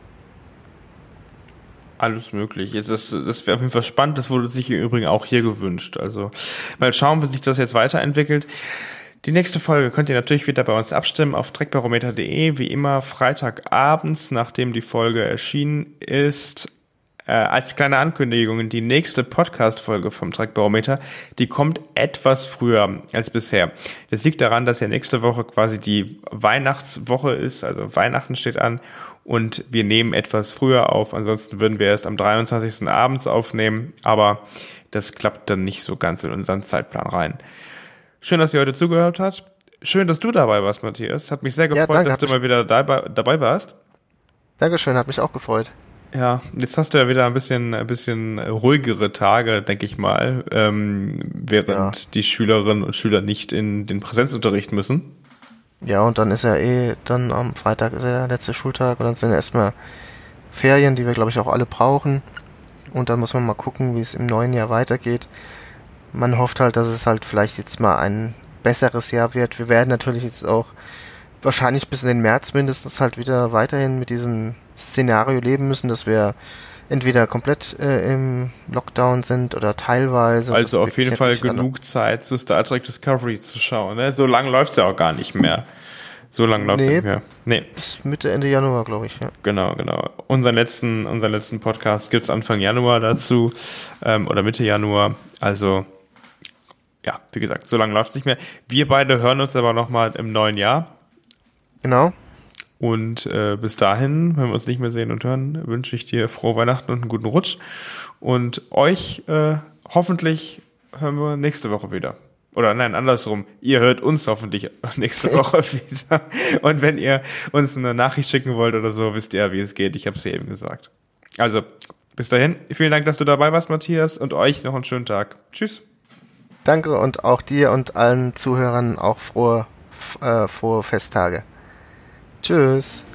Alles möglich. Das, das wäre auf jeden Fall spannend. Das wurde sich im Übrigen auch hier gewünscht. Also mal schauen, wie sich das jetzt weiterentwickelt. Die nächste Folge könnt ihr natürlich wieder bei uns abstimmen auf trackbarometer punkt de. Wie immer Freitagabends, nachdem die Folge erschienen ist. Äh, als kleine Ankündigung, die nächste Podcast-Folge vom Trackbarometer, die kommt etwas früher als bisher. Das liegt daran, dass ja nächste Woche quasi die Weihnachtswoche ist, also Weihnachten steht an und wir nehmen etwas früher auf. Ansonsten würden wir erst am dreiundzwanzigsten abends aufnehmen, aber das klappt dann nicht so ganz in unseren Zeitplan rein. Schön, dass ihr heute zugehört habt. Schön, dass du dabei warst, Matthias. Hat mich sehr gefreut, ja, danke, dass du mal wieder dabei, dabei warst. Dankeschön, hat mich auch gefreut. Ja, jetzt hast du ja wieder ein bisschen, ein bisschen ruhigere Tage, denke ich mal, ähm, während ja. die Schülerinnen und Schüler nicht in den Präsenzunterricht müssen. Ja, und dann ist ja eh, dann am Freitag ist ja der letzte Schultag und dann sind ja erstmal Ferien, die wir, glaube ich, auch alle brauchen. Und dann muss man mal gucken, wie es im neuen Jahr weitergeht. Man hofft halt, dass es halt vielleicht jetzt mal ein besseres Jahr wird. Wir werden natürlich jetzt auch wahrscheinlich bis in den März mindestens halt wieder weiterhin mit diesem Szenario leben müssen, dass wir entweder komplett äh, im Lockdown sind oder teilweise. Also auf jeden Fall genug Zeit, zu Star Trek Discovery zu schauen. Ne? So lange läuft's ja auch gar nicht mehr. So lange läuft's nee, nicht mehr. Nee. Bis Mitte, Ende Januar, glaube ich. Ja. Genau, genau. Unseren letzten, unseren letzten Podcast gibt's Anfang Januar dazu ähm, oder Mitte Januar. Also ja, wie gesagt, so lange läuft's nicht mehr. Wir beide hören uns aber nochmal im neuen Jahr. Genau. Und äh, bis dahin, wenn wir uns nicht mehr sehen und hören, wünsche ich dir frohe Weihnachten und einen guten Rutsch. Und euch äh, hoffentlich hören wir nächste Woche wieder. Oder nein, andersrum. Ihr hört uns hoffentlich nächste Woche wieder. Und wenn ihr uns eine Nachricht schicken wollt oder so, wisst ihr, wie es geht. Ich habe es ja eben gesagt. Also, bis dahin. Vielen Dank, dass du dabei warst, Matthias. Und euch noch einen schönen Tag. Tschüss. Danke und auch dir und allen Zuhörern auch frohe, äh, frohe Festtage. Tschüss.